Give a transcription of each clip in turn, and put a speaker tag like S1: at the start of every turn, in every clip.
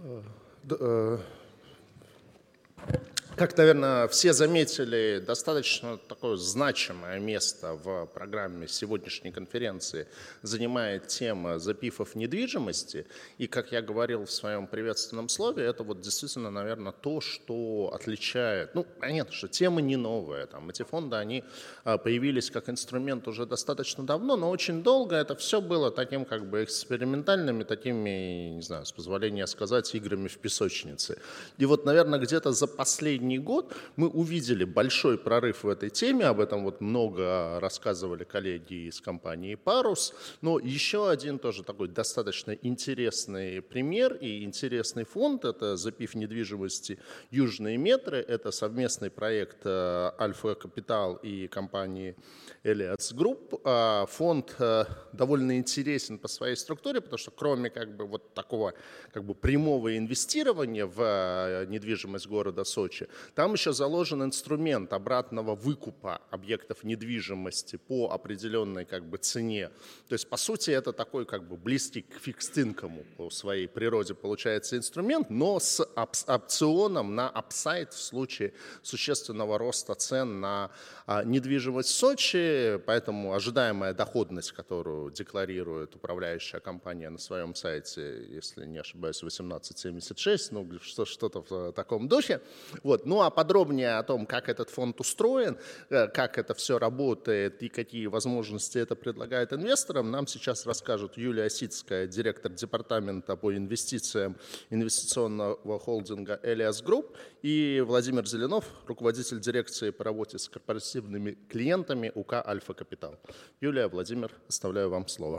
S1: Как, наверное, все заметили, достаточно такое значимое место в программе сегодняшней конференции занимает тема запифов недвижимости. И, как я говорил в своем приветственном слове, это вот действительно, наверное, то, что отличает... Ну, понятно, что тема не новая. Там, эти фонды, они появились как инструмент уже достаточно давно, но очень долго это все было таким как бы экспериментальными, такими, не знаю, с позволения сказать, играми в песочнице. И вот, наверное, где-то за последний год мы увидели большой прорыв в этой теме, об этом вот много рассказывали коллеги из компании «Парус», но еще один тоже такой достаточно интересный пример и интересный фонд – это запив недвижимости «Южные метры», это совместный проект «Альфа Капитал» и компании Элиотс Групп. Фонд довольно интересен по своей структуре, потому что кроме как бы вот такого как бы прямого инвестирования в недвижимость города Сочи, там еще заложен инструмент обратного выкупа объектов недвижимости по определенной как бы цене. То есть, по сути, это такой как бы близкий к фикс-инкому по своей природе получается инструмент, но с опционом на апсайд в случае существенного роста цен на недвижимость в Сочи. Поэтому ожидаемая доходность, которую декларирует управляющая компания на своем сайте, если не ошибаюсь, 18,76, ну что-то в таком духе. Вот. Ну а подробнее о том, как этот фонд устроен, как это все работает и какие возможности это предлагает инвесторам, нам сейчас расскажет Юлия Осицкая, директор департамента по инвестициям инвестиционного холдинга «Элиотс Групп», и Владимир Зеленов, руководитель дирекции по работе с корпоративными клиентами УК «Альфа Капитал». Юлия, Владимир, оставляю вам слово.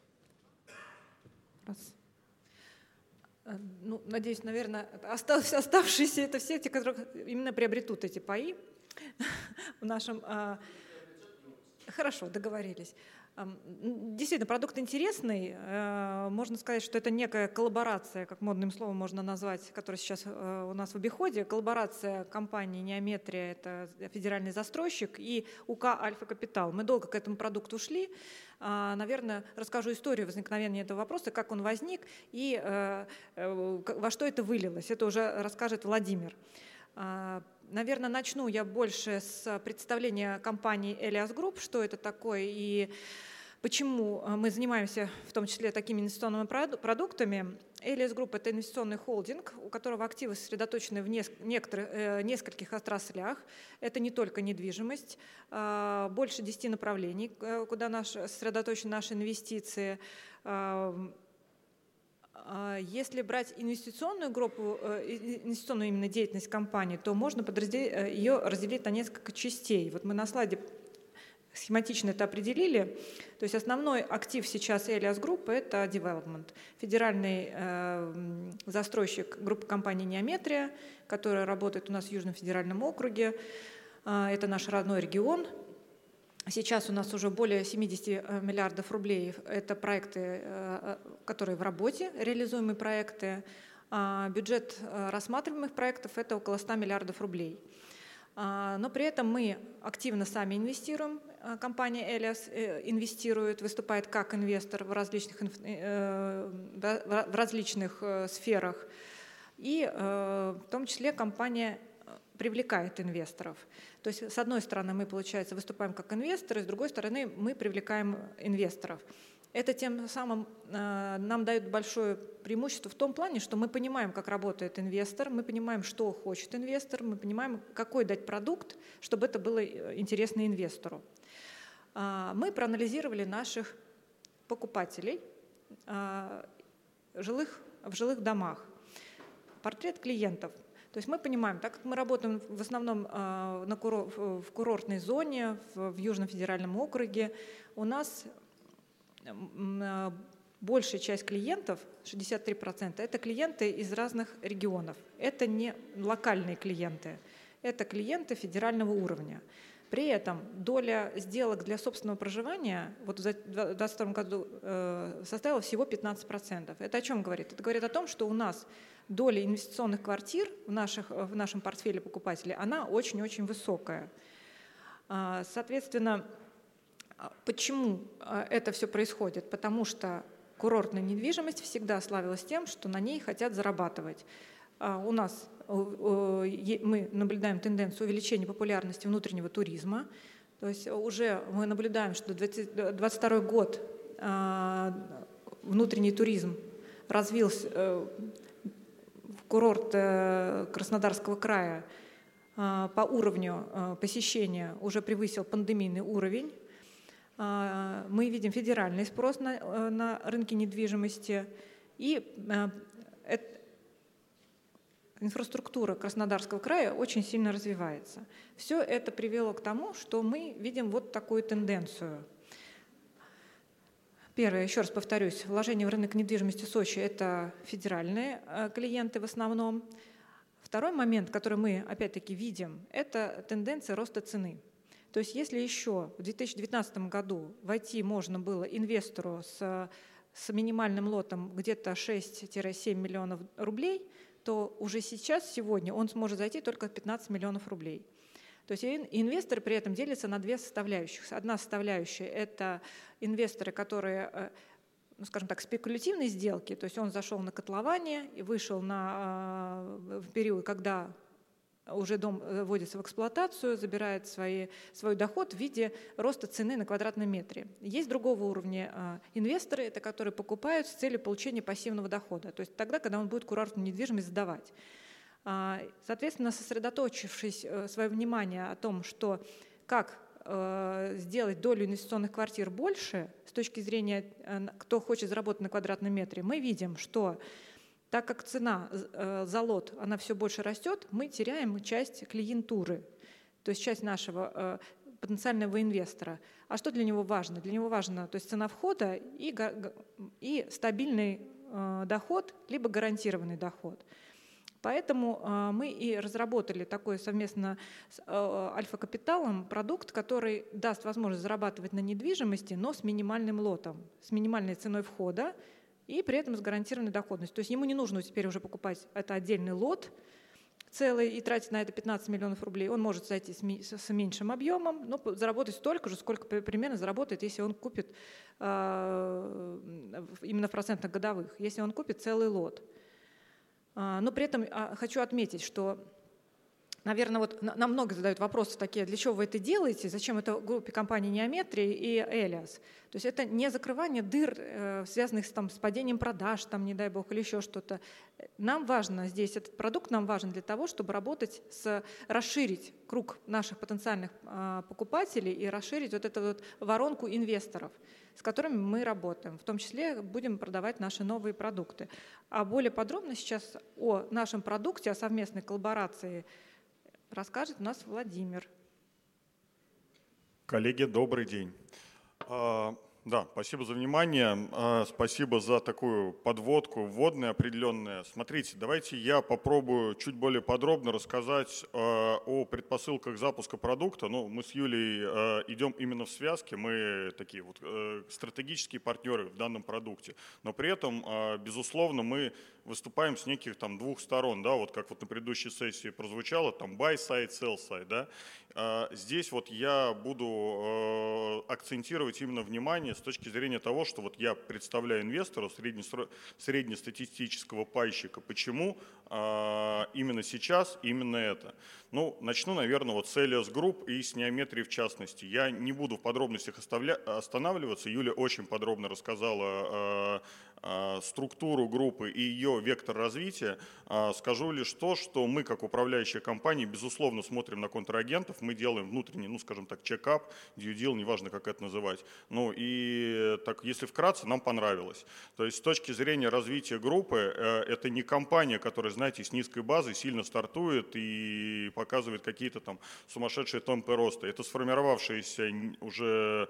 S2: Ну, надеюсь, наверное, оставшиеся это все те, которые именно приобретут эти паи в нашем... Хорошо, договорились. Действительно, продукт интересный. Можно сказать, что это некая коллаборация, как модным словом можно назвать, которая сейчас у нас в обиходе. Коллаборация компании «Неометрия», это федеральный застройщик, и УК «Альфа Капитал». Мы долго к этому продукту шли. Наверное, расскажу историю возникновения этого вопроса, как он возник и во что это вылилось. Это уже расскажет Владимир. Наверное, начну я больше с представления компании «Элиотс Групп», что это такое и почему мы занимаемся в том числе такими инвестиционными продуктами. «Элиотс Групп» — это инвестиционный холдинг, у которого активы сосредоточены в нескольких отраслях. Это не только недвижимость, больше 10 направлений, куда сосредоточены наши инвестиции. Если брать инвестиционную группу, инвестиционную именно деятельность компании, то можно ее разделить на несколько частей. Вот мы на слайде схематично это определили. То есть основной актив сейчас «Элиотс Групп» — это development. Федеральный застройщик группы компании «Неометрия», которая работает у нас в Южном федеральном округе. Это наш родной регион. Сейчас у нас уже более 70 миллиардов рублей. Это проекты, которые в работе, реализуемые проекты. Бюджет рассматриваемых проектов – это около 100 миллиардов рублей. Но при этом мы активно сами инвестируем. Компания «Элиотс» инвестирует, выступает как инвестор в различных сферах. И в том числе компания привлекает инвесторов. То есть, с одной стороны, мы, получается, выступаем как инвесторы, с другой стороны, мы привлекаем инвесторов. Это тем самым нам дает большое преимущество в том плане, что мы понимаем, как работает инвестор, мы понимаем, что хочет инвестор, мы понимаем, какой дать продукт, чтобы это было интересно инвестору. Мы проанализировали наших покупателей в жилых домах. Портрет клиентов. То есть мы понимаем, так как мы работаем в основном в курортной зоне, в Южном федеральном округе, у нас большая часть клиентов, 63%, это клиенты из разных регионов. Это не локальные клиенты, это клиенты федерального уровня. При этом доля сделок для собственного проживания вот в 2022 году составила всего 15%. Это о чем говорит? Это говорит о том, что у нас доля инвестиционных квартир в нашем портфеле покупателей, она очень-очень высокая. Соответственно, почему это все происходит? Потому что курортная недвижимость всегда славилась тем, что на ней хотят зарабатывать. У нас мы наблюдаем тенденцию увеличения популярности внутреннего туризма. То есть уже мы наблюдаем, что 2022 год внутренний туризм развился, курорт Краснодарского края по уровню посещения уже превысил пандемийный уровень. Мы видим федеральный спрос на рынке недвижимости, и инфраструктура Краснодарского края очень сильно развивается. Все это привело к тому, что мы видим вот такую тенденцию. Первое, еще раз повторюсь, вложение в рынок недвижимости Сочи – это федеральные клиенты в основном. Второй момент, который мы опять-таки видим, это тенденция роста цены. То есть если еще в 2019 году войти можно было инвестору с минимальным лотом где-то 6-7 миллионов рублей, то уже сейчас, сегодня, он сможет зайти только 15 миллионов рублей. То есть инвесторы при этом делятся на две составляющих. Одна составляющая – это инвесторы, которые, скажем так, спекулятивные сделки, то есть он зашел на котлование и вышел в период, когда уже дом вводится в эксплуатацию, забирает свой доход в виде роста цены на квадратном метре. Есть другого уровня инвесторы, это которые покупают с целью получения пассивного дохода, то есть тогда, когда он будет курортную недвижимость сдавать. Соответственно, сосредоточившись свое внимание о том, что как сделать долю инвестиционных квартир больше с точки зрения, кто хочет заработать на квадратном метре, мы видим, что так как цена за лот, она все больше растет, мы теряем часть клиентуры, то есть часть нашего потенциального инвестора. А что для него важно? Для него важно, то есть цена входа и стабильный доход, либо гарантированный доход. Поэтому мы и разработали такой совместно с Альфа-Капиталом продукт, который даст возможность зарабатывать на недвижимости, но с минимальным лотом, с минимальной ценой входа и при этом с гарантированной доходностью. То есть ему не нужно теперь уже покупать это отдельный лот целый и тратить на это 15 миллионов рублей. Он может зайти с меньшим объемом, но заработать столько же, сколько примерно заработает, если он купит именно в процентах годовых, если он купит целый лот. Но при этом хочу отметить, что, наверное, вот нам много задают вопросы такие, для чего вы это делаете, зачем это группе компаний Неометрии и Элиас. То есть это не закрывание дыр, связанных с падением продаж, не дай бог, или еще что-то. Нам важно здесь, этот продукт нам важен для того, чтобы расширить круг наших потенциальных покупателей и расширить вот эту вот воронку инвесторов, с которыми мы работаем. В том числе будем продавать наши новые продукты. А более подробно сейчас о нашем продукте, о совместной коллаборации расскажет у нас Владимир.
S3: Коллеги, добрый день. Да, спасибо за внимание, спасибо за такую подводку, вводную определенную. Смотрите, давайте я попробую чуть более подробно рассказать о предпосылках запуска продукта. Мы с Юлей идем именно в связке, мы такие вот стратегические партнеры в данном продукте, но при этом, безусловно, мы выступаем с неких двух сторон, да, вот как вот на предыдущей сессии прозвучало, buy side, sell side, да. Здесь вот я буду акцентировать именно внимание с точки зрения того, что вот я представляю инвестору среднестатистического пайщика. Почему именно сейчас именно это? Начну, наверное, вот с Элиас Групп и с Неометрии в частности. Я не буду в подробностях останавливаться. Юля очень подробно рассказала структуру группы и ее вектор развития. Скажу лишь то, что мы, как управляющая компания, безусловно, смотрим на контрагентов, мы делаем внутренний, скажем так, чекап, due deal, неважно, как это называть. И так, если вкратце, нам понравилось. То есть с точки зрения развития группы, это не компания, которая, знаете, с низкой базой сильно стартует и показывает какие-то сумасшедшие темпы роста. Это сформировавшаяся уже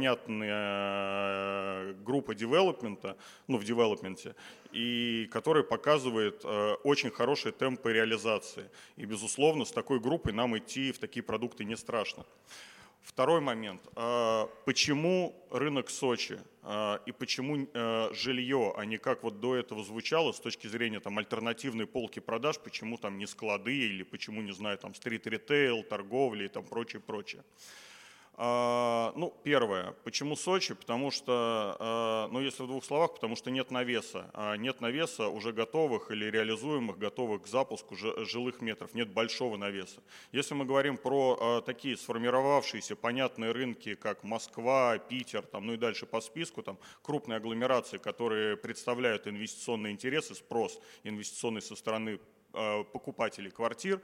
S3: понятная группа девелопмента, в девелопменте, и которая показывает очень хорошие темпы реализации. И, безусловно, с такой группой нам идти в такие продукты не страшно. Второй момент. Почему рынок Сочи и почему жилье, а не как вот до этого звучало с точки зрения альтернативной полки продаж, почему не склады или почему, не знаю, стрит-ритейл, торговля и прочее. Ну, первое. Почему Сочи? Потому что, ну, если в двух словах, потому что нет навеса. Нет навеса уже готовых или реализуемых, готовых к запуску жилых метров. Нет большого навеса. Если мы говорим про такие сформировавшиеся понятные рынки, как Москва, Питер, там, ну и дальше по списку, там, крупные агломерации, которые представляют инвестиционные интересы, спрос инвестиционный со стороны покупателей квартир,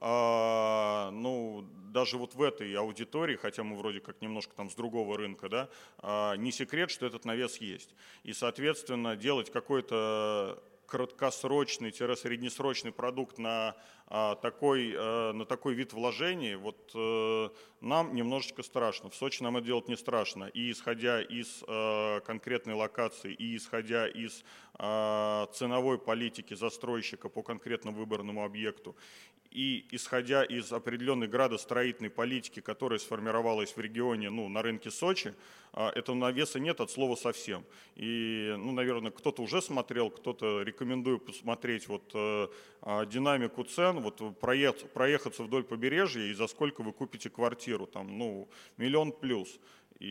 S3: ну, даже вот в этой аудитории, хотя мы вроде как немножко там с другого рынка, да, не секрет, что этот навес есть. И, соответственно, делать какой-то краткосрочный-среднесрочный продукт на такой вид вложений, вот нам немножечко страшно. В Сочи нам это делать не страшно. И исходя из конкретной локации, и исходя из ценовой политики застройщика по конкретно выбранному объекту, и исходя из определенной градостроительной политики, которая сформировалась в регионе, ну, на рынке Сочи, этого навеса нет от слова совсем. И, ну, наверное, кто-то уже смотрел, кто-то рекомендую посмотреть вот динамику цен, вот проехаться вдоль побережья и за сколько вы купите квартиру, там, ну, 1 000 000 плюс.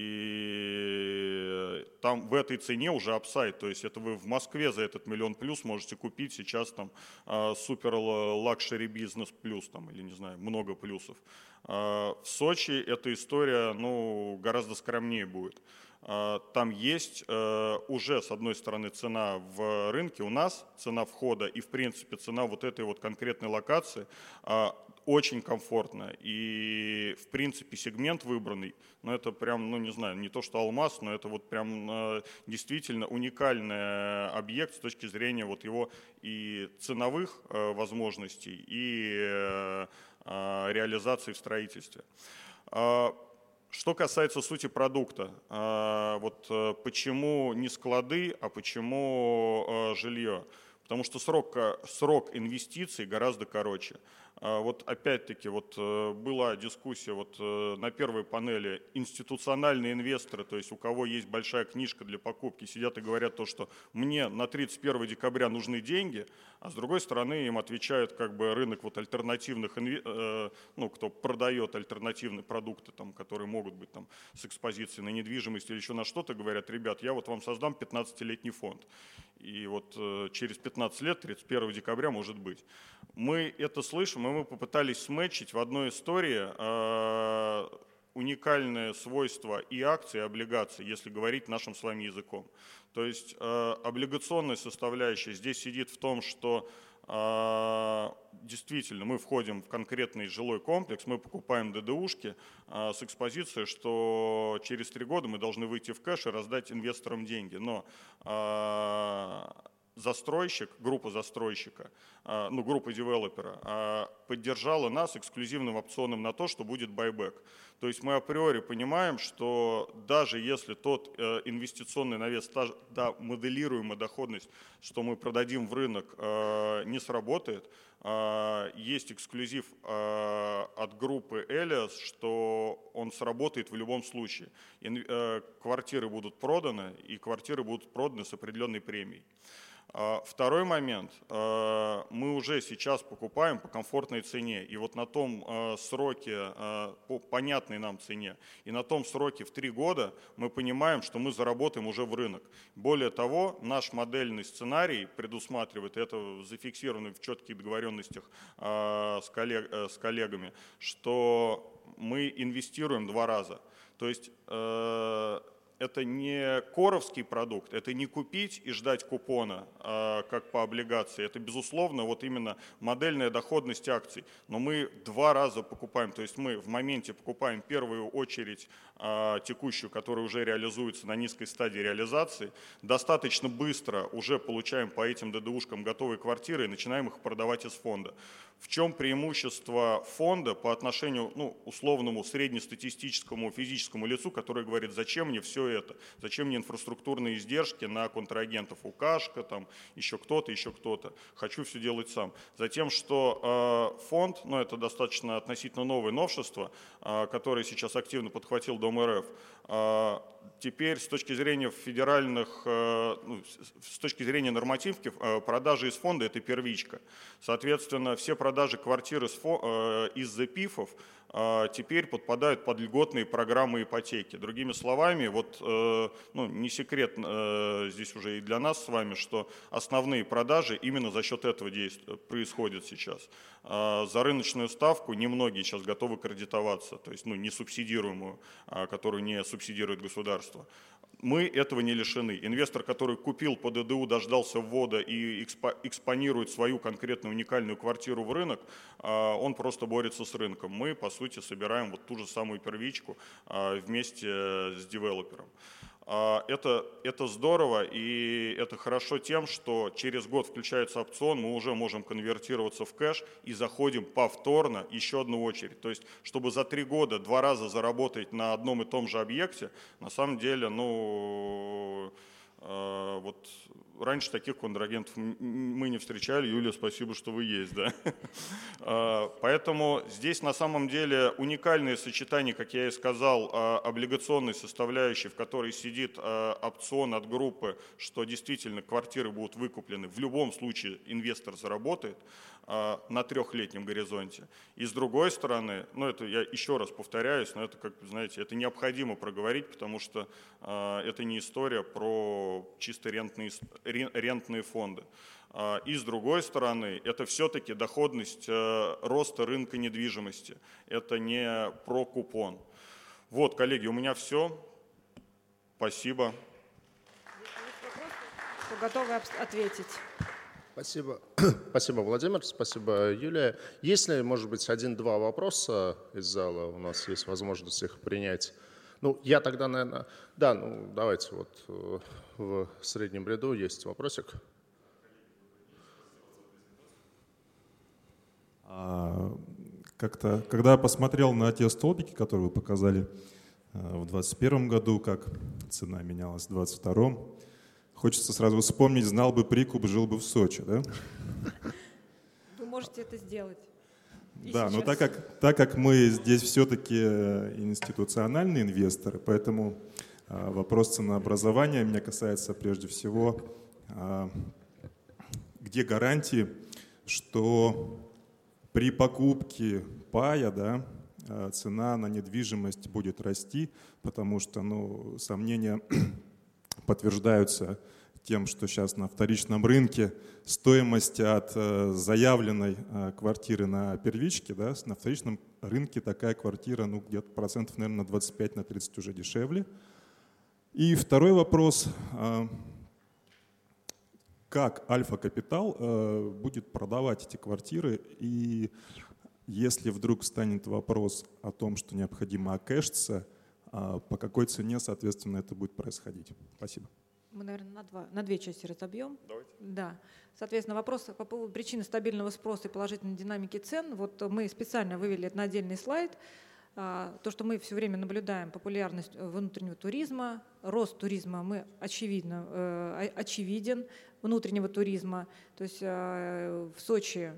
S3: И там в этой цене уже апсайд, то есть это вы в Москве за этот 1 000 000 плюс можете купить сейчас там супер лакшери бизнес плюс, там, или не знаю, много плюсов. В Сочи эта история, ну, гораздо скромнее будет. Там есть уже, с одной стороны, цена в рынке у нас, цена входа и, в принципе, цена вот этой вот конкретной локации очень комфортная. И, в принципе, сегмент выбранный, ну, это прям, ну, не знаю, не то что алмаз, но это вот прям действительно уникальный объект с точки зрения вот его и ценовых возможностей, и реализации в строительстве. Что касается сути продукта, вот почему не склады, а почему жилье? Потому что срок инвестиций гораздо короче. Вот опять-таки вот была дискуссия вот на первой панели, институциональные инвесторы, то есть у кого есть большая книжка для покупки, сидят и говорят то, что мне на 31 декабря нужны деньги, а с другой стороны им отвечают как бы рынок вот альтернативных, ну, кто продает альтернативные продукты, там, которые могут быть там с экспозицией на недвижимость или еще на что-то, говорят, ребят, я вот вам создам 15-летний фонд. И вот через 15 лет, 31 декабря, может быть. Мы это слышим, и мы попытались сметчить в одной истории уникальное свойство и акций, и облигаций, если говорить нашим с вами языком. То есть облигационная составляющая здесь сидит в том, что действительно мы входим в конкретный жилой комплекс, мы покупаем ДДУшки с экспозицией, что через 3 года мы должны выйти в кэш и раздать инвесторам деньги. Но застройщик, группа застройщика, ну, группа девелопера поддержала нас эксклюзивным опционом на то, что будет байбек. То есть мы априори понимаем, что даже если тот инвестиционный навес, та моделируемая доходность, что мы продадим в рынок, не сработает, есть эксклюзив от группы Элиас, что он сработает в любом случае. Квартиры будут проданы, и квартиры будут проданы с определенной премией. Второй момент. Мы уже сейчас покупаем по комфортной цене. И вот на том сроке, по понятной нам цене, и на том сроке в 3 года мы понимаем, что мы заработаем уже в рынок. Более того, наш модельный сценарий предусматривает, это зафиксировано в четких договоренностях с коллегами, что мы инвестируем 2 раза. То есть это не коровский продукт, это не купить и ждать купона, как по облигации. Это, безусловно, вот именно модельная доходность акций. Но мы 2 раза покупаем, то есть мы в моменте покупаем первую очередь текущую, которая уже реализуется на низкой стадии реализации, достаточно быстро уже получаем по этим ДДУшкам готовые квартиры и начинаем их продавать из фонда. В чем преимущество фонда по отношению, ну, условному среднестатистическому физическому лицу, который говорит, зачем мне все это, зачем мне инфраструктурные издержки на контрагентов, УКашка, там, еще кто-то, хочу все делать сам. Затем, что фонд, ну, это достаточно относительно новое новшество, которое сейчас активно подхватил Дом РФ, теперь с точки зрения федеральных, ну, с точки зрения нормативки, продажи из фонда – это первичка. Соответственно, все продажи квартир из ЗПИФов теперь подпадают под льготные программы ипотеки. Другими словами, вот, не секрет здесь уже и для нас с вами, что основные продажи именно за счет этого происходят сейчас. За рыночную ставку немногие сейчас готовы кредитоваться, то есть несубсидируемую, которую не субсидирует государство. Мы этого не лишены. Инвестор, который купил по ДДУ, дождался ввода и экспонирует свою конкретную уникальную квартиру в рынок, он просто борется с рынком. Мы, по сути, собираем вот ту же самую первичку вместе с девелопером. Это здорово, и это хорошо тем, что через год включается опцион, мы уже можем конвертироваться в кэш и заходим повторно еще одну очередь. То есть, чтобы за 3 года 2 раза заработать на одном и том же объекте, на самом деле, вот раньше таких контрагентов мы не встречали. Юлия, спасибо, что вы есть, да. Поэтому здесь на самом деле уникальное сочетание, как я и сказал, облигационной составляющей, в которой сидит опцион от группы, что действительно квартиры будут выкуплены. В любом случае инвестор заработает на 3-летнем горизонте. И с другой стороны, это я еще раз повторяюсь, но это, как знаете, это необходимо проговорить, потому что это не история про чисто рентные фонды. И с другой стороны, это все-таки доходность роста рынка недвижимости. Это не про купон. Вот, коллеги, у меня все. Спасибо.
S2: Готовы ответить.
S1: Спасибо. Спасибо, Владимир. Спасибо, Юлия. Есть ли, может быть, 1-2 вопроса из зала? У нас есть возможность их принять. Я тогда, наверное... Да, давайте вот в среднем ряду есть вопросик.
S4: Как-то, когда я посмотрел на те столбики, которые вы показали в 2021 году, как цена менялась в 2022, хочется сразу вспомнить: знал бы прикуп, жил бы в Сочи, да?
S2: Вы можете это сделать.
S4: Да, но так как мы здесь все-таки институциональные инвесторы, поэтому вопрос ценообразования меня касается прежде всего, где гарантии, что при покупке пая, да, цена на недвижимость будет расти, потому что сомнения подтверждаются тем, что сейчас на вторичном рынке стоимость от заявленной квартиры на первичке, да, на вторичном рынке такая квартира где-то процентов, наверное, на 25-30 уже дешевле. И второй вопрос: как Альфа-Капитал будет продавать эти квартиры, и если вдруг станет вопрос о том, что необходимо окэшиться, по какой цене, соответственно, это будет происходить? Спасибо.
S2: Мы, наверное, на 2 части разобьем.
S3: Давайте.
S2: Да. Соответственно, вопрос по поводу причины стабильного спроса и положительной динамики цен. Вот мы специально вывели это на отдельный слайд. То, что мы все время наблюдаем, популярность внутреннего туризма, рост туризма очевиден, внутреннего туризма. То есть в Сочи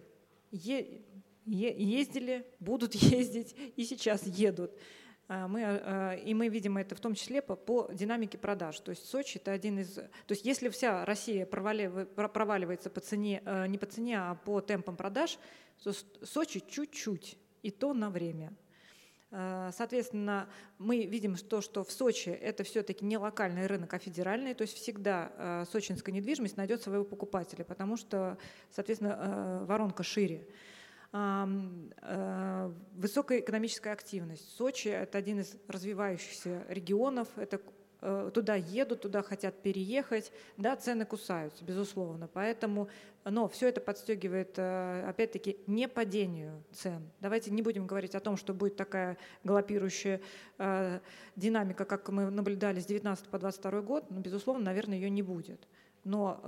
S2: ездили, будут ездить и сейчас едут. Мы видим это в том числе по динамике продаж. То есть Сочи – это один из… То есть если вся Россия проваливается по цене, не по цене, а по темпам продаж, то Сочи чуть-чуть, и то на время. Соответственно, мы видим, что в Сочи это все-таки не локальный рынок, а федеральный, то есть всегда сочинская недвижимость найдет своего покупателя, потому что, соответственно, воронка шире. Высокая экономическая активность. Сочи – это один из развивающихся регионов, туда едут, туда хотят переехать, да, цены кусаются, безусловно, но все это подстегивает, опять-таки, не падению цен. Давайте не будем говорить о том, что будет такая галопирующая динамика, как мы наблюдали с 2019 по 2022 год, но, безусловно, наверное, ее не будет. Но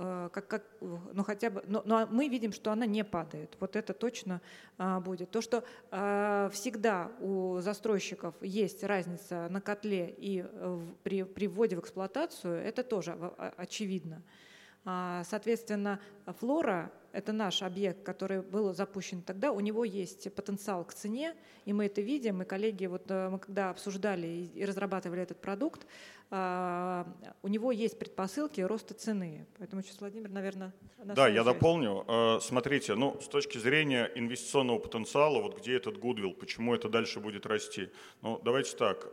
S2: мы видим, что она не падает. Вот это точно будет. То, что всегда у застройщиков есть разница на котле и при вводе в эксплуатацию, это тоже очевидно. Соответственно, флора это наш объект, который был запущен тогда, у него есть потенциал к цене, и мы это видим, и коллеги, вот мы когда обсуждали и разрабатывали этот продукт, у него есть предпосылки роста цены. Поэтому сейчас Владимир, наверное,
S3: да, я дополню. Смотрите, ну, с точки зрения инвестиционного потенциала, вот где этот goodwill, почему это дальше будет расти? Ну, давайте так.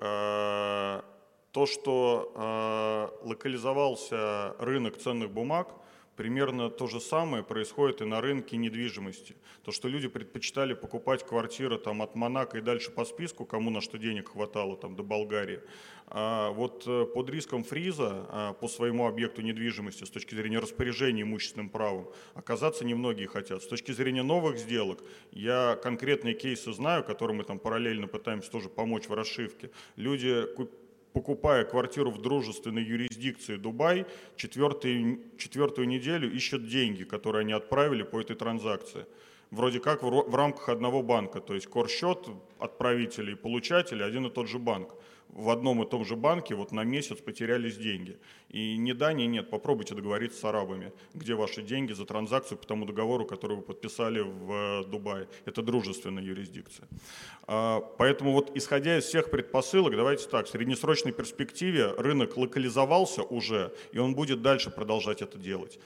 S3: То, что локализовался рынок ценных бумаг, примерно то же самое происходит и на рынке недвижимости. То, что люди предпочитали покупать квартиры там, от Монако и дальше по списку, кому на что денег хватало, там, до Болгарии. Вот под риском фриза по своему объекту недвижимости с точки зрения распоряжения имущественным правом оказаться немногие хотят. С точки зрения новых сделок, я конкретные кейсы знаю, которым мы там параллельно пытаемся тоже помочь в расшивке. Люди, покупая квартиру в дружественной юрисдикции Дубай, четвертую неделю ищут деньги, которые они отправили по этой транзакции. Вроде как в рамках одного банка, то есть корсчет отправителя и получателя один и тот же банк. В одном и том же банке вот на месяц потерялись деньги. И ни да, ни нет. Попробуйте договориться с арабами, где ваши деньги за транзакцию по тому договору, который вы подписали в Дубае. Это дружественная юрисдикция. Поэтому вот исходя из всех предпосылок, давайте так, в среднесрочной перспективе рынок локализовался уже, и он будет дальше продолжать это делать.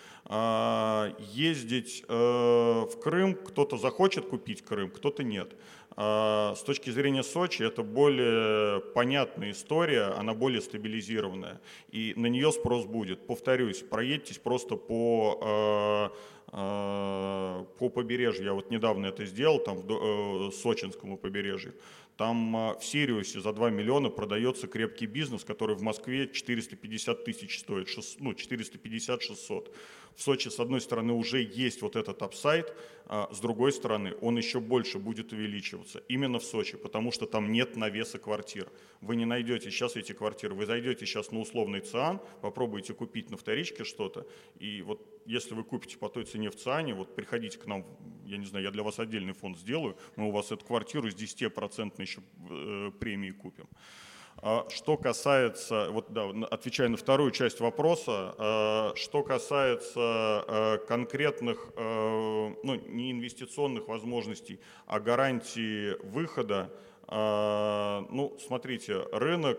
S3: Ездить в Крым, кто-то захочет купить Крым, кто-то нет. С точки зрения Сочи это более понятная история, она более стабилизированная, и на нее спрос будет. Повторюсь, проедьтесь просто по побережью. Я вот недавно это сделал, там в Сочинскому побережью. Там в Сириусе за 2 миллиона продается крепкий бизнес, который в Москве 450 тысяч стоит, 450-600. В Сочи, с одной стороны, уже есть вот этот апсайд, с другой стороны, он еще больше будет увеличиваться. Именно в Сочи, потому что там нет навеса квартир. Вы не найдете сейчас эти квартиры. Вы зайдете сейчас на условный ЦИАН, попробуйте купить на вторичке что-то, и вот если вы купите по той цене в ЦИАНе, вот приходите к нам, я не знаю, я для вас отдельный фонд сделаю, мы у вас эту квартиру с 10% еще премии купим. Что касается, вот да, отвечая на вторую часть вопроса, что касается конкретных, ну, не инвестиционных возможностей, а гарантии выхода, ну, смотрите, рынок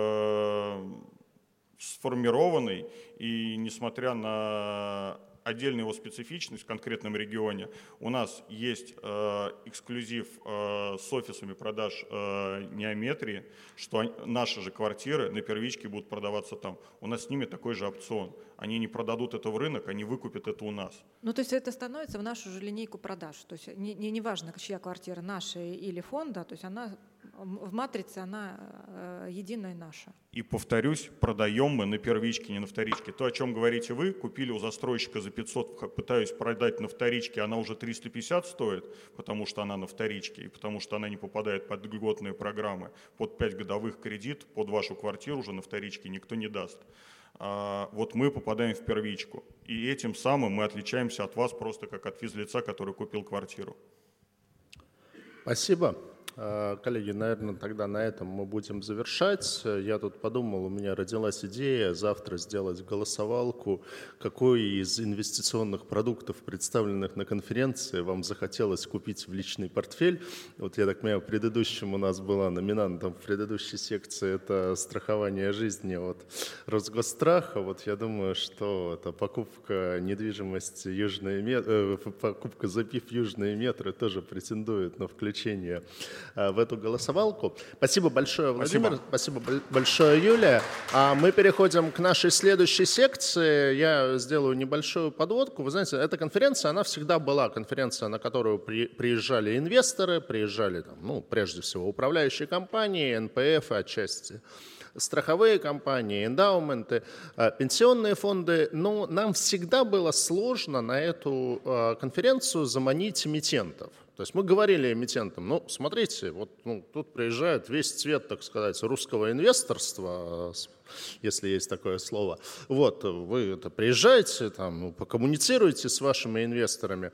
S3: сформированный, и несмотря на отдельную его специфичность в конкретном регионе, у нас есть эксклюзив с офисами продаж Неометрии, что наши же квартиры на первичке будут продаваться там. У нас с ними такой же опцион. Они не продадут это в рынок, они выкупят это у нас.
S2: Ну, то есть это становится в нашу же линейку продаж. То есть не важно, чья квартира, наша или фонда, то есть она в матрице, она единая наша.
S3: И повторюсь, продаем мы на первичке, не на вторичке. То, о чем говорите вы, купили у застройщика за 500, пытаюсь продать на вторичке, она уже 350 стоит, потому что она на вторичке, и потому что она не попадает под льготные программы. Под 5 годовых кредит под вашу квартиру уже на вторичке никто не даст. Вот мы попадаем в первичку. И этим самым мы отличаемся от вас просто как от физлица, который купил квартиру.
S1: Спасибо. Коллеги, наверное, тогда на этом мы будем завершать. Я тут подумал, у меня родилась идея завтра сделать голосовалку, какой из инвестиционных продуктов, представленных на конференции, вам захотелось купить в личный портфель. Вот я так понимаю, предыдущим у нас была номинантом в предыдущей секции это страхование жизни от Росгосстраха. Вот я думаю, что это покупка недвижимости покупка ЗАПИФ Южные метры тоже претендует на включение в эту голосовалку. Спасибо большое, Владимир. Спасибо большое, Юлия. Мы переходим к нашей следующей секции. Я сделаю небольшую подводку. Вы знаете, эта конференция, она всегда была конференция, на которую приезжали инвесторы, приезжали, прежде всего, управляющие компании, НПФ и отчасти страховые компании, эндаументы, пенсионные фонды. Но нам всегда было сложно на эту конференцию заманить эмитентов. То есть мы говорили эмитентам, смотрите, вот тут приезжает весь цвет, так сказать, русского инвесторства, если есть такое слово. Вот, вы приезжаете, покоммуницируете с вашими инвесторами.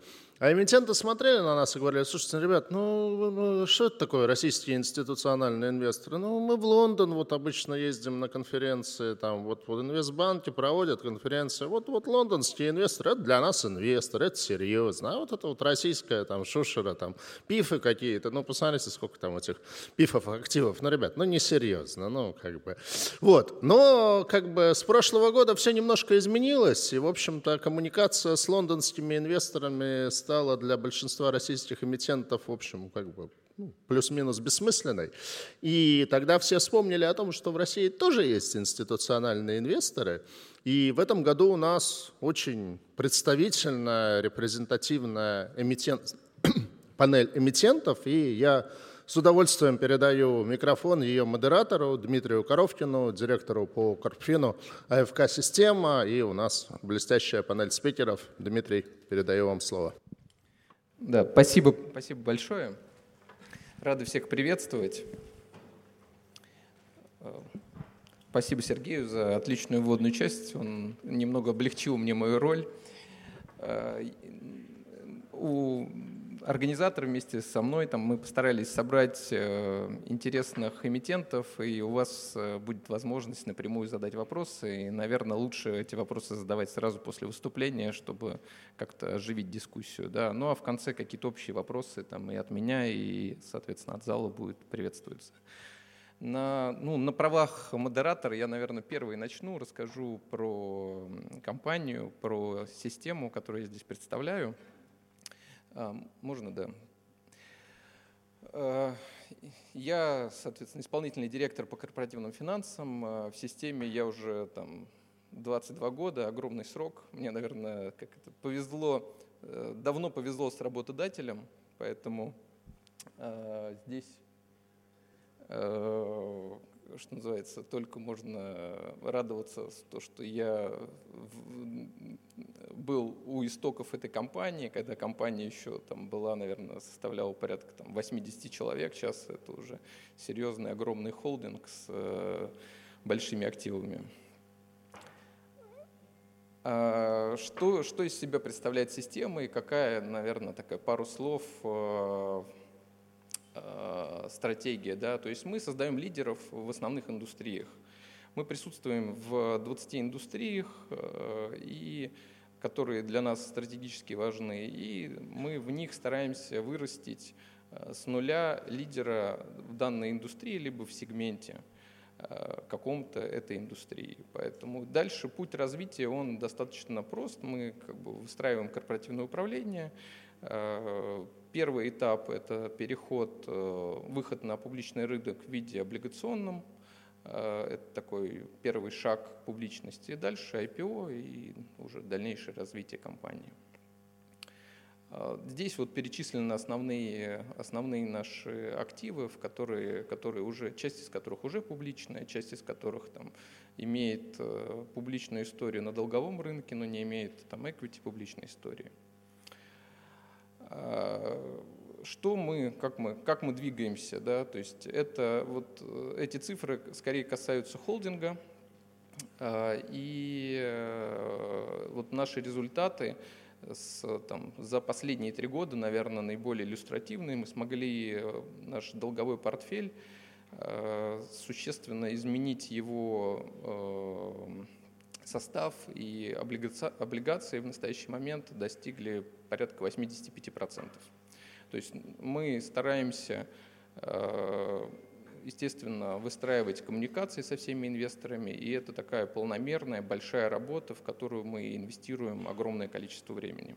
S1: А эмитенты смотрели на нас и говорили: слушайте, ребят, что это такое российские институциональные инвесторы? Мы в Лондон вот обычно ездим на конференции, там вот инвестбанки проводят конференции. Вот лондонские инвесторы, это для нас инвесторы, это серьезно. А вот это вот российская там шушера, там пифы какие-то, посмотрите, сколько там этих пифов, активов. Ребят, не серьезно, Вот, но с прошлого года все немножко изменилось, и, в общем-то, коммуникация с лондонскими инвесторами стала для большинства российских эмитентов, в общем, плюс-минус бессмысленной. И тогда все вспомнили о том, что в России тоже есть институциональные инвесторы. И в этом году у нас очень представительная, репрезентативная панель эмитентов. И я с удовольствием передаю микрофон ее модератору Дмитрию Коровкину, директору по Корпфину АФК «Система». И у нас блестящая панель спикеров. Дмитрий, передаю вам слово.
S5: Да, спасибо большое. Рады всех приветствовать. Спасибо Сергею за отличную вводную часть. Он немного облегчил мне мою роль. У организаторов вместе со мной мы постарались собрать интересных эмитентов, и у вас будет возможность напрямую задать вопросы. И, наверное, лучше эти вопросы задавать сразу после выступления, чтобы как-то оживить дискуссию. Да? Ну а в конце какие-то общие вопросы и от меня, и, соответственно, от зала будут приветствоваться. На правах модератора я, наверное, первый начну, расскажу про компанию, про систему, которую я здесь представляю. Можно, да. Я, соответственно, исполнительный директор по корпоративным финансам. В системе я уже 22 года, огромный срок. Мне, наверное, давно повезло с работодателем, поэтому здесь, что называется, только можно радоваться, что я был у истоков этой компании, когда компания еще была, наверное, составляла порядка 80 человек. Сейчас это уже серьезный, огромный холдинг с большими активами. Что из себя представляет система и какая, наверное, пару слов стратегия, да? То есть мы создаем лидеров в основных индустриях. Мы присутствуем в 20 индустриях, которые для нас стратегически важны, и мы в них стараемся вырастить с нуля лидера в данной индустрии либо в сегменте каком-то этой индустрии. Поэтому дальше путь развития, он достаточно прост. Мы выстраиваем корпоративное управление. Первый этап – это выход на публичный рынок в виде облигационном. Это такой первый шаг к публичности. Дальше IPO и уже дальнейшее развитие компании. Здесь перечислены основные наши активы, часть из которых уже публичная, часть из которых имеет публичную историю на долговом рынке, но не имеет equity публичной истории. Как мы двигаемся, да? То есть эти цифры скорее касаются холдинга, и наши результаты за последние 3 года, наверное, наиболее иллюстративные. Мы смогли наш долговой портфель существенно изменить его состав, и облигации в настоящий момент достигли порядка 85%. То есть мы стараемся, естественно, выстраивать коммуникации со всеми инвесторами, и это такая полномерная, большая работа, в которую мы инвестируем огромное количество времени.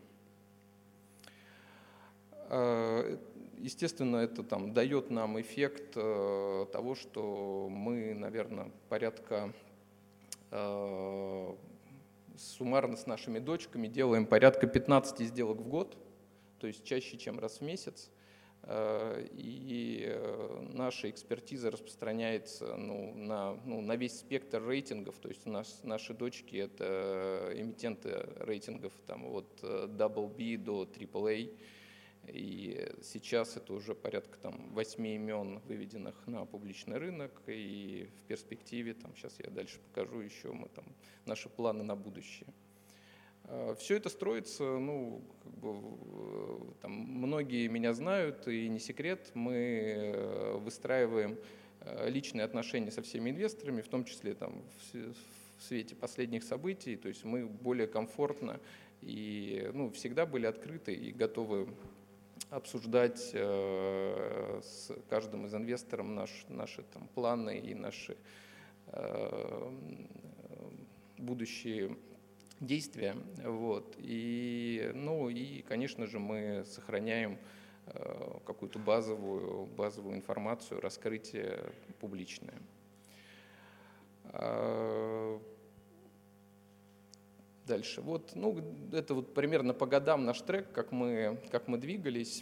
S5: Естественно, это дает нам эффект того, что мы, наверное, суммарно с нашими дочками делаем порядка 15 сделок в год, то есть чаще, чем раз в месяц. И наша экспертиза распространяется на весь спектр рейтингов. То есть у нас наши дочки – это эмитенты рейтингов от BB до AAA. И сейчас это уже порядка 8 имен, выведенных на публичный рынок. И в перспективе, сейчас я дальше покажу еще наши планы на будущее. Все это строится, там многие меня знают, и не секрет, мы выстраиваем личные отношения со всеми инвесторами, в том числе там, в свете последних событий, то есть мы более комфортно и всегда были открыты и готовы обсуждать с каждым из инвесторов наши там, планы и наши будущие действия. Вот. И, конечно же, мы сохраняем какую-то базовую информацию, раскрытие публичное. Дальше. Это примерно по годам наш трек, как мы двигались.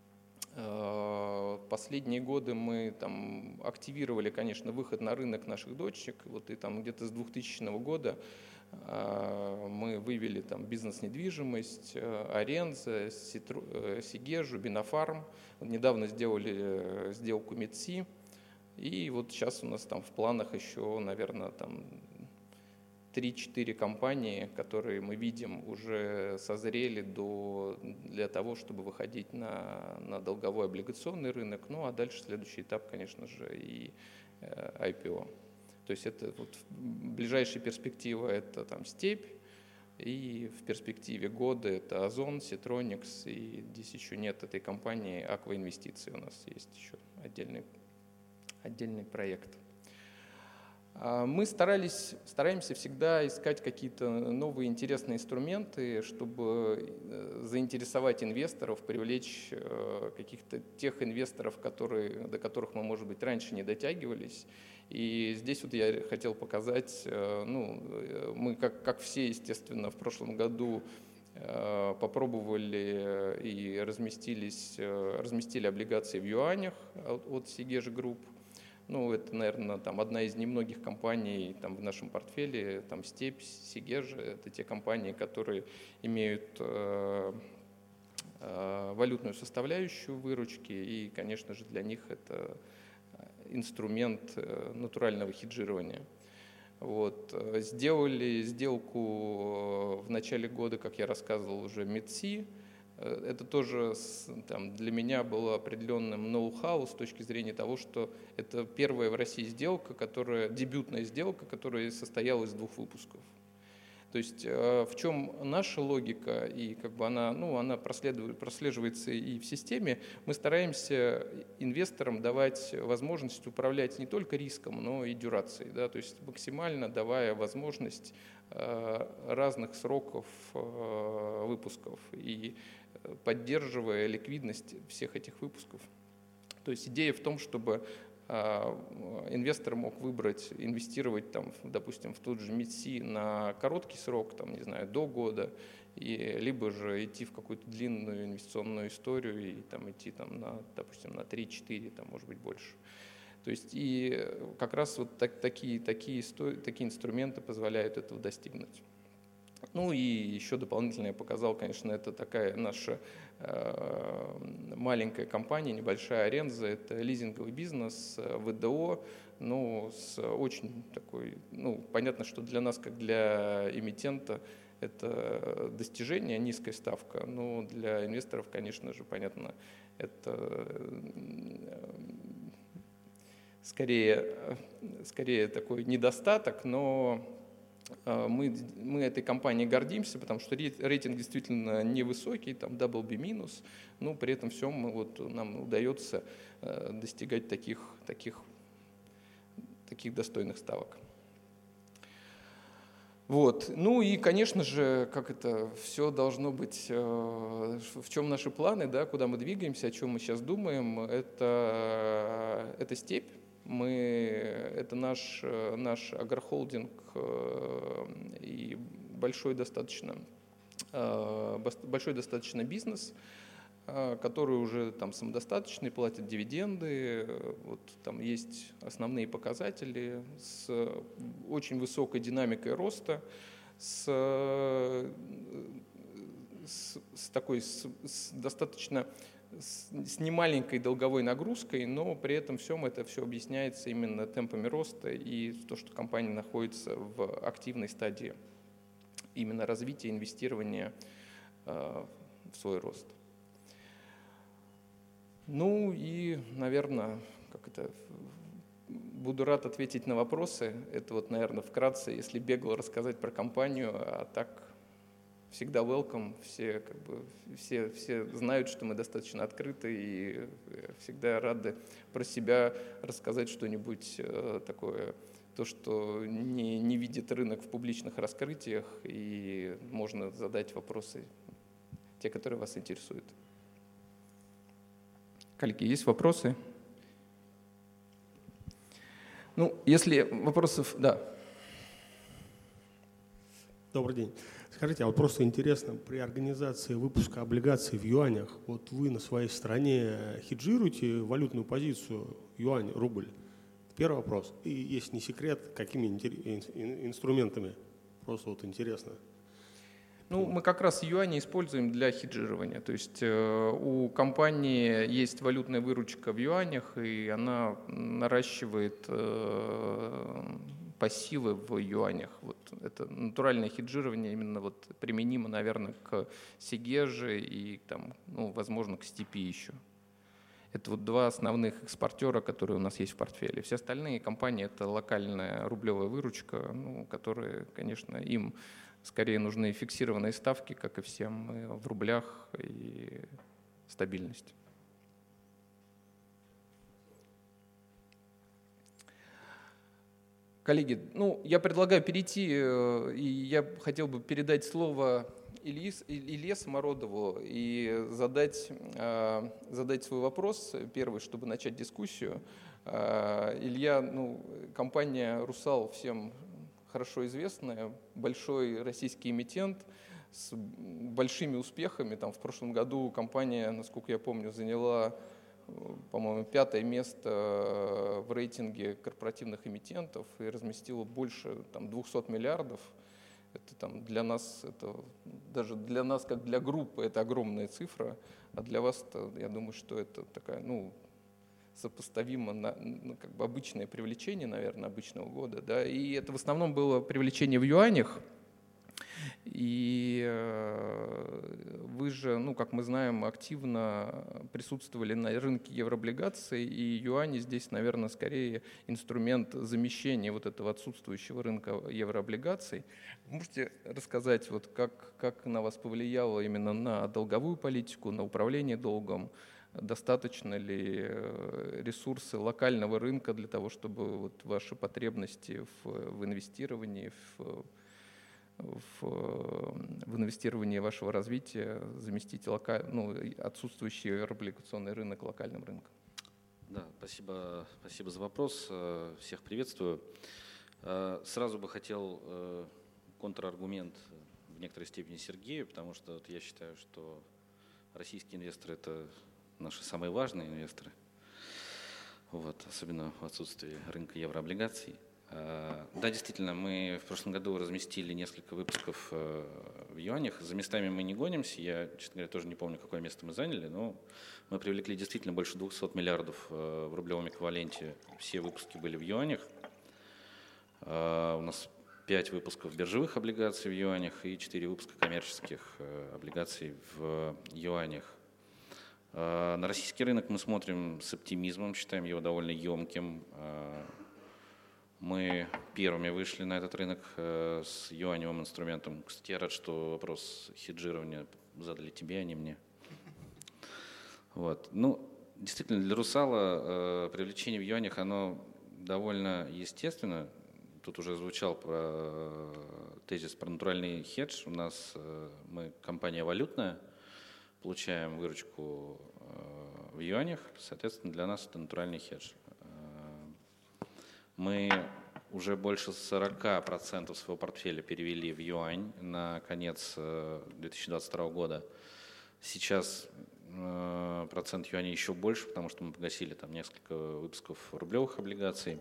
S5: Последние годы мы там активировали, конечно, выход на рынок наших дочек. И там где-то с 2000 года мы вывели там бизнес-недвижимость, Аренза, Сигежу, Бинофарм. Недавно сделали сделку МИДСИ. И сейчас у нас там в планах еще, наверное, там 3-4 компании, которые мы видим уже созрели для того, чтобы выходить на долговой облигационный рынок. А дальше следующий этап, конечно же, и IPO. То есть это в ближайшей перспективе это там Степь, и в перспективе года это Озон, Ситроникс, и здесь еще нет этой компании Аква Инвестиции, у нас есть еще отдельный проект. Мы стараемся всегда искать какие-то новые интересные инструменты, чтобы заинтересовать инвесторов, привлечь каких-то тех инвесторов, до которых мы, может быть, раньше не дотягивались. И здесь я хотел показать, мы, как все, естественно, в прошлом году попробовали и разместили облигации в юанях от Сигежи Групп. Это, наверное, там одна из немногих компаний там, в нашем портфеле, там Степь, Сигежа, это те компании, которые имеют валютную составляющую выручки, и, конечно же, для них это инструмент натурального хеджирования. Сделали сделку в начале года, как я рассказывал, уже МИДСИ. Это тоже там, для меня было определенным ноу-хау с точки зрения того, что это первая в России сделка, дебютная сделка, которая состояла из 2 выпусков. То есть в чем наша логика, и она прослеживается и в системе, мы стараемся инвесторам давать возможность управлять не только риском, но и дюрацией. Да? То есть максимально давая возможность разных сроков выпусков и поддерживая ликвидность всех этих выпусков. То есть идея в том, чтобы инвестор мог выбрать, инвестировать, допустим, в тот же МИДСИ на короткий срок, до года, либо же идти в какую-то длинную инвестиционную историю и идти допустим, на 3-4, может быть, больше. То есть и как раз такие инструменты позволяют этого достигнуть. И еще дополнительно я показал, конечно, это такая наша маленькая компания, небольшая Аренза, это лизинговый бизнес, ВДО, с очень такой, понятно, что для нас, как для эмитента, это достижение, низкая ставка, но для инвесторов, конечно же, понятно, это скорее такой недостаток, но мы этой компанией гордимся, потому что рейтинг действительно невысокий, там BB-, но при этом всем нам удается достигать таких достойных ставок. И, конечно же, как это все должно быть, в чем наши планы, да, куда мы двигаемся, о чем мы сейчас думаем, это Степь. Это наш агрохолдинг и большой достаточно бизнес, который уже самодостаточный, платит дивиденды. Там есть основные показатели с очень высокой динамикой роста, с немаленькой долговой нагрузкой, но при этом всем это все объясняется именно темпами роста и то, что компания находится в активной стадии именно развития, инвестирования в свой рост. Ну и, наверное, буду рад ответить на вопросы. Это вот, наверное, вкратце, если бегло рассказать про компанию, а так всегда welcome. Все знают, что мы достаточно открыты и всегда рады про себя рассказать что-нибудь такое, то, что не видит рынок в публичных раскрытиях, и можно задать вопросы, те, которые вас интересуют. Коллеги, есть вопросы? Ну, если вопросов, да.
S6: Добрый день. Скажите, а вот просто интересно, при организации выпуска облигаций в юанях, вот вы на своей стороне хеджируете валютную позицию юань-рубль? Первый вопрос. И, если не секрет, какими инструментами? Просто вот интересно.
S5: Ну, мы как раз юани используем для хеджирования. То есть у компании есть валютная выручка в юанях, и она наращивает пассивы в юанях. Вот это натуральное хеджирование именно вот применимо, наверное, к Сигеже и, там, ну, возможно, к Степи еще. Это вот два основных экспортера, которые у нас есть в портфеле. Все остальные компании – это локальная рублевая выручка, ну, которые, конечно, им скорее нужны фиксированные ставки, как и всем, в рублях, и стабильность. Коллеги, ну, я предлагаю перейти, и я хотел бы передать слово Илье Самородову и задать свой вопрос первый, чтобы начать дискуссию. Илья, ну, компания «Русал» всем хорошо известная, большой российский эмитент с большими успехами. Там в прошлом году компания, насколько я помню, заняла, по-моему, 5-е место в рейтинге корпоративных эмитентов и разместила больше там 200 миллиардов. Это там для нас, это даже для нас, как для группы, это огромная цифра, а для вас, я думаю, что это такая, ну, сопоставимо как бы обычное привлечение, наверное, обычного года, да, и это в основном было привлечение в юанях, и вы же, ну, как мы знаем, активно присутствовали на рынке еврооблигаций, и юани здесь, наверное, скорее инструмент замещения вот этого отсутствующего рынка еврооблигаций. Можете рассказать, вот как на вас повлияло именно на долговую политику, на управление долгом? Достаточно ли ресурсы локального рынка для того, чтобы вот ваши потребности в инвестировании, в инвестировании вашего развития заместить отсутствующий облигационный рынок локальным рынком?
S7: Да, спасибо за вопрос. Всех приветствую. Сразу бы хотел контраргумент в некоторой степени Сергею, потому что вот я считаю, что российские инвесторы – это наши самые важные инвесторы, вот, особенно в отсутствии рынка еврооблигаций. Да, действительно, мы в прошлом году разместили несколько выпусков в юанях. За местами мы не гонимся. Я, честно говоря, тоже не помню, какое место мы заняли, но мы привлекли действительно больше 200 миллиардов в рублевом эквиваленте. Все выпуски были в юанях. У нас 5 выпусков биржевых облигаций в юанях и 4 выпуска коммерческих облигаций в юанях. На российский рынок мы смотрим с оптимизмом, считаем его довольно емким. Мы первыми вышли на этот рынок с юаневым инструментом. Кстати, я рад, что вопрос хеджирования задали тебе, а не мне. Вот. Ну, действительно, для «Русала» привлечение в юанях, оно довольно естественно. Тут уже звучал тезис про натуральный хедж. У нас мы компания валютная, получаем выручку в юанях, соответственно, для нас это натуральный хедж. Мы уже больше 40% своего портфеля перевели в юань на конец 2022 года. Сейчас процент юаней еще больше, потому что мы погасили там несколько выпусков рублевых облигаций.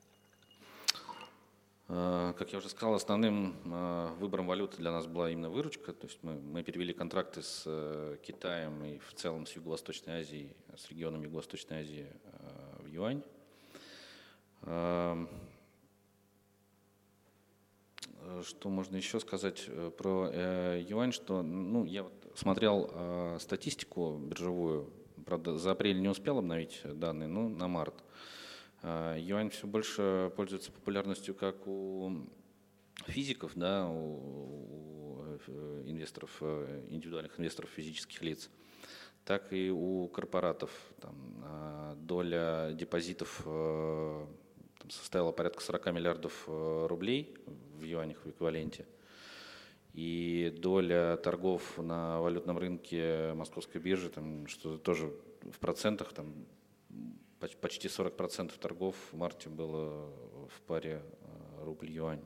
S7: Как я уже сказал, основным выбором валюты для нас была именно выручка. То есть мы перевели контракты с Китаем и в целом с Юго-Восточной Азией, с регионом Юго-Восточной Азии в юань. что можно еще сказать про юань, что я вот смотрел статистику биржевую, правда, за апрель не успел обновить данные, но на март. Юань все больше пользуется популярностью как у физиков, да, у инвесторов, индивидуальных инвесторов физических лиц, так и у корпоратов. Там, доля депозитов составила порядка 40 миллиардов рублей в юанях в эквиваленте. И доля торгов на валютном рынке Московской биржи, там, что тоже в процентах, там, почти 40% торгов в марте было в паре рубль-юань.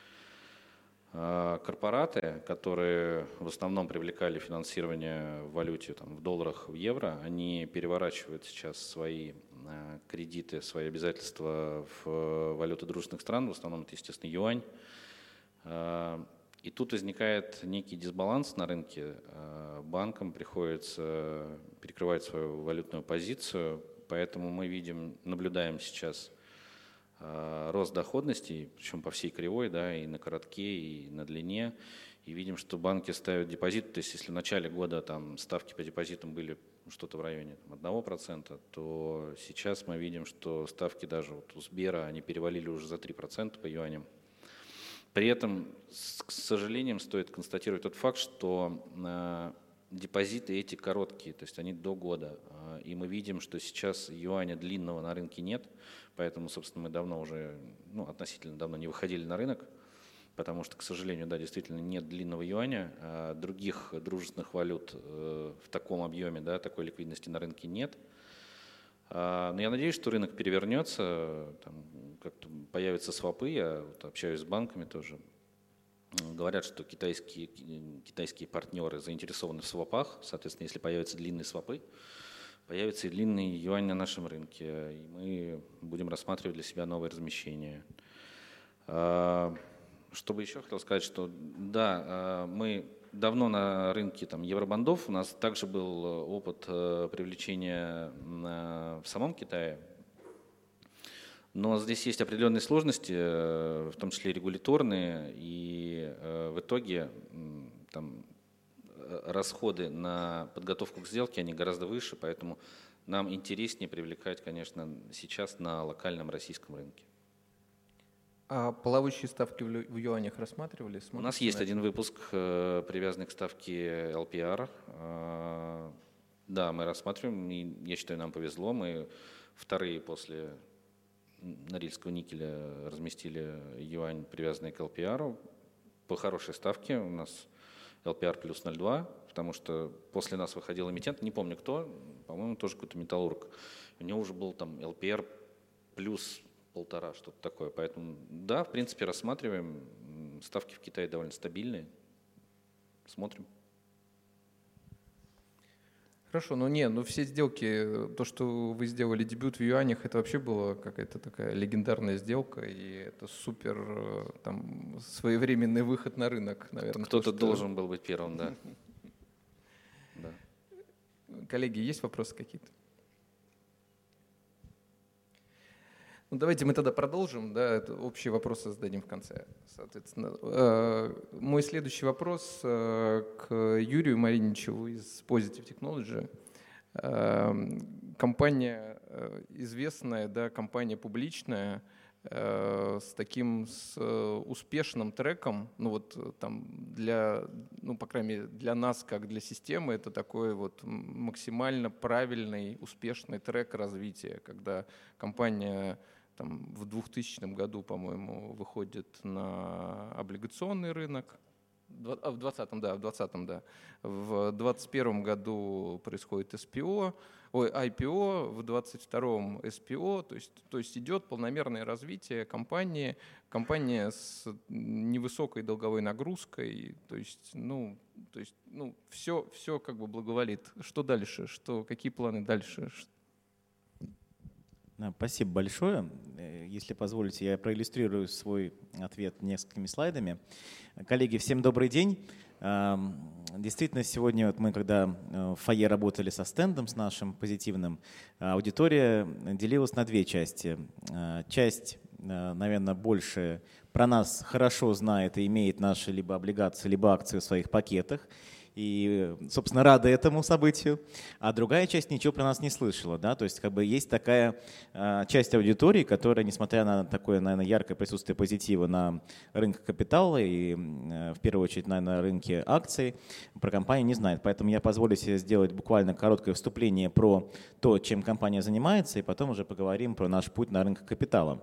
S7: Корпораты, которые в основном привлекали финансирование в валюте, там, в долларах, в евро, они переворачивают сейчас свои кредиты, свои обязательства в валюты дружественных стран, в основном это, естественно, юань. И тут возникает некий дисбаланс на рынке. Банкам приходится перекрывать свою валютную позицию, поэтому мы наблюдаем сейчас рост доходностей, причем по всей кривой, да, и на коротке, и на длине. И видим, что банки ставят депозит. То есть если в начале года там ставки по депозитам были что-то в районе 1%, то сейчас мы видим, что ставки даже вот у Сбера, они перевалили уже за 3% по юаням. При этом, к сожалению, стоит констатировать тот факт, что депозиты эти короткие, то есть они до года. И мы видим, что сейчас юаня длинного на рынке нет, поэтому, собственно, мы давно уже, относительно давно не выходили на рынок, потому что, к сожалению, да, действительно нет длинного юаня, а других дружественных валют в таком объеме, да, такой ликвидности на рынке нет. Но я надеюсь, что рынок перевернется, там как-то появятся свопы, я вот общаюсь с банками тоже. Говорят, что китайские партнеры заинтересованы в свопах, соответственно, если появятся длинные свопы, появится и длинный юань на нашем рынке, и мы будем рассматривать для себя новые размещения. Что бы еще хотел сказать, что да, мы давно на рынке там, евробандов, у нас также был опыт привлечения в самом Китае, но здесь есть определенные сложности, в том числе регуляторные, и в итоге там, расходы на подготовку к сделке, они гораздо выше, поэтому нам интереснее привлекать, конечно, сейчас на локальном российском рынке.
S5: А плавающие ставки в юанях рассматривали?
S7: У нас есть один выпуск, привязанный к ставке LPR. Да, мы рассматриваем, и я считаю, нам повезло. Мы вторые после Норильского никеля разместили юань, привязанный к LPR. По хорошей ставке у нас LPR плюс 0,2, потому что после нас выходил эмитент, не помню кто, по-моему, тоже какой-то металлург. У него уже был там LPR плюс 1,5, что-то такое. Поэтому, да, в принципе, рассматриваем. Ставки в Китае довольно стабильные. Смотрим.
S5: Хорошо, но все сделки, то, что вы сделали дебют в юанях, это вообще была какая-то такая легендарная сделка, и это супер там, своевременный выход на рынок, наверное.
S7: Кто-то должен был быть первым, да.
S5: Коллеги, есть вопросы какие-то? Давайте мы тогда продолжим, да, общие вопросы зададим в конце, соответственно. Мой следующий вопрос к Юрию Мариничеву из Positive Technology. Компания известная, да, компания публичная, с успешным треком, по крайней мере, для нас, как для системы, это такой вот максимально правильный, успешный трек развития, когда компания там, в 2000 году, по-моему, выходит на облигационный рынок. В 2020, да. В 2021 году происходит IPO, в 2022 SPO, то есть идет полномерное развитие компании с невысокой долговой нагрузкой, все как бы благоволит. Что дальше? Какие планы дальше?
S8: Спасибо большое. Если позволите, я проиллюстрирую свой ответ несколькими слайдами. Коллеги, всем добрый день. Действительно, сегодня мы, когда в фойе работали со стендом, с нашим позитивным, аудитория делилась на две части. Часть наверное, больше про нас хорошо знает и имеет наши либо облигации, либо акции в своих пакетах. И, собственно, рада этому событию. А другая часть ничего про нас не слышала. Да? То есть как бы есть такая часть аудитории, которая, несмотря на такое, наверное, яркое присутствие позитива на рынке капитала и, в первую очередь, на рынке акций, про компанию не знает. Поэтому я позволю себе сделать буквально короткое вступление про то, чем компания занимается, и потом уже поговорим про наш путь на рынке капитала.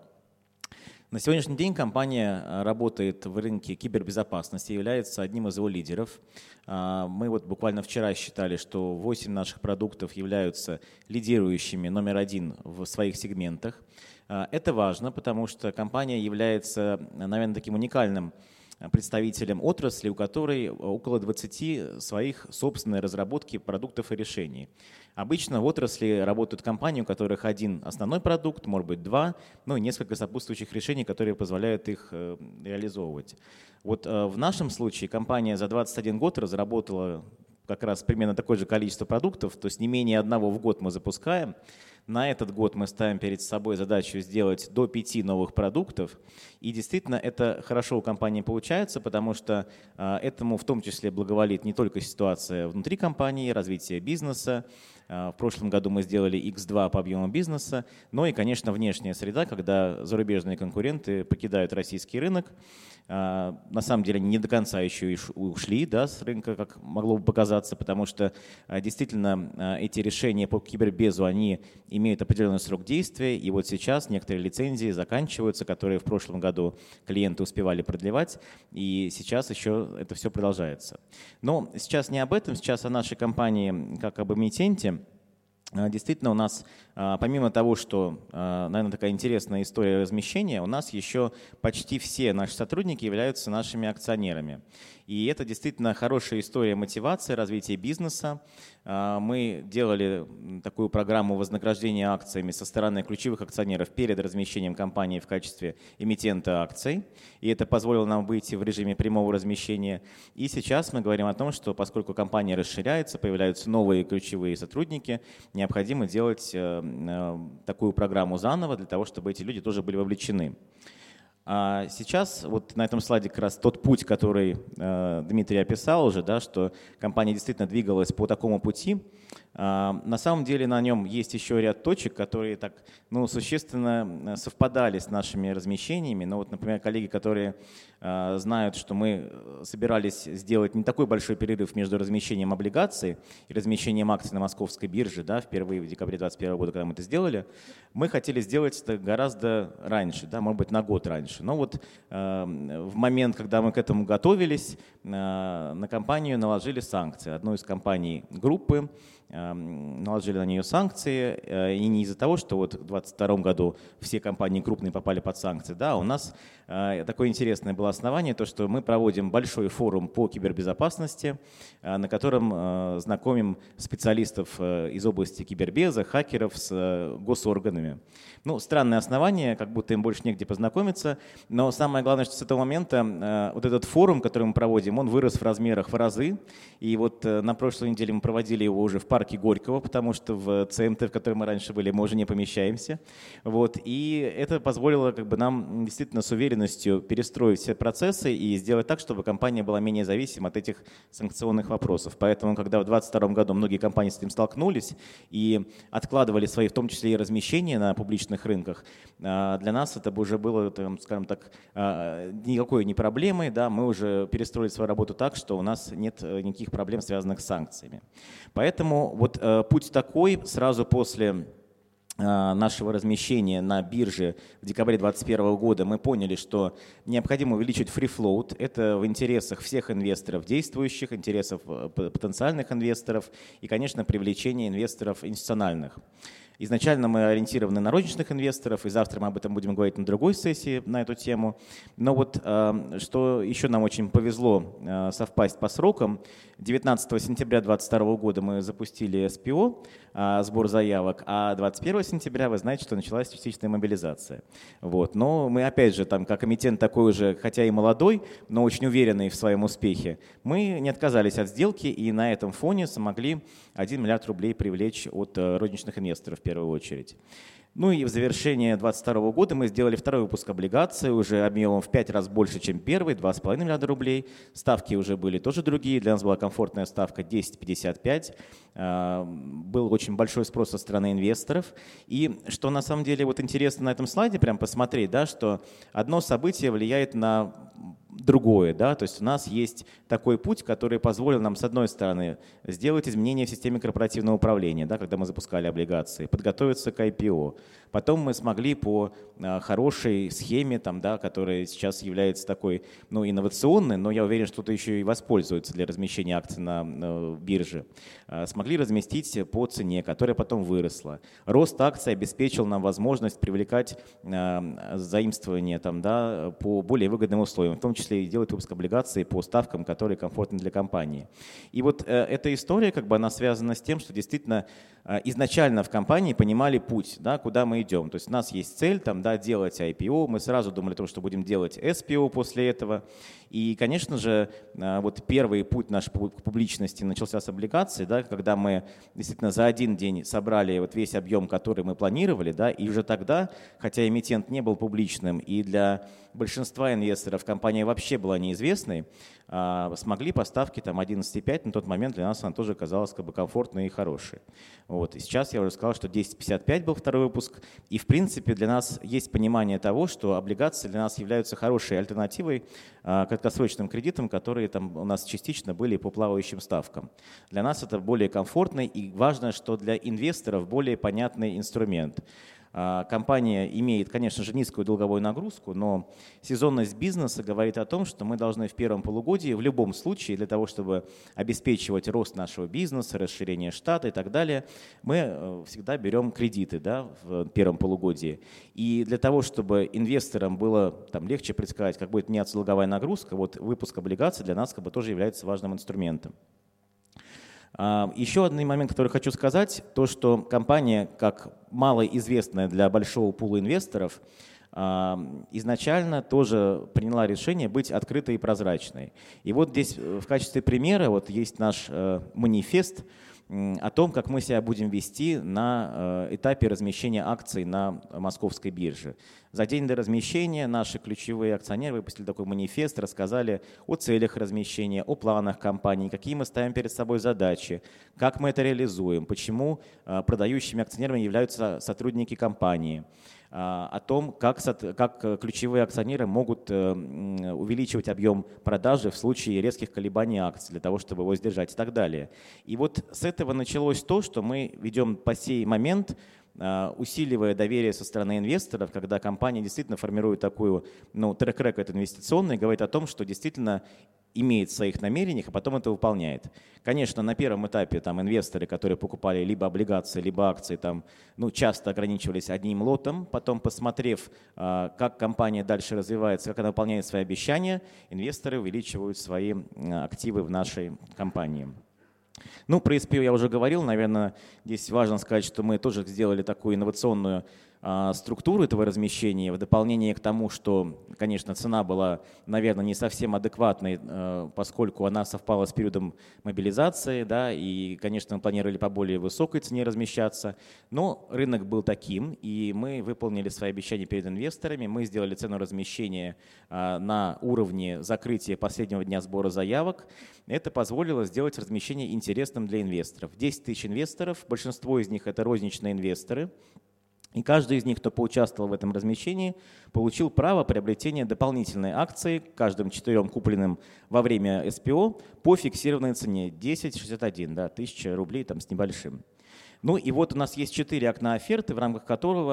S8: На сегодняшний день компания работает в рынке кибербезопасности, является одним из его лидеров. Мы вот буквально вчера считали, что 8 наших продуктов являются лидирующими номер один в своих сегментах. Это важно, потому что компания является, наверное, таким уникальным представителем отрасли, у которой около 20 своих собственной разработки продуктов и решений. Обычно в отрасли работают компании, у которых один основной продукт, может быть два, ну и несколько сопутствующих решений, которые позволяют их реализовывать. Вот в нашем случае компания за 21 год разработала как раз примерно такое же количество продуктов, то есть не менее одного в год мы запускаем. На этот год мы ставим перед собой задачу сделать до 5 новых продуктов. И действительно это хорошо у компании получается, потому что этому в том числе благоволит не только ситуация внутри компании, развитие бизнеса. В прошлом году мы сделали X2 по объему бизнеса, но и, конечно, внешняя среда, когда зарубежные конкуренты покидают российский рынок. На самом деле они не до конца еще и ушли, да, с рынка, как могло бы показаться, потому что действительно эти решения по кибербезу, они имеют определенный срок действия, и вот сейчас некоторые лицензии заканчиваются, которые в прошлом году клиенты успевали продлевать, и сейчас еще это все продолжается. Но сейчас не об этом, сейчас о нашей компании как об эмитенте. Действительно, у нас, помимо того, что, наверное, такая интересная история размещения, у нас еще почти все наши сотрудники являются нашими акционерами. И это действительно хорошая история мотивации, развития бизнеса. Мы делали такую программу вознаграждения акциями со стороны ключевых акционеров перед размещением компании в качестве эмитента акций. И это позволило нам выйти в режиме прямого размещения. И сейчас мы говорим о том, что поскольку компания расширяется, появляются новые ключевые сотрудники, необходимо делать такую программу заново для того, чтобы эти люди тоже были вовлечены. А сейчас вот на этом слайде как раз тот путь, который Дмитрий описал уже, да, что компания действительно двигалась по такому пути. На самом деле на нем есть еще ряд точек, которые так, существенно совпадали с нашими размещениями. Но вот, например, коллеги, которые знают, что мы собирались сделать не такой большой перерыв между размещением облигаций и размещением акций на московской бирже, да, впервые в декабре 2021 года, когда мы это сделали, мы хотели сделать это гораздо раньше, да, может быть, на год раньше. Но вот в момент, когда мы к этому готовились, на компанию наложили санкции. Одну из компаний группы наложили на нее санкции, и не из-за того, что вот в 2022 году все компании крупные попали под санкции, да, у нас такое интересное было основание, то, что мы проводим большой форум по кибербезопасности, на котором знакомим специалистов из области кибербеза, хакеров с госорганами. Странное основание, как будто им больше негде познакомиться, но самое главное, что с этого момента вот этот форум, который мы проводим, он вырос в размерах в разы, и вот на прошлой неделе мы проводили его уже в парке Горького, потому что в ЦМТ, в котором мы раньше были, мы уже не помещаемся. Вот. И это позволило нам действительно с уверенностью перестроить все процессы и сделать так, чтобы компания была менее зависима от этих санкционных вопросов. Поэтому, когда в 2022 году многие компании с этим столкнулись и откладывали свои, в том числе и размещения на публичных рынках, для нас это уже было, скажем так, никакой не проблемой. Да, мы уже перестроили свою работу так, что у нас нет никаких проблем, связанных с санкциями. Поэтому вот путь такой: сразу после нашего размещения на бирже в декабре 2021 года мы поняли, что необходимо увеличить free float. Это в интересах всех инвесторов действующих, интересов потенциальных инвесторов и, конечно, привлечение инвесторов институциональных. Изначально мы ориентированы на розничных инвесторов, и завтра мы об этом будем говорить на другой сессии на эту тему. Но вот что еще нам очень повезло совпасть по срокам, 19 сентября 2022 года мы запустили СПО, сбор заявок, а 21 сентября вы знаете, что началась частичная мобилизация. Вот. Но мы опять же, как эмитент такой уже, хотя и молодой, но очень уверенный в своем успехе, мы не отказались от сделки и на этом фоне смогли 1 миллиард рублей привлечь от розничных инвесторов в первую очередь. Ну и в завершение 2022 года мы сделали второй выпуск облигаций, уже объемом в 5 раз больше, чем первый, 2,5 миллиарда рублей. Ставки уже были тоже другие, для нас была комфортная ставка 10,55. Был очень большой спрос со стороны инвесторов. И что на самом деле вот интересно на этом слайде прям посмотреть, да, что одно событие влияет на другое, да, то есть у нас есть такой путь, который позволил нам, с одной стороны, сделать изменения в системе корпоративного управления, да, когда мы запускали облигации, подготовиться к IPO. Потом мы смогли по хорошей схеме, там, да, которая сейчас является такой, ну, инновационной, но я уверен, что кто-то еще и воспользуется для размещения акций на бирже, смогли разместить по цене, которая потом выросла. Рост акций обеспечил нам возможность привлекать заимствования там, да, по более выгодным условиям, в том числе и делать выпуск облигаций по ставкам, которые комфортны для компании. И вот эта история, как бы, она связана с тем, что действительно изначально в компании понимали путь, да, куда мы идем. То есть у нас есть цель там, да, делать IPO, мы сразу думали о том, что будем делать SPO после этого. И, конечно же, вот первый путь наш к публичности начался с облигаций, да, когда мы действительно за один день собрали вот весь объем, который мы планировали, да, и уже тогда, хотя эмитент не был публичным и для большинства инвесторов компания вообще была неизвестной, смогли по ставке там 11,5, на тот момент для нас она тоже казалась как бы комфортной и хорошей. Вот. И сейчас я уже сказал, что 10,55 был второй выпуск, и в принципе для нас есть понимание того, что облигации для нас являются хорошей альтернативой краткосрочным кредитам, которые там у нас частично были по плавающим ставкам. Для нас это более комфортный и важно, что для инвесторов более понятный инструмент. Компания имеет, конечно же, низкую долговую нагрузку, но сезонность бизнеса говорит о том, что мы должны в первом полугодии в любом случае для того, чтобы обеспечивать рост нашего бизнеса, расширение штата и так далее, мы всегда берем кредиты, да, в первом полугодии. И для того, чтобы инвесторам было там легче предсказать, как будет меняться долговая нагрузка, вот выпуск облигаций для нас как бы тоже является важным инструментом. Еще один момент, который хочу сказать, то, что компания, как малоизвестная для большого пула инвесторов, изначально тоже приняла решение быть открытой и прозрачной. И вот здесь в качестве примера вот есть наш манифест о том, как мы себя будем вести на этапе размещения акций на московской бирже. За день до размещения наши ключевые акционеры выпустили такой манифест, рассказали о целях размещения, о планах компании, какие мы ставим перед собой задачи, как мы это реализуем, почему продающими акционерами являются сотрудники компании, о том, как ключевые акционеры могут увеличивать объем продажи в случае резких колебаний акций для того, чтобы его сдержать и так далее. И вот с этого началось то, что мы ведем по сей момент, усиливая доверие со стороны инвесторов, когда компания действительно формирует такую, трек-рекорд инвестиционный, говорит о том, что действительно имеет в своих намерениях, а потом это выполняет. Конечно, на первом этапе там инвесторы, которые покупали либо облигации, либо акции, там, часто ограничивались одним лотом, потом, посмотрев, как компания дальше развивается, как она выполняет свои обещания, инвесторы увеличивают свои активы в нашей компании. Про SPO я уже говорил, наверное, здесь важно сказать, что мы тоже сделали такую инновационную структуру этого размещения, в дополнение к тому, что, конечно, цена была, наверное, не совсем адекватной, поскольку она совпала с периодом мобилизации, да, и, конечно, мы планировали по более высокой цене размещаться, но рынок был таким, и мы выполнили свои обещания перед инвесторами, мы сделали цену размещения на уровне закрытия последнего дня сбора заявок. Это позволило сделать размещение интересным для инвесторов. 10 тысяч инвесторов, большинство из них это розничные инвесторы. И каждый из них, кто поучаствовал в этом размещении, получил право приобретения дополнительной акции, каждым 4 купленным во время СПО, по фиксированной цене 10,61, да, 1000 рублей там, с небольшим. И вот у нас есть 4 окна оферты, в рамках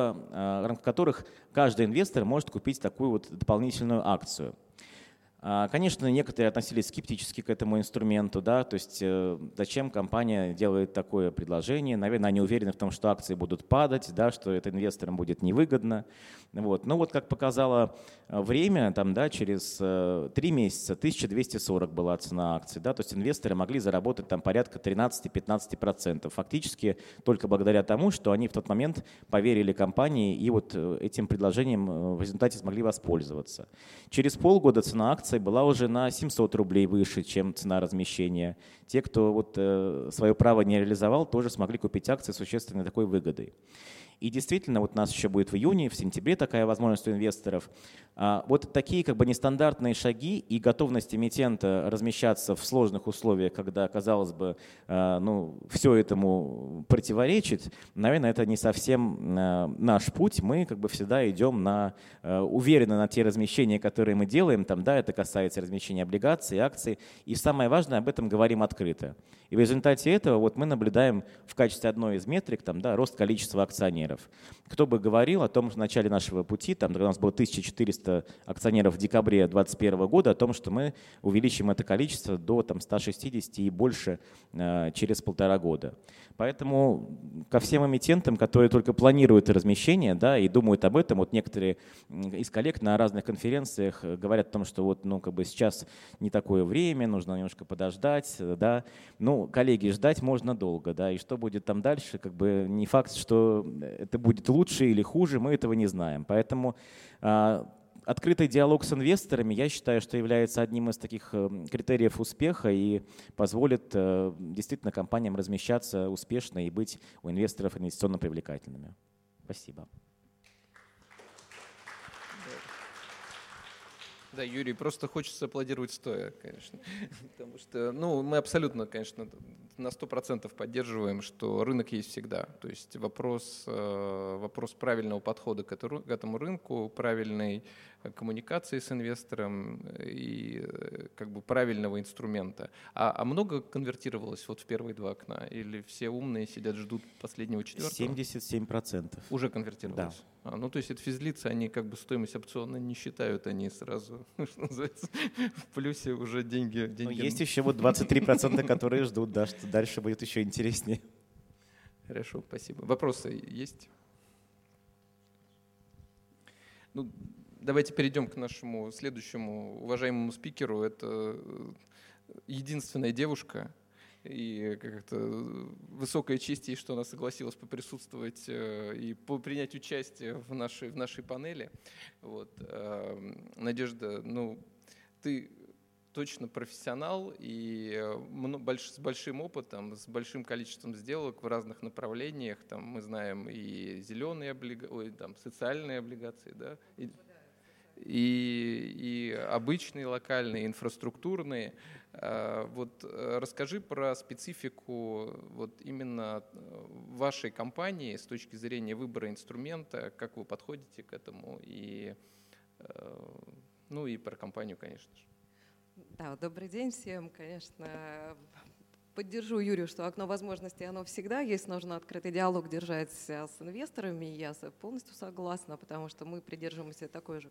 S8: которых каждый инвестор может купить такую вот дополнительную акцию. Конечно, некоторые относились скептически к этому инструменту, да, то есть зачем компания делает такое предложение, наверное, они уверены в том, что акции будут падать, да, что это инвесторам будет невыгодно. Вот. Но вот как показало время, там, да, через 3 месяца 1240 была цена акций, да, то есть инвесторы могли заработать там порядка 13-15%, фактически только благодаря тому, что они в тот момент поверили компании и вот этим предложением в результате смогли воспользоваться. Через полгода цена акций была уже на 700 рублей выше, чем цена размещения. Те, кто вот свое право не реализовал, тоже смогли купить акции с существенной такой выгодой. И действительно, вот у нас еще будет в июне, в сентябре такая возможность у инвесторов. Вот такие как бы нестандартные шаги и готовность эмитента размещаться в сложных условиях, когда, казалось бы, все этому противоречит, наверное, это не совсем наш путь. Мы как бы всегда идем уверенно на те размещения, которые мы делаем. Там, да, это касается размещения облигаций, акций. И самое важное, об этом говорим открыто. И в результате этого вот мы наблюдаем в качестве одной из метрик рост количества акционеров. Кто бы говорил о том, что в начале нашего пути, когда у нас было 1400 акционеров в декабре 2021 года, о том, что мы увеличим это количество до 160 и больше через 1,5 года. Поэтому ко всем эмитентам, которые только планируют размещение, и думают об этом, вот некоторые из коллег на разных конференциях говорят о том, что сейчас не такое время, нужно немножко подождать. Коллеги, ждать можно долго, и что будет там дальше, не факт, что это будет лучше или хуже, мы этого не знаем. Поэтому открытый диалог с инвесторами, я считаю, что является одним из таких критериев успеха и позволит действительно компаниям размещаться успешно и быть у инвесторов инвестиционно привлекательными. Спасибо.
S5: Да, Юрий, просто хочется аплодировать стоя, конечно. Потому что, мы абсолютно, конечно, на 100% поддерживаем, что рынок есть всегда. То есть вопрос правильного подхода к этому рынку, правильной коммуникации с инвестором и правильного инструмента. А много конвертировалось в первые 2 окна? Или все умные сидят, ждут последнего 4-го?
S8: 77%.
S5: Уже конвертировалось?
S8: Да.
S5: То есть это физлицы, они стоимость опциона не считают, они сразу, что называется, в плюсе уже деньги.
S8: Есть еще 23%, которые ждут, что дальше будет еще интереснее.
S5: Хорошо, спасибо. Вопросы есть? Давайте перейдем к нашему следующему уважаемому спикеру. Это единственная девушка, и как-то высокая честь ей, что она согласилась поприсутствовать и принять участие в нашей панели. Надежда, ты точно профессионал и с большим опытом, с большим количеством сделок в разных направлениях. Мы знаем и зеленые социальные облигации, и обычные локальные, инфраструктурные. Расскажи про специфику именно вашей компании с точки зрения выбора инструмента, как вы подходите к этому, и про компанию, конечно же.
S9: Да, добрый день всем. Конечно, поддержу Юрию, что окно возможностей, оно всегда есть. Нужно открытый диалог держать с инвесторами. Я полностью согласна, потому что мы придерживаемся такой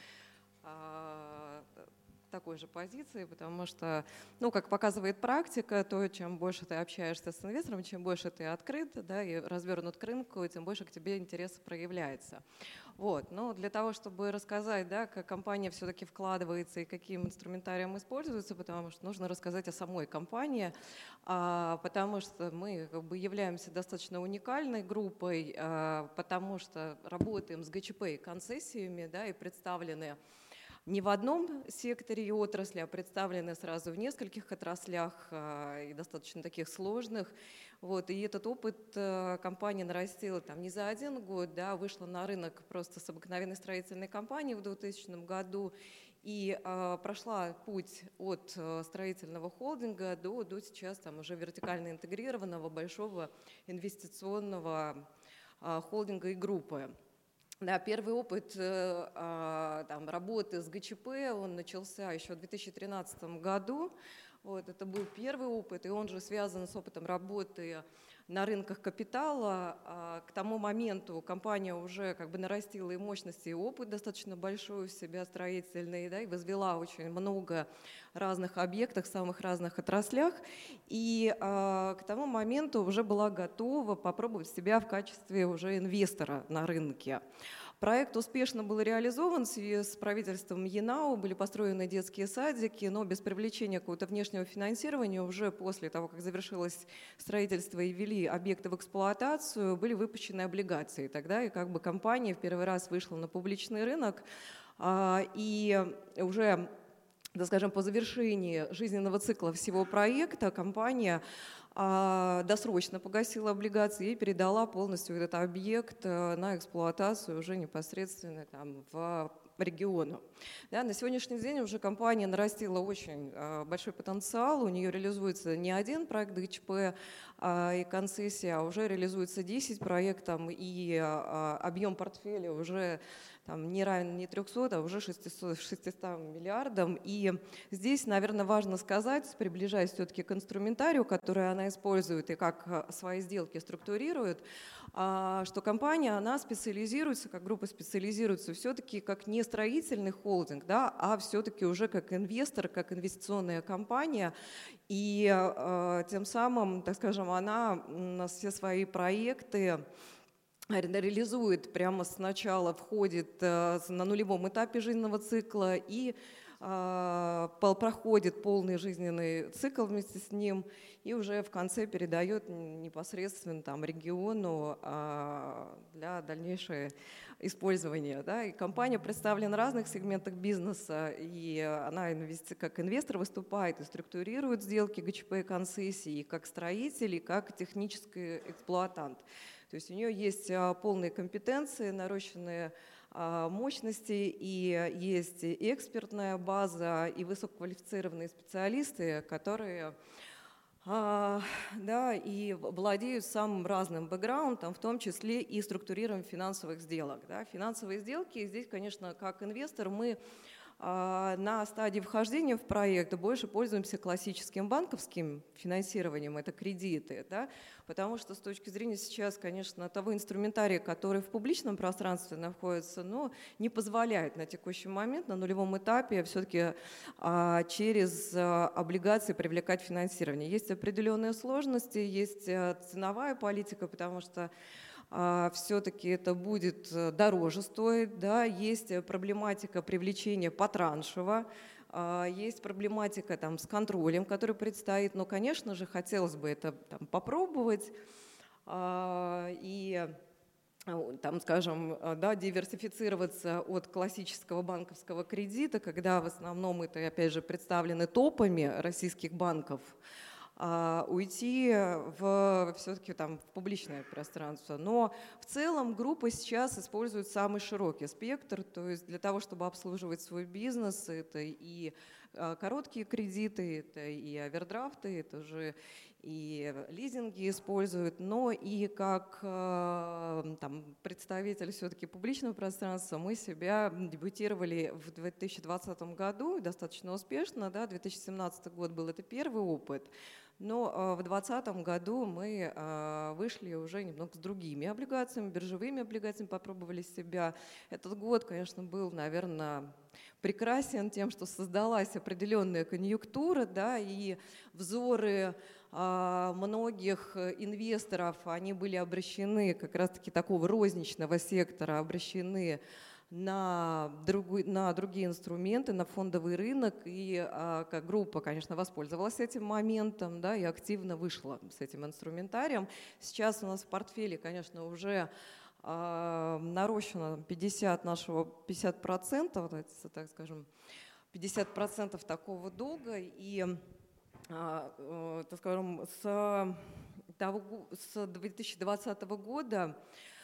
S9: же позиции, потому что, как показывает практика, то чем больше ты общаешься с инвестором, чем больше ты открыт, и развернут к рынку, тем больше к тебе интерес проявляется. Но для того, чтобы рассказать, как компания все-таки вкладывается и каким инструментарием используется, потому что нужно рассказать о самой компании, потому что мы являемся достаточно уникальной группой, потому что работаем с ГЧП и концессиями, и представлены не в одном секторе и отрасли, а представлены сразу в нескольких отраслях и достаточно таких сложных. И этот опыт компания нарастила не за 1 год, вышла на рынок просто с обыкновенной строительной компанией в 2000 году и прошла путь от строительного холдинга до сейчас уже вертикально интегрированного большого инвестиционного холдинга и группы. Первый опыт работы с ГЧП, он начался еще в 2013 году. Это был первый опыт, и он же связан с опытом работы на рынках капитала. К тому моменту компания уже нарастила и мощности, и опыт достаточно большой у себя строительный, и возвела очень много разных объектов в самых разных отраслях. И к тому моменту уже была готова попробовать себя в качестве уже инвестора на рынке. Проект успешно был реализован с правительством ЕНАУ, были построены детские садики, но без привлечения какого-то внешнего финансирования уже после того, как завершилось строительство и ввели объекты в эксплуатацию, были выпущены облигации. Тогда и компания в первый раз вышла на публичный рынок, и уже да, скажем, по завершении жизненного цикла всего проекта компания досрочно погасила облигации и передала полностью этот объект на эксплуатацию уже непосредственно там, в региону. Да, на сегодняшний день уже компания нарастила очень большой потенциал, у нее реализуется не один проект ДЧП и концессия, а уже реализуется 10 проектов, и объем портфеля уже там, не равен не 300, а уже 600 миллиардам. И здесь, наверное, важно сказать, приближаясь все-таки к инструментарию, который она использует и как свои сделки структурирует, что компания, она специализируется, как группа специализируется все-таки как не строительный холдинг, да, а все-таки уже как инвестор, как инвестиционная компания. И тем самым, так скажем, она все свои проекты реализует прямо сначала, входит на нулевом этапе жизненного цикла и проходит полный жизненный цикл вместе с ним и уже в конце передает непосредственно там, региону для дальнейшего использования. Да. И компания представлена в разных сегментах бизнеса, и она как инвестор выступает и структурирует сделки ГЧП и концессии, и как строитель, и как технический эксплуатант. То есть у нее есть полные компетенции, нарощенные мощности, и есть и экспертная база, и высококвалифицированные специалисты, которые да, и владеют самым разным бэкграундом, в том числе и структурированием финансовых сделок. Да. Финансовые сделки, здесь, конечно, как инвестор мы на стадии вхождения в проект больше пользуемся классическим банковским финансированием, это кредиты, да, потому что с точки зрения сейчас, конечно, того инструментария, который в публичном пространстве находится, но не позволяет на текущий момент, на нулевом этапе, все-таки через облигации привлекать финансирование. Есть определенные сложности, есть ценовая политика, потому что все-таки это будет дороже стоить, да, есть проблематика привлечения потраншево, есть проблематика там, с контролем, который предстоит, но, конечно же, хотелось бы это там, попробовать и там, скажем, да, диверсифицироваться от классического банковского кредита, когда в основном это, опять же, представлены топами российских банков, уйти все-таки там в публичное пространство. Но в целом группа сейчас использует самый широкий спектр, то есть для того, чтобы обслуживать свой бизнес, это и короткие кредиты, это и овердрафты, это же и лизинги используют, но и как там, представитель все-таки публичного пространства мы себя дебютировали в 2020 году достаточно успешно, да, 2017 год был это первый опыт, но в 2020 году мы вышли уже немного с другими облигациями, биржевыми облигациями, попробовали себя. Этот год, конечно, был, наверное, прекрасен тем, что создалась определенная конъюнктура, да, и взоры многих инвесторов, они были обращены, как раз-таки такого розничного сектора, обращены на другие инструменты, на фондовый рынок, и как группа, конечно, воспользовалась этим моментом, да, и активно вышла с этим инструментарием. Сейчас у нас в портфеле, конечно, уже нарощено 50%, так скажем, 50% такого долга, и, так скажем, с 2020 года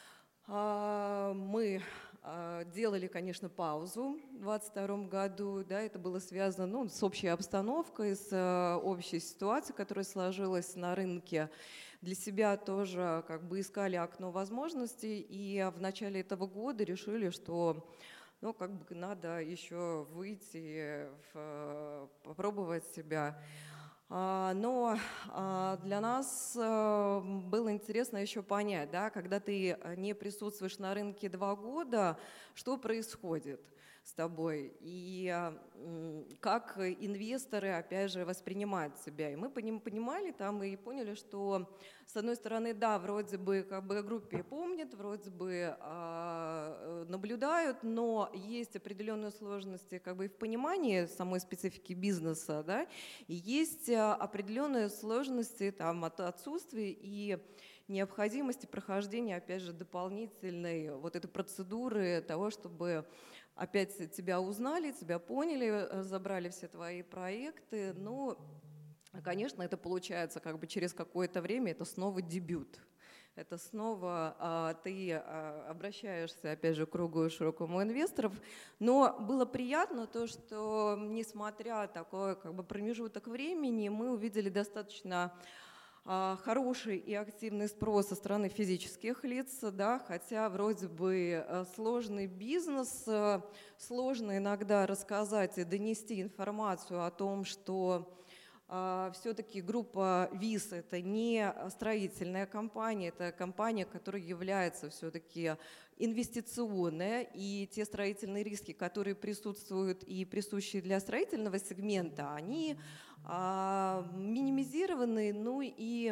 S9: мы делали, конечно, паузу в 2022 году. Да, это было связано с общей обстановкой, с общей ситуацией, которая сложилась на рынке. Для себя тоже как бы искали окно возможностей, и в начале этого года решили, что как бы надо еще выйти, попробовать себя. Но для нас было интересно еще понять, да, когда ты не присутствуешь на рынке 2 года, что происходит с тобой и как инвесторы, опять же, воспринимают себя. И мы понимали там и поняли, что, с одной стороны, да, вроде бы как бы о группе помнят, вроде бы наблюдают, но есть определенные сложности как бы и в понимании самой специфики бизнеса, да, и есть определенные сложности там от отсутствия и необходимости прохождения, опять же, дополнительной вот этой процедуры того, чтобы опять тебя узнали, тебя поняли, забрали все твои проекты, но, конечно, это получается как бы через какое-то время, это снова дебют. Это снова ты обращаешься, опять же, к кругу широкому инвесторов. Но было приятно то, что, несмотря такой как бы промежуток времени, мы увидели достаточно хороший и активный спрос со стороны физических лиц, да, хотя вроде бы сложный бизнес, сложно иногда рассказать и донести информацию о том, что все-таки группа ВИС – это не строительная компания, это компания, которая является все-таки инвестиционная, и те строительные риски, которые присутствуют и присущи для строительного сегмента, они минимизированы, ну и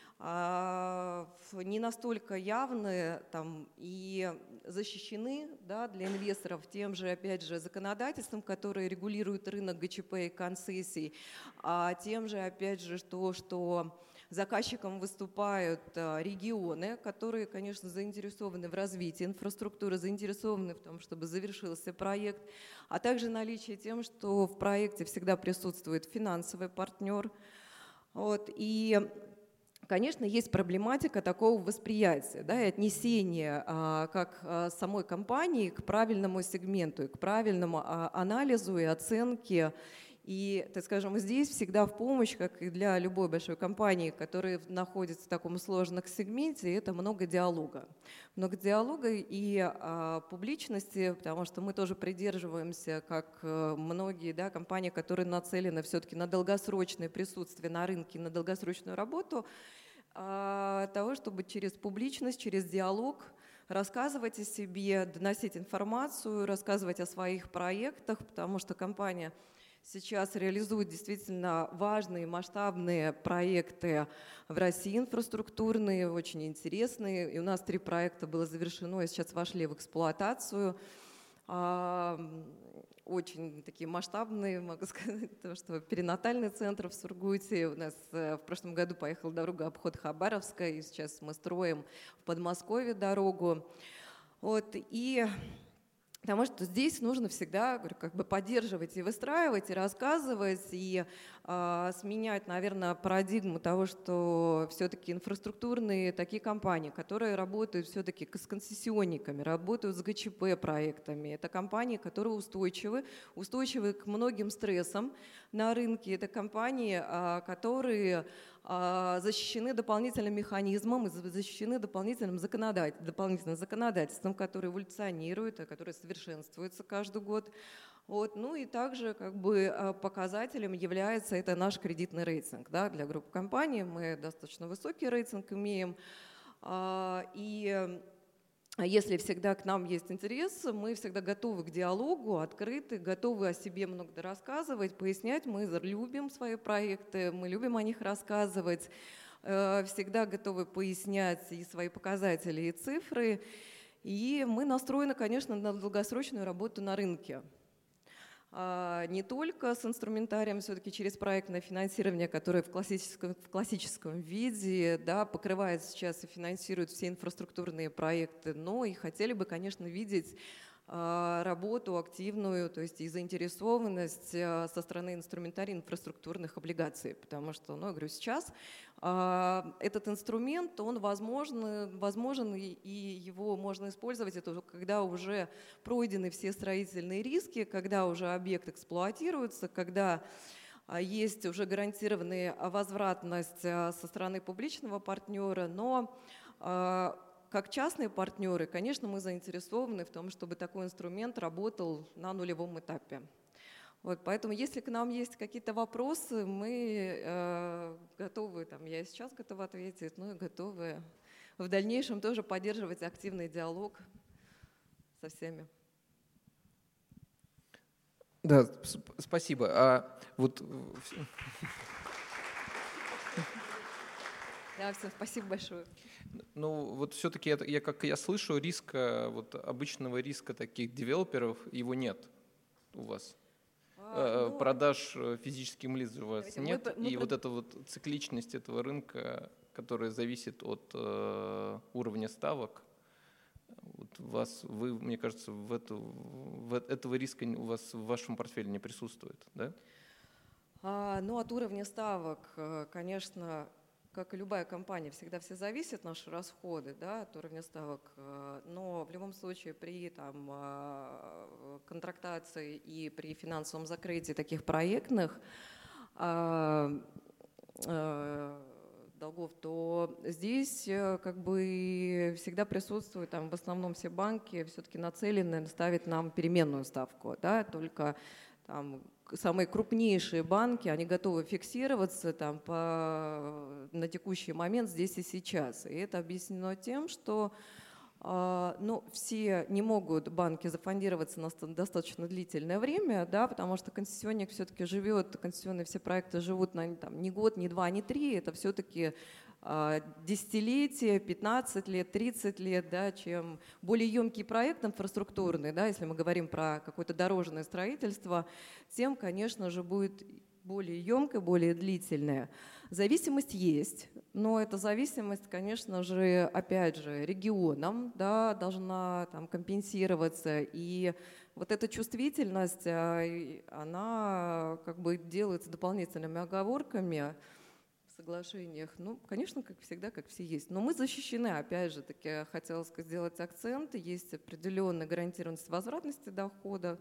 S9: не настолько явны там, и защищены, да, для инвесторов тем же, опять же, законодательством, которое регулирует рынок ГЧП и концессий, тем же, опять же, что заказчиком выступают регионы, которые, конечно, заинтересованы в развитии инфраструктуры, заинтересованы в том, чтобы завершился проект, а также наличие тем, что в проекте всегда присутствует финансовый партнер. Вот, и конечно, есть проблематика такого восприятия, да, и отнесения как самой компании к правильному сегменту, и к правильному анализу и оценке. И, так скажем, здесь всегда в помощь, как и для любой большой компании, которая находится в таком сложном сегменте, это много диалога. Много диалога и публичности, потому что мы тоже придерживаемся, как многие, да, компании, которые нацелены все-таки на долгосрочное присутствие на рынке, на долгосрочную работу, того, чтобы через публичность, через диалог рассказывать о себе, доносить информацию, рассказывать о своих проектах, потому что компания сейчас реализует действительно важные масштабные проекты в России, инфраструктурные, очень интересные. И у нас 3 проекта было завершено и сейчас вошли в эксплуатацию. Очень такие масштабные, могу сказать, то, что перинатальный центр в Сургуте. У нас в прошлом году поехала дорога обход Хабаровска, и сейчас мы строим в Подмосковье дорогу. Вот, и потому что здесь нужно всегда, говорю, как бы поддерживать и выстраивать, и рассказывать, и сменять, наверное, парадигму того, что все-таки инфраструктурные такие компании, которые работают все-таки с концессионниками, работают с ГЧП проектами. Это компании, которые устойчивы к многим стрессам на рынке. Это компании, которые защищены дополнительным механизмом и защищены дополнительным законодательством, которое эволюционирует, которое совершенствуется каждый год. Вот. Ну и также как бы показателем является это наш кредитный рейтинг, да, для группы компаний. Мы достаточно высокий рейтинг имеем. И если всегда к нам есть интерес, мы всегда готовы к диалогу, открыты, готовы о себе много рассказывать, пояснять. Мы любим свои проекты, мы любим о них рассказывать, всегда готовы пояснять и свои показатели, и цифры. И мы настроены, конечно, на долгосрочную работу на рынке. Не только с инструментарием, все-таки через проектное финансирование, которое в классическом виде, да, покрывает сейчас и финансирует все инфраструктурные проекты, но и хотели бы, конечно, видеть работу активную, то есть и заинтересованность со стороны инструментария инфраструктурных облигаций, потому что, ну, я говорю, сейчас этот инструмент, он возможен и его можно использовать, это когда уже пройдены все строительные риски, когда уже объект эксплуатируется, когда есть уже гарантированная возвратность со стороны публичного партнера, но как частные партнеры, конечно, мы заинтересованы в том, чтобы такой инструмент работал на нулевом этапе. Вот, поэтому, если к нам есть какие-то вопросы, мы готовы, там, я и сейчас готова ответить, ну и готовы в дальнейшем тоже поддерживать активный диалог со всеми.
S5: Да, спасибо. Вот...
S9: Да, всем спасибо большое.
S5: Ну, вот все-таки, как я слышу, риска, вот обычного риска таких девелоперов, его нет у вас. Продаж физическим лицам у вас нет. И вот эта вот цикличность этого рынка, которая зависит от уровня ставок, вы, мне кажется, этого риска у вас в вашем портфеле не присутствует, да?
S9: Ну, от уровня ставок, конечно, как и любая компания, всегда все зависят наши расходы, да, от уровня ставок. Но в любом случае при контрактации и при финансовом закрытии таких проектных долгов, то здесь как бы всегда присутствует, в основном все банки все-таки нацелены ставить нам переменную ставку, да, только самые крупнейшие банки, они готовы фиксироваться на текущий момент здесь и сейчас. И это объяснено тем, что все не могут банки зафондироваться на достаточно длительное время, да, потому что концессионник все-таки живет, концессионные все проекты живут не год, не два, не три, это все-таки десятилетия, 15 лет, 30 лет, да, чем более емкий проект инфраструктурный, да, если мы говорим про какое-то дорожное строительство, тем, конечно же, будет более емкое, более длительное. Зависимость есть, но эта зависимость, конечно же, опять же, регионам, да, должна компенсироваться. И вот эта чувствительность, она как бы делается дополнительными оговорками в соглашениях. Ну, конечно, как всегда, как все есть. Но мы защищены, опять же, таки хотела сделать акцент, есть определенная гарантированность возвратности дохода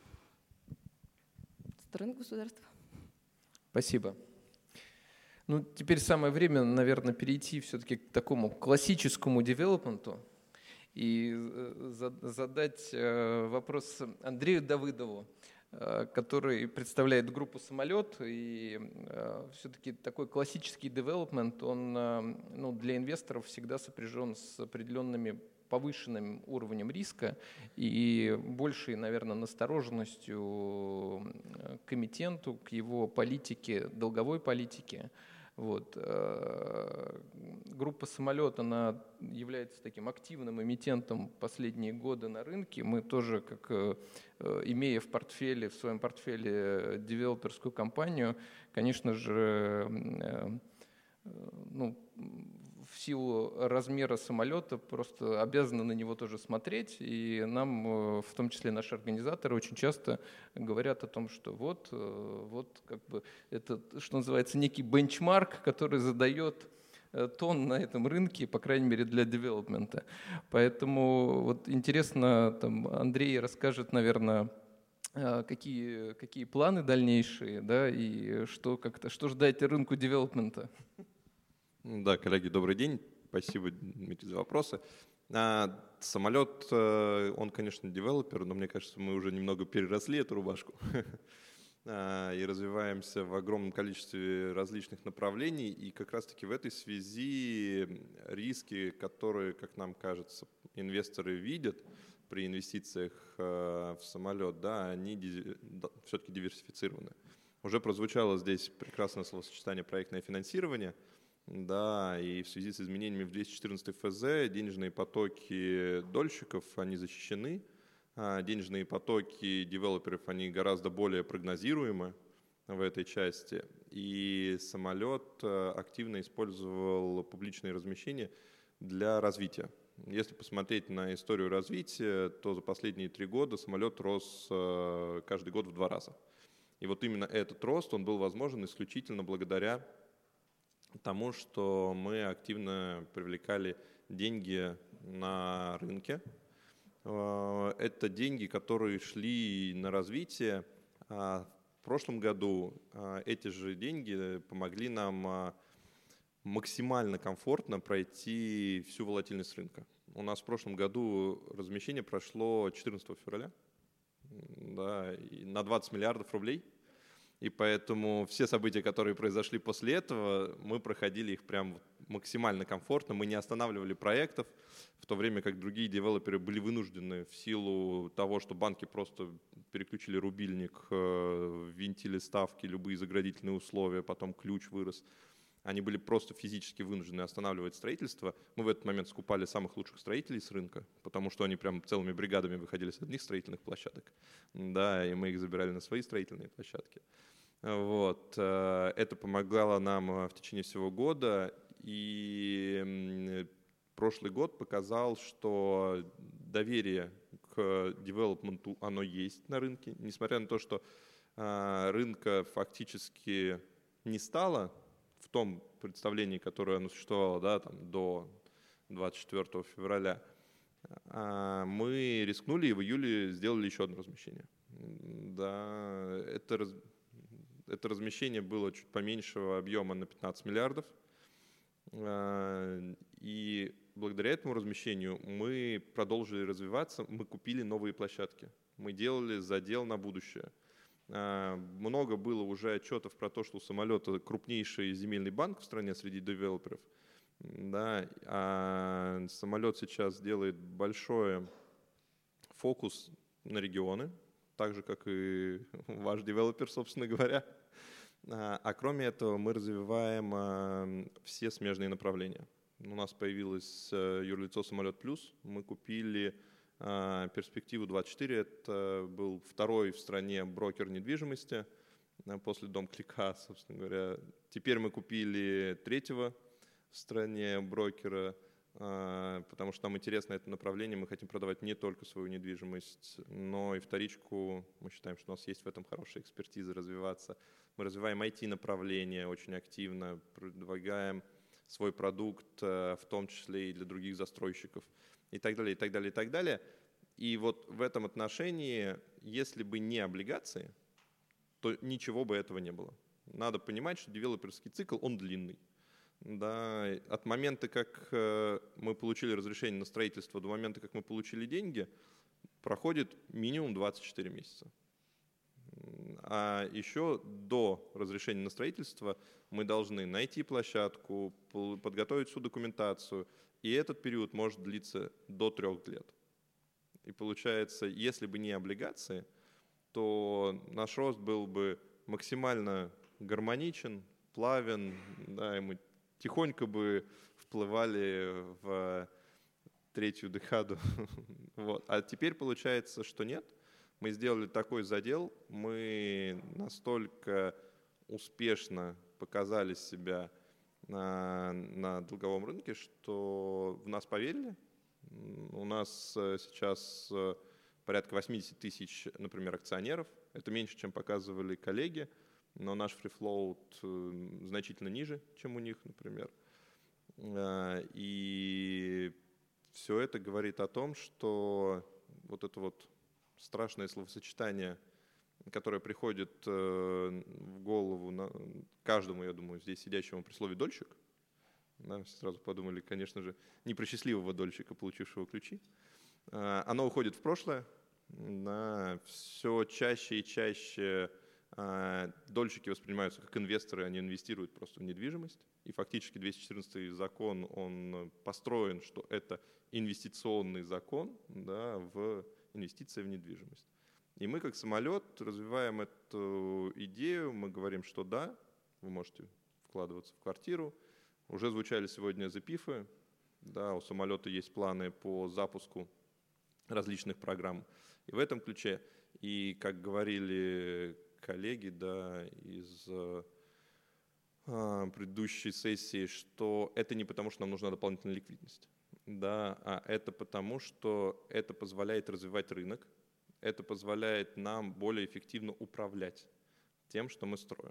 S9: со стороны государства.
S5: Спасибо. Ну, теперь самое время, наверное, перейти все-таки к такому классическому девелопменту и задать вопрос Андрею Давыдову, который представляет группу «Самолет». И все-таки такой классический девелопмент, он для инвесторов всегда сопряжен с определенными повышенным уровнем риска и большей, наверное, настороженностью к эмитенту, к его политике, долговой политике. Вот. Группа «Самолет», она является таким активным эмитентом последние годы на рынке. Мы тоже, имея в своем портфеле девелоперскую компанию, конечно же, в силу размера самолета просто обязаны на него тоже смотреть. И нам, в том числе наши организаторы, очень часто говорят о том, что вот как бы это, что называется, некий бенчмарк, который задает тон на этом рынке, по крайней мере, для девелопмента. Поэтому вот интересно, Андрей расскажет, наверное, какие планы дальнейшие, да, и что ждать рынку девелопмента.
S10: Да, коллеги, добрый день. Спасибо, Дмитрий, за вопросы. Самолет, он, конечно, девелопер, но мне кажется, мы уже немного переросли эту рубашку и развиваемся в огромном количестве различных направлений. И как раз-таки в этой связи риски, которые, как нам кажется, инвесторы видят при инвестициях в самолет, да, они все-таки диверсифицированы. Уже прозвучало здесь прекрасное словосочетание «проектное финансирование». Да, и в связи с изменениями в 214 ФЗ денежные потоки дольщиков, они защищены, денежные потоки девелоперов, они гораздо более прогнозируемы в этой части. И самолет активно использовал публичные размещения для развития. Если посмотреть на историю развития, то за последние 3 года самолет рос каждый год в 2 раза. И вот именно этот рост, он был возможен исключительно благодаря тому, что мы активно привлекали деньги на рынке. Это деньги, которые шли на развитие. В прошлом году эти же деньги помогли нам максимально комфортно пройти всю волатильность рынка. У нас в прошлом году размещение прошло 14 февраля, да, на 20 миллиардов рублей. И поэтому все события, которые произошли после этого, мы проходили их прям максимально комфортно. Мы не останавливали проектов, в то время как другие девелоперы были вынуждены в силу того, что банки просто переключили рубильник, ввинтили ставки, любые заградительные условия, потом ключ вырос. Они были просто физически вынуждены останавливать строительство. Мы в этот момент скупали самых лучших строителей с рынка, потому что они прям целыми бригадами выходили с одних строительных площадок, да, и мы их забирали на свои строительные площадки. Вот. Это помогало нам в течение всего года, и прошлый год показал, что доверие к девелопменту, оно есть на рынке, несмотря на то, что рынка фактически не стало в том представлении, которое оно существовало, да, там, до 24 февраля, мы рискнули и в июле сделали еще одно размещение. Да, это размещение было чуть поменьшего объема на 15 миллиардов. И благодаря этому размещению мы продолжили развиваться, мы купили новые площадки, мы делали задел на будущее. Много было уже отчетов про то, что у самолета крупнейший земельный банк в стране среди девелоперов. Да, а самолет сейчас делает большой фокус на регионы, так же, как и ваш девелопер, собственно говоря. А кроме этого мы развиваем все смежные направления. У нас появилось юрлицо «Самолет Плюс». Мы купили «Перспективу 24». Это был второй в стране брокер недвижимости после Дом.Клика, собственно говоря. Теперь мы купили третьего в стране брокера, потому что нам интересно это направление. Мы хотим продавать не только свою недвижимость, но и вторичку. Мы считаем, что у нас есть в этом хорошая экспертиза развиваться. Мы развиваем IT-направление очень активно, предлагаем свой продукт, в том числе и для других застройщиков, и так далее, и так далее, и так далее. И вот в этом отношении, если бы не облигации, то ничего бы этого не было. Надо понимать, что девелоперский цикл, он длинный. Да, от момента, как мы получили разрешение на строительство, до момента, как мы получили деньги, проходит минимум 24 месяца. А еще до разрешения на строительство мы должны найти площадку, подготовить всю документацию, и этот период может длиться до 3 лет. И получается, если бы не облигации, то наш рост был бы максимально гармоничен, плавен, да, и мы тихонько бы вплывали в третью декаду. Вот. А теперь получается, что нет. Мы сделали такой задел, мы настолько успешно показали себя на долговом рынке, что в нас поверили. У нас сейчас порядка 80 тысяч, например, акционеров. Это меньше, чем показывали коллеги, но наш фрифлоут значительно ниже, чем у них, например. И все это говорит о том, что вот это вот страшное словосочетание, которое приходит в голову каждому, я думаю, здесь сидящему при слове «дольщик», да, все сразу подумали, конечно же, не про счастливого дольщика, получившего ключи, оно уходит в прошлое. Да, все чаще и чаще дольщики воспринимаются как инвесторы, они инвестируют просто в недвижимость. И фактически 214 закон, он построен, что это инвестиционный закон, да, в инвестиции в недвижимость. И мы как самолет развиваем эту идею, мы говорим, что да, вы можете вкладываться в квартиру. Уже звучали сегодня запифы, да, у самолета есть планы по запуску различных программ. И в этом ключе, и как говорили коллеги, да, из предыдущей сессии, что это не потому, что нам нужна дополнительная ликвидность, да, а это потому, что это позволяет развивать рынок, это позволяет нам более эффективно управлять тем, что мы строим.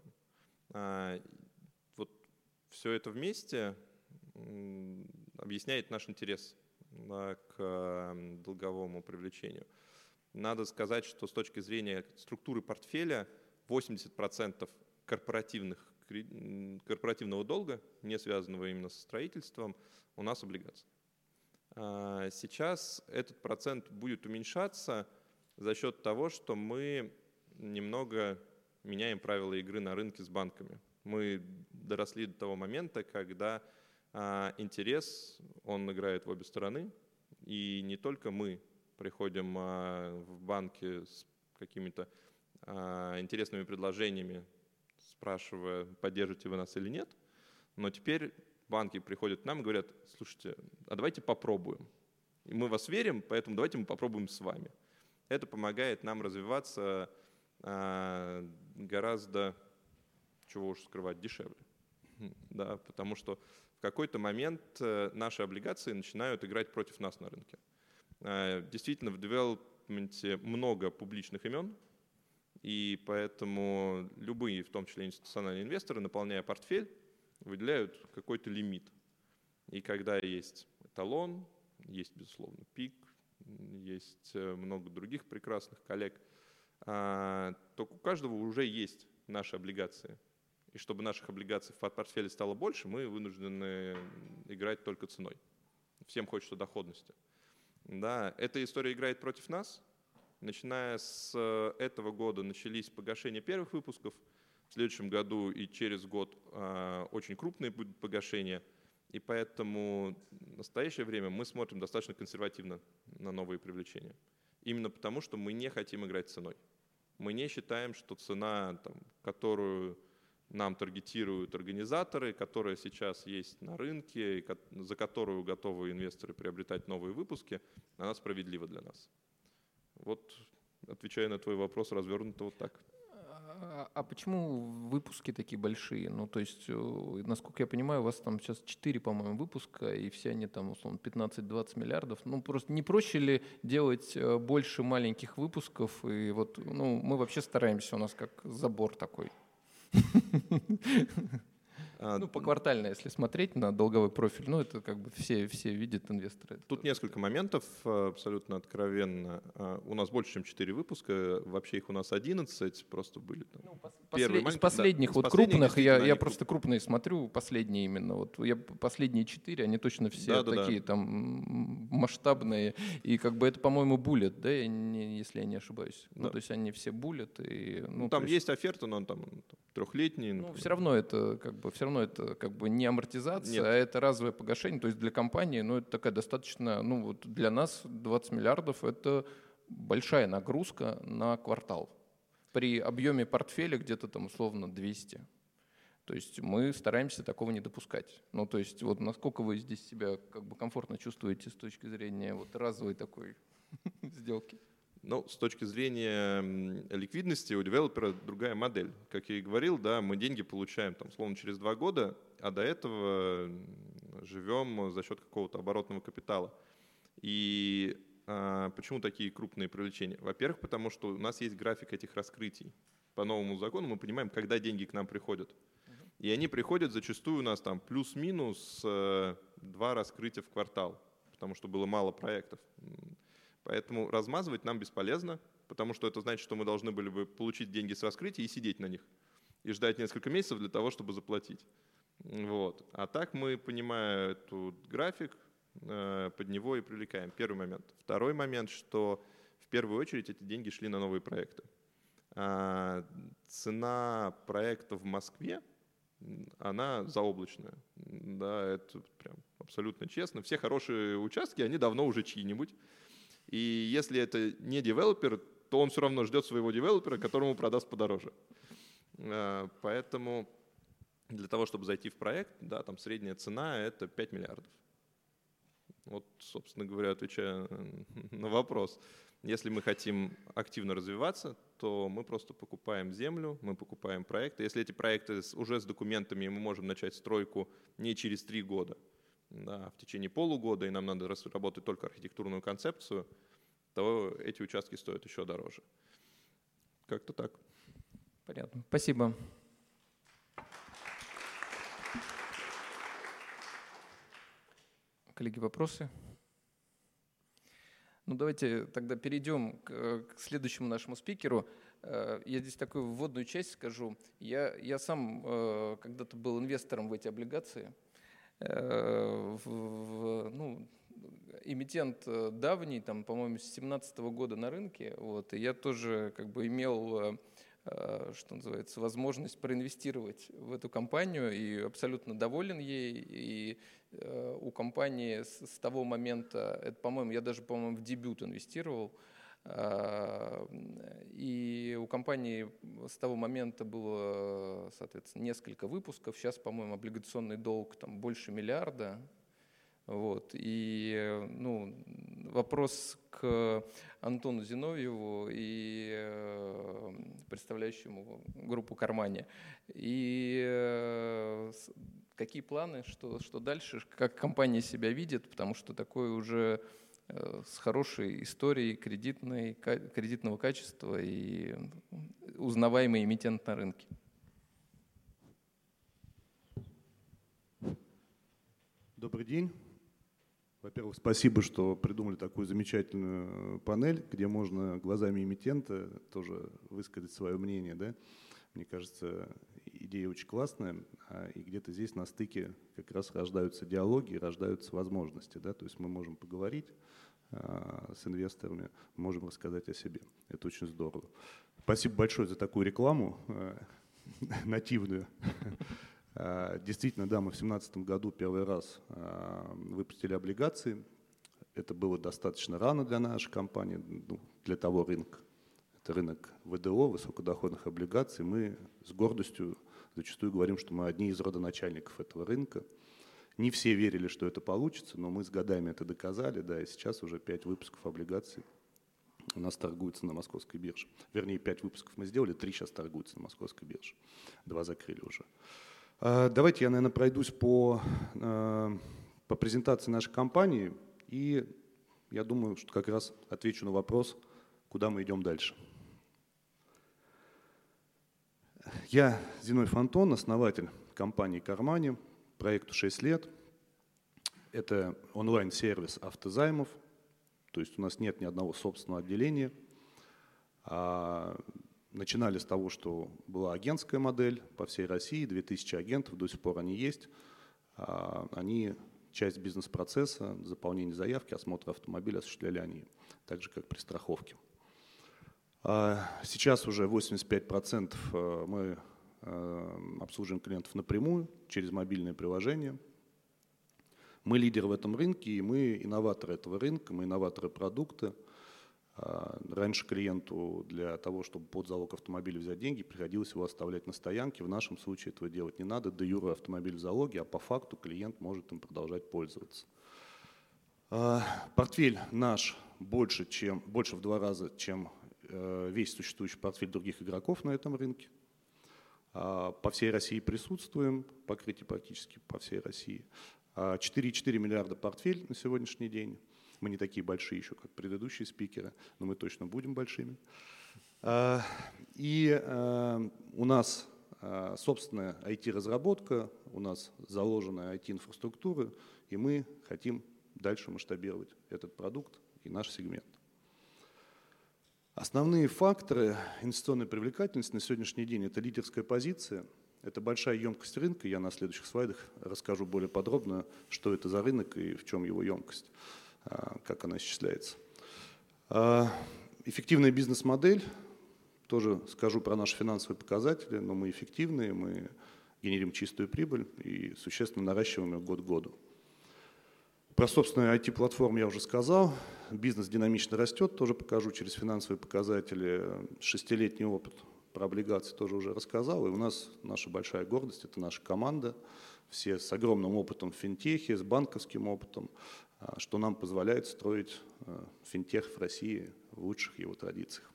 S10: Вот все это вместе объясняет наш интерес, да, к долговому привлечению. Надо сказать, что с точки зрения структуры портфеля 80% корпоративного долга, не связанного именно со строительством, у нас облигации. Сейчас этот процент будет уменьшаться за счет того, что мы немного меняем правила игры на рынке с банками. Мы доросли до того момента, когда интерес, он играет в обе стороны, и не только мы приходим в банки с какими-то интересными предложениями, спрашивая, поддержите вы нас или нет, но теперь банки приходят к нам и говорят: слушайте, а давайте попробуем. И мы вас верим, поэтому давайте мы попробуем с вами. Это помогает нам развиваться гораздо, чего уж скрывать, дешевле. Да, потому что в какой-то момент наши облигации начинают играть против нас на рынке. Действительно, в девелопменте много публичных имен, и поэтому любые, в том числе институциональные инвесторы, наполняя портфель, выделяют какой-то лимит. И когда есть эталон, есть, безусловно, пик, есть много других прекрасных коллег, то у каждого уже есть наши облигации. И чтобы наших облигаций в портфеле стало больше, мы вынуждены играть только ценой. Всем хочется доходности. Да, эта история играет против нас. Начиная с этого года начались погашения первых выпусков. В следующем году и через год очень крупные будут погашения. И поэтому в настоящее время мы смотрим достаточно консервативно на новые привлечения. Именно потому, что мы не хотим играть ценой. Мы не считаем, что цена, которую нам таргетируют организаторы, которая сейчас есть на рынке, за которую готовы инвесторы приобретать новые выпуски, она справедлива для нас. Вот, отвечая на твой вопрос, развернуто вот так.
S5: А почему выпуски такие большие? Ну, то есть, насколько я понимаю, у вас там сейчас 4, по-моему, выпуска, и все они там, условно, 15-20 миллиардов. Ну, просто не проще ли делать больше маленьких выпусков? И вот, ну, мы вообще стараемся, у нас как забор такой. Ну, поквартально, если смотреть на долговой профиль, ну, это как бы все видят инвесторы.
S10: Тут несколько моментов, абсолютно откровенно. У нас больше, чем 4 выпуска, вообще их у нас 11, просто были там.
S5: Из последних, вот крупных, я просто крупные смотрю, последние именно. Вот я последние 4, они точно все такие там масштабные. И как бы это, по-моему, буллет, да, если я не ошибаюсь. Ну, то есть они все буллет.
S10: Ну, там есть оферта, но он там трехлетний.
S5: Ну, все равно это как бы не амортизация, а это разовое погашение. То есть для компании, ну, это такая достаточно, ну, вот для нас 20 миллиардов – это большая нагрузка на квартал. При объеме портфеля где-то там условно 200. То есть мы стараемся такого не допускать. Ну, то есть вот насколько вы здесь себя как бы комфортно чувствуете с точки зрения вот разовой такой сделки?
S10: Ну, с точки зрения ликвидности у девелопера другая модель. Как я и говорил, да, мы деньги получаем там, условно через 2 года, а до этого живем за счет какого-то оборотного капитала. И почему такие крупные привлечения? Во-первых, потому что у нас есть график этих раскрытий. По новому закону мы понимаем, когда деньги к нам приходят. И они приходят зачастую у нас там плюс-минус 2 раскрытия в квартал, потому что было мало проектов. Поэтому размазывать нам бесполезно, потому что это значит, что мы должны были бы получить деньги с раскрытия и сидеть на них. И ждать несколько месяцев для того, чтобы заплатить. Вот. А так мы, понимая этот график, под него и привлекаем. Первый момент. Второй момент, что в первую очередь эти деньги шли на новые проекты. Цена проекта в Москве, она заоблачная. Да, это прям абсолютно честно. Все хорошие участки, они давно уже чьи-нибудь. И если это не девелопер, то он все равно ждет своего девелопера, которому продаст подороже. Поэтому для того, чтобы зайти в проект, да, там средняя цена – это 5 миллиардов. Вот, собственно говоря, отвечая на вопрос. Если мы хотим активно развиваться, то мы просто покупаем землю, мы покупаем проекты. Если эти проекты уже с документами, и мы можем начать стройку не через 3 года, да, в течение полугода, и нам надо разработать только архитектурную концепцию, то эти участки стоят еще дороже. Как-то так.
S5: Понятно. Спасибо. Коллеги, вопросы? Ну, давайте тогда перейдем к следующему нашему спикеру. Я здесь такую вводную часть скажу. Я сам когда-то был инвестором в эти облигации. Эмитент давний, там, по-моему, с 2017 года на рынке, вот, и я тоже как бы имел, что называется, возможность проинвестировать в эту компанию и абсолютно доволен ей. И у компании с того момента, это, по-моему, я даже, в дебют инвестировал, и у компании с того момента было, соответственно, несколько выпусков. Сейчас, по-моему, облигационный долг там больше миллиарда. Вот. И вопрос к Антону Зиновьеву и представляющему группу «Кармане». И какие планы, что дальше, как компания себя видит, потому что такое уже с хорошей историей кредитного качества и узнаваемый эмитент на рынке.
S11: Добрый день. Во-первых, спасибо, что придумали такую замечательную панель, где можно глазами эмитента тоже высказать свое мнение. Да? Мне кажется, идея очень классная, и где-то здесь на стыке как раз рождаются диалоги, рождаются возможности. Да? То есть мы можем поговорить с инвесторами, можем рассказать о себе. Это очень здорово. Спасибо большое за такую рекламу нативную. Действительно, да, мы в 2017 году первый раз выпустили облигации. Это было достаточно рано для нашей компании, для того рынка. Это рынок ВДО, высокодоходных облигаций. Мы с гордостью зачастую говорим, что мы одни из родоначальников этого рынка. Не все верили, что это получится, но мы с годами это доказали. Да, и сейчас уже 5 выпусков облигаций у нас торгуются на московской бирже. Вернее, 5 выпусков мы сделали, 3 сейчас торгуются на московской бирже. 2 закрыли уже. Давайте я, наверное, пройдусь по презентации нашей компании, и я думаю, что как раз отвечу на вопрос, куда мы идем дальше. Я Зиновий Фонтон, основатель компании «Кармани», проекту 6 лет. Это онлайн-сервис автозаймов, то есть у нас нет ни одного собственного отделения. Начинали с того, что была агентская модель по всей России, 2000 агентов, до сих пор они есть. Они часть бизнес-процесса, заполнение заявки, осмотр автомобиля осуществляли они, так же, как при страховке. Сейчас уже 85% мы обслуживаем клиентов напрямую, через мобильное приложение. Мы лидеры в этом рынке, и мы инноваторы этого рынка, мы инноваторы продукта. Раньше клиенту для того, чтобы под залог автомобиля взять деньги, приходилось его оставлять на стоянке. В нашем случае этого делать не надо. Де юре автомобиль в залоге, а по факту клиент может им продолжать пользоваться. Портфель наш больше в 2 раза, чем весь существующий портфель других игроков на этом рынке. По всей России присутствуем, покрытие практически по всей России. 4,4 миллиарда портфель на сегодняшний день. Мы не такие большие еще, как предыдущие спикеры, но мы точно будем большими. И у нас собственная IT-разработка, у нас заложенная IT-инфраструктура, и мы хотим дальше масштабировать этот продукт и наш сегмент. Основные факторы инвестиционной привлекательности на сегодняшний день – это лидерская позиция, это большая емкость рынка. Я на следующих слайдах расскажу более подробно, что это за рынок и в чем его емкость, как она исчисляется. Эффективная бизнес-модель, тоже скажу про наши финансовые показатели, но мы эффективные, мы генерим чистую прибыль и существенно наращиваем ее год к году. Про собственную IT-платформу я уже сказал, бизнес динамично растет, тоже покажу через финансовые показатели. 6-летний опыт про облигации тоже уже рассказал, и у нас наша большая гордость – это наша команда, все с огромным опытом в финтехе, с банковским опытом, что нам позволяет строить финтех в России в лучших его традициях.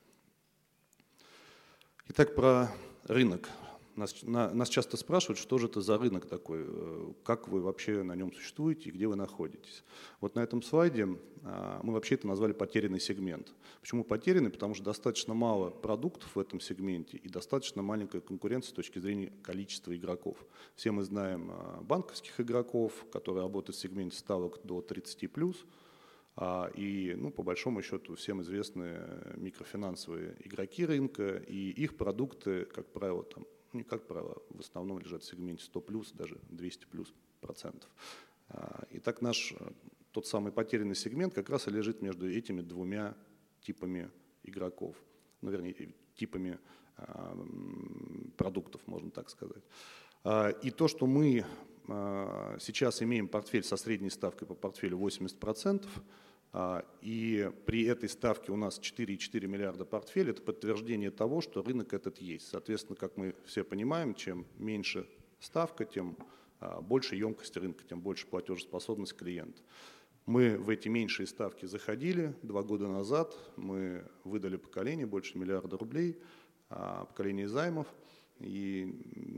S11: Итак, про рынок. Нас часто спрашивают, что же это за рынок такой, как вы вообще на нем существуете и где вы находитесь. Вот на этом слайде мы вообще это назвали потерянный сегмент. Почему потерянный? Потому что достаточно мало продуктов в этом сегменте и достаточно маленькая конкуренция с точки зрения количества игроков. Все мы знаем банковских игроков, которые работают в сегменте ставок до 30+, и по большому счету всем известны микрофинансовые игроки рынка, и их продукты, как правило, не как правило, в основном лежат в сегменте 100+, даже 200+%. Итак, наш тот самый потерянный сегмент как раз и лежит между этими 2 типами игроков, вернее, типами продуктов, можно так сказать. И то, что мы сейчас имеем портфель со средней ставкой по портфелю 80%, и при этой ставке у нас 4,4 миллиарда портфель, это подтверждение того, что рынок этот есть. Соответственно, как мы все понимаем, чем меньше ставка, тем больше емкость рынка, тем больше платежеспособность клиента. Мы в эти меньшие ставки заходили 2 года назад, мы выдали поколение больше 1 миллиарда рублей, поколение займов. И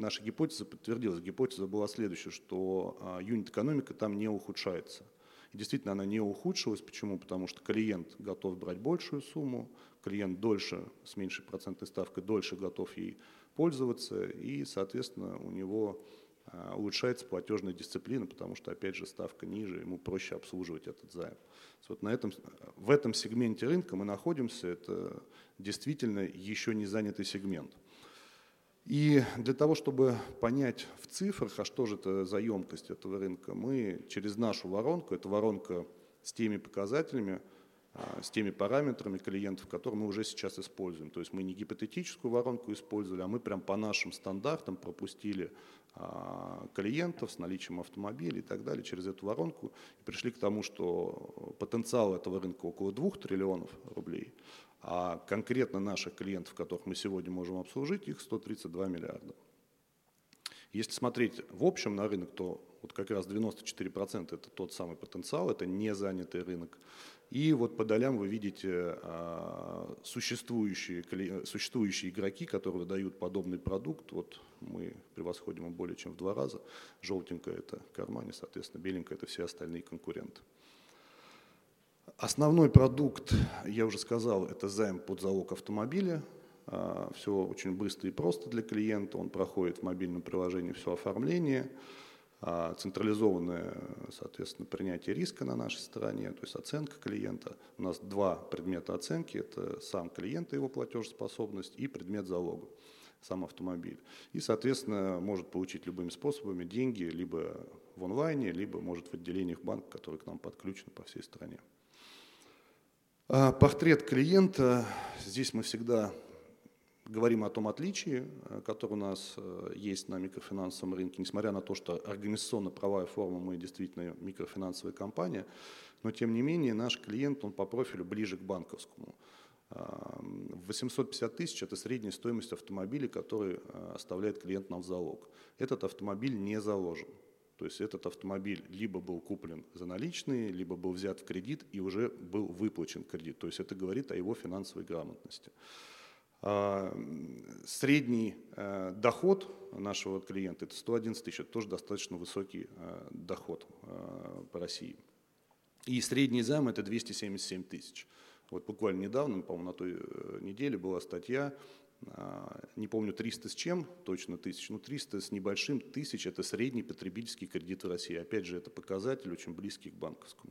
S11: наша гипотеза подтвердилась. Гипотеза была следующая, что юнит-экономика там не ухудшается. И действительно она не ухудшилась. Почему? Потому что клиент готов брать большую сумму, клиент дольше, с меньшей процентной ставкой, дольше готов ей пользоваться, и, соответственно, у него улучшается платежная дисциплина, потому что, опять же, ставка ниже, ему проще обслуживать этот займ. Вот в этом сегменте рынка мы находимся, это действительно еще не занятый сегмент. И для того, чтобы понять в цифрах, а что же это за емкость этого рынка, мы через нашу воронку, это воронка с теми показателями, с теми параметрами клиентов, которые мы уже сейчас используем. То есть мы не гипотетическую воронку использовали, а мы прям по нашим стандартам пропустили клиентов с наличием автомобилей и так далее через эту воронку и пришли к тому, что потенциал этого рынка около 2 триллионов рублей, а конкретно наших клиентов, которых мы сегодня можем обслужить, их 132 миллиарда. Если смотреть в общем на рынок, то вот как раз 94% это тот самый потенциал, это не занятый рынок. И вот по долям вы видите существующие игроки, которые выдают подобный продукт. Вот мы превосходим их более чем в 2 раза. Желтенькое – это Кармани, соответственно, беленькое – это все остальные конкуренты. Основной продукт, я уже сказал, это займ под залог автомобиля. Все очень быстро и просто для клиента. Он проходит в мобильном приложении все оформление. Централизованное, соответственно, принятие риска на нашей стороне, то есть оценка клиента. У нас 2 предмета оценки, это сам клиент и его платежеспособность и предмет залога, сам автомобиль. И, соответственно, может получить любыми способами деньги либо в онлайне, либо может в отделениях банка, которые к нам подключены по всей стране. Портрет клиента, здесь мы всегда говорим о том отличии, которое у нас есть на микрофинансовом рынке, несмотря на то, что организационно-правовая форма мы действительно микрофинансовая компания, но тем не менее наш клиент, он по профилю ближе к банковскому. 850 тысяч – это средняя стоимость автомобиля, который оставляет клиент нам в залог. Этот автомобиль не заложен. То есть этот автомобиль либо был куплен за наличные, либо был взят в кредит и уже был выплачен кредит. То есть это говорит о его финансовой грамотности. Средний доход нашего клиента – это 111 тысяч, это тоже достаточно высокий доход по России. И средний займ – это 277 тысяч. Вот буквально недавно, по-моему, на той неделе была статья, не помню 300 с чем, точно тысяч, но 300 с небольшим тысяч – это средний потребительский кредит в России. Опять же, это показатель очень близкий к банковскому.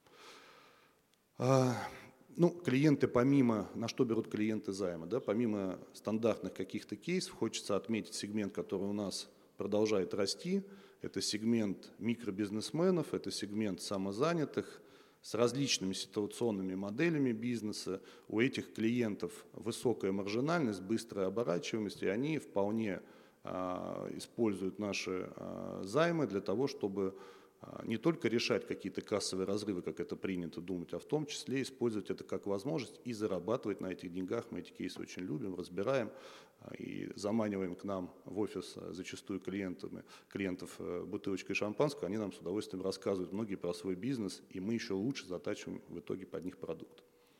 S11: Клиенты помимо, на что берут клиенты займа, да, помимо стандартных каких-то кейсов, хочется отметить сегмент, который у нас продолжает расти. Это сегмент микробизнесменов, это сегмент самозанятых с различными ситуационными моделями бизнеса. У этих клиентов высокая маржинальность, быстрая оборачиваемость, и они вполне используют наши займы для того, чтобы не только решать какие-то кассовые разрывы, как это принято думать, а в том числе использовать это как возможность и зарабатывать на этих деньгах. Мы эти кейсы очень любим, разбираем и заманиваем к нам в офис зачастую клиентов бутылочкой шампанского. Они нам с удовольствием рассказывают многие про свой бизнес, и мы еще лучше затачиваем в итоге под них продукт.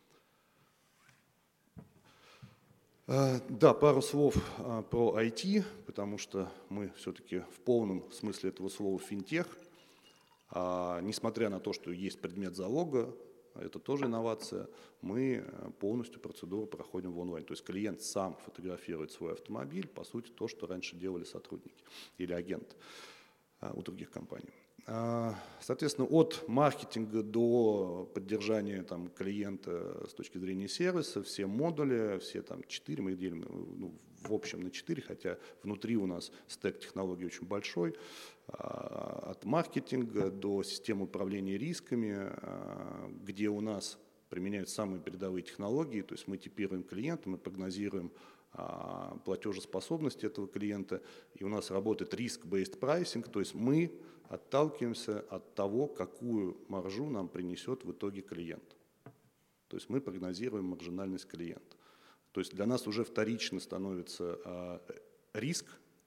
S11: Да, пару слов про IT, потому что мы все-таки в полном смысле этого слова финтех. Несмотря на то, что есть предмет залога, это тоже инновация, мы полностью процедуру проходим в онлайн. То есть клиент сам фотографирует свой автомобиль, по сути, то, что раньше делали сотрудники или агенты у других компаний. Соответственно, от маркетинга до поддержания клиента с точки зрения сервиса, все модули, все 4 мы их делим в общем на 4, хотя внутри у нас стек технологий очень большой, от маркетинга до системы управления рисками, где у нас применяются самые передовые технологии, то есть мы типируем клиента, мы прогнозируем платежеспособность этого клиента, и у нас работает risk-based pricing, то есть мы отталкиваемся от того, какую маржу нам принесет в итоге клиент. То есть мы прогнозируем маржинальность клиента. То есть для нас уже вторично становится риск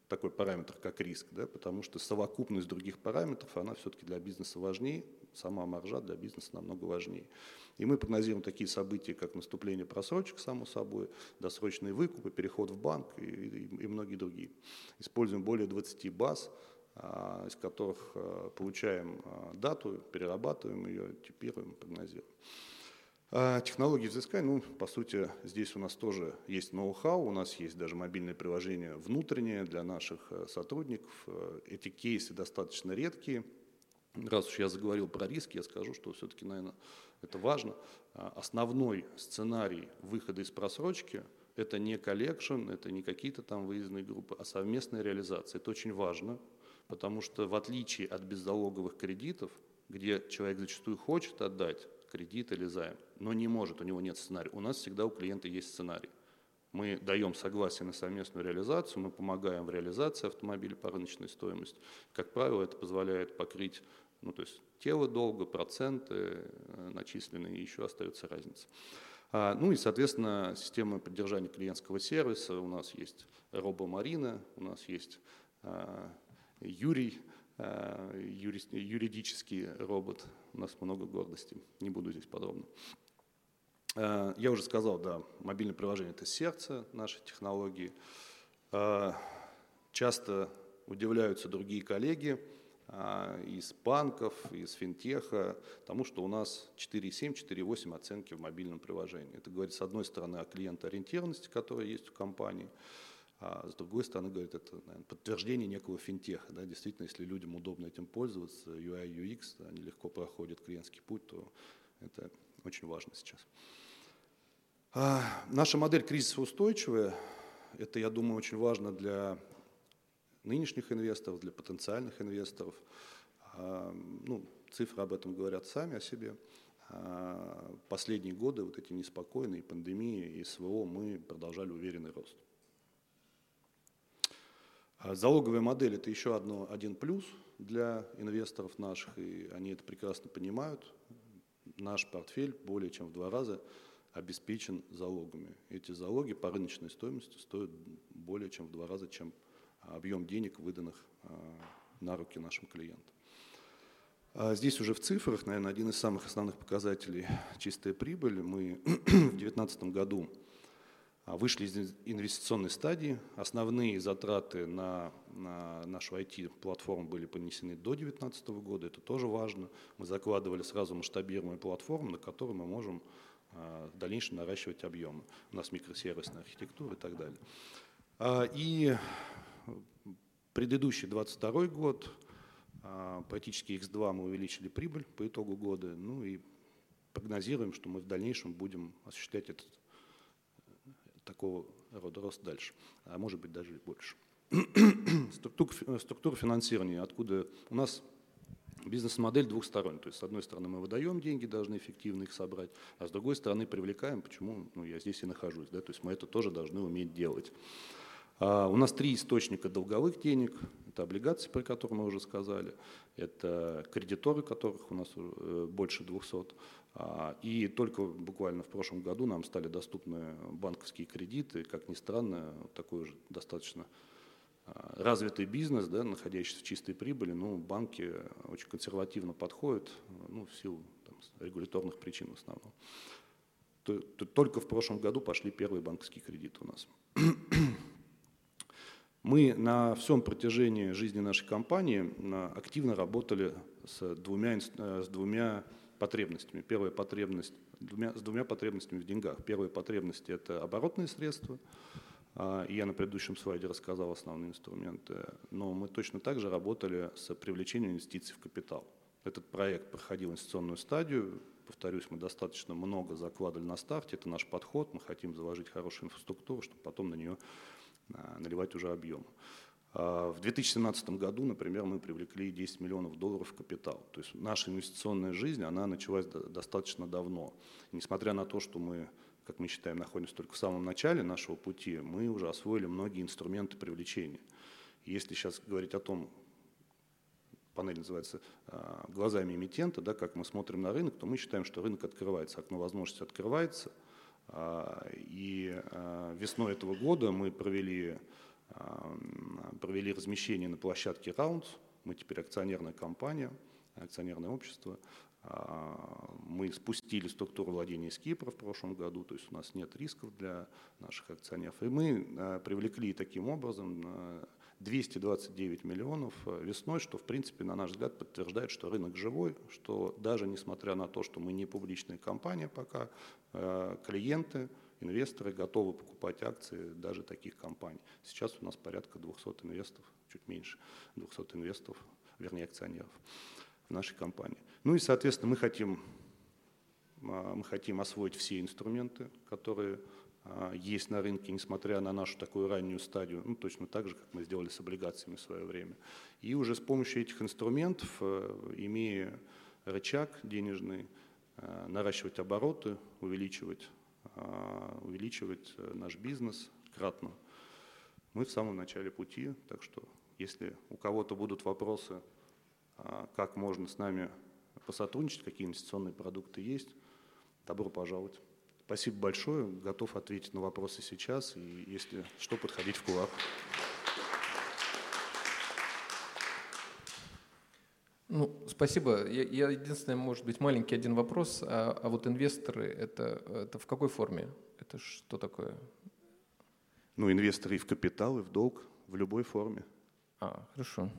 S11: такой параметр, как риск, да, потому что совокупность других параметров, она все-таки для бизнеса важнее, сама маржа для бизнеса намного важнее. И мы прогнозируем такие события, как наступление просрочек, само собой, досрочные выкупы, переход в банк и многие другие. Используем более 20 баз, из которых получаем дату, перерабатываем ее, типируем, прогнозируем. Технологии взыскания, ну, по сути, здесь у нас тоже есть ноу-хау, у нас есть даже мобильное приложение внутреннее для наших сотрудников. Эти кейсы достаточно редкие. Раз уж я заговорил про риски, я скажу, что все-таки, наверное, это важно. Основной сценарий выхода из просрочки – это не коллекшн, это не какие-то там выездные группы, а совместная реализация. Это очень важно, потому что в отличие от беззалоговых кредитов, где человек зачастую хочет отдать кредит или займ, но не может, у него нет сценария. У нас всегда у клиента есть сценарий. Мы даем согласие на совместную реализацию, мы помогаем в реализации автомобиля по рыночной стоимости. Как правило, это позволяет покрыть, ну, то есть тело долга, проценты начисленные, и еще остается разница. Ну и, соответственно, система поддержания клиентского сервиса. У нас есть робо-марина, у нас есть Юрий, юридический робот. У нас много гордости, не буду здесь подробно. Я уже сказал, да, мобильное приложение – это сердце нашей технологии. Часто удивляются другие коллеги из банков, из финтеха, тому, что у нас 4,7, 4,8 оценки в мобильном приложении. Это говорит, с одной стороны, о клиентоориентированности, которая есть у компании, а с другой стороны, говорит, это, наверное, подтверждение некого финтеха. Да? Действительно, если людям удобно этим пользоваться, UI, UX, они легко проходят клиентский путь, то это очень важно сейчас. Наша модель кризисоустойчивая. Это, я думаю, очень важно для нынешних инвесторов, для потенциальных инвесторов. Ну, цифры об этом говорят сами о себе. Последние годы, вот эти неспокойные пандемии и СВО, мы продолжали уверенный рост. Залоговая модель – это еще один плюс для инвесторов наших, и они это прекрасно понимают. Наш портфель более чем в 2 раза обеспечен залогами. Эти залоги по рыночной стоимости стоят более чем в 2 раза, чем объем денег, выданных на руки нашим клиентам. Здесь уже в цифрах, наверное, один из самых основных показателей – чистая прибыль. Мы в 2019 году вышли из инвестиционной стадии. Основные затраты на нашу IT-платформу были понесены до 2019 года. Это тоже важно. Мы закладывали сразу масштабируемую платформу, на которой мы можем в дальнейшем наращивать объемы. У нас микросервисная архитектура и так далее. И предыдущий 2022 год, практически X2 мы увеличили прибыль по итогу года. Ну и прогнозируем, что мы в дальнейшем будем осуществлять такого рода рост дальше, а может быть даже и больше. Структура финансирования, откуда у нас бизнес-модель двухсторонняя. То есть, с одной стороны, мы выдаем деньги, должны эффективно их собрать, а с другой стороны, привлекаем, почему я здесь и нахожусь. Да? То есть мы это тоже должны уметь делать. У нас 3 источника долговых денег. Это облигации, про которые мы уже сказали. Это кредиторы, которых у нас больше 200. И только буквально в прошлом году нам стали доступны банковские кредиты. Как ни странно, такой же достаточно развитый бизнес, да, находящийся в чистой прибыли, но банки очень консервативно подходят, в силу регуляторных причин в основном. Только в прошлом году пошли первые банковские кредиты у нас. Мы на всем протяжении жизни нашей компании активно работали с двумя потребностями. Первая потребность, с двумя потребностями в деньгах. Первая потребность – это оборотные средства. Я на предыдущем слайде рассказал основные инструменты. Но мы точно так же работали с привлечением инвестиций в капитал. Этот проект проходил инвестиционную стадию. Повторюсь, мы достаточно много закладывали на старте. Это наш подход. Мы хотим заложить хорошую инфраструктуру, чтобы потом на нее наливать уже объем. В 2017 году, например, мы привлекли $10 миллионов в капитал. То есть наша инвестиционная жизнь, она началась достаточно давно. И несмотря на то, что мы, как мы считаем, находимся только в самом начале нашего пути, мы уже освоили многие инструменты привлечения. Если сейчас говорить о том, панель называется «Глазами эмитента», да, как мы смотрим на рынок, то мы считаем, что рынок открывается, окно возможностей открывается. И весной этого года мы провели провели размещение на площадке Rounds. Мы теперь акционерная компания, акционерное общество. Мы спустили структуру владения из Кипра в прошлом году, то есть у нас нет рисков для наших акционеров. И мы привлекли таким образом 229 миллионов весной, что в принципе, на наш взгляд, подтверждает, что рынок живой, что даже несмотря на то, что мы не публичная компания пока, клиенты, инвесторы готовы покупать акции даже таких компаний. Сейчас у нас порядка 200 инвесторов, чуть меньше 200 инвесторов, вернее акционеров в нашей компании. Ну и, соответственно, мы хотим освоить все инструменты, которые есть на рынке, несмотря на нашу такую раннюю стадию, ну, точно так же, как мы сделали с облигациями в свое время. И уже с помощью этих инструментов, имея рычаг денежный, наращивать обороты, увеличивать наш бизнес кратно. Мы в самом начале пути, так что если у кого-то будут вопросы, как можно с нами посотрудничать, какие инвестиционные продукты есть, добро пожаловать. Спасибо большое, готов ответить на вопросы сейчас, и если что, подходить в кулуар.
S5: Ну, спасибо. Я единственное, может быть, маленький один вопрос. А вот инвесторы, это в какой форме? Это что такое?
S11: Ну, инвесторы и в капитал, и в долг, в любой форме.
S5: Хорошо.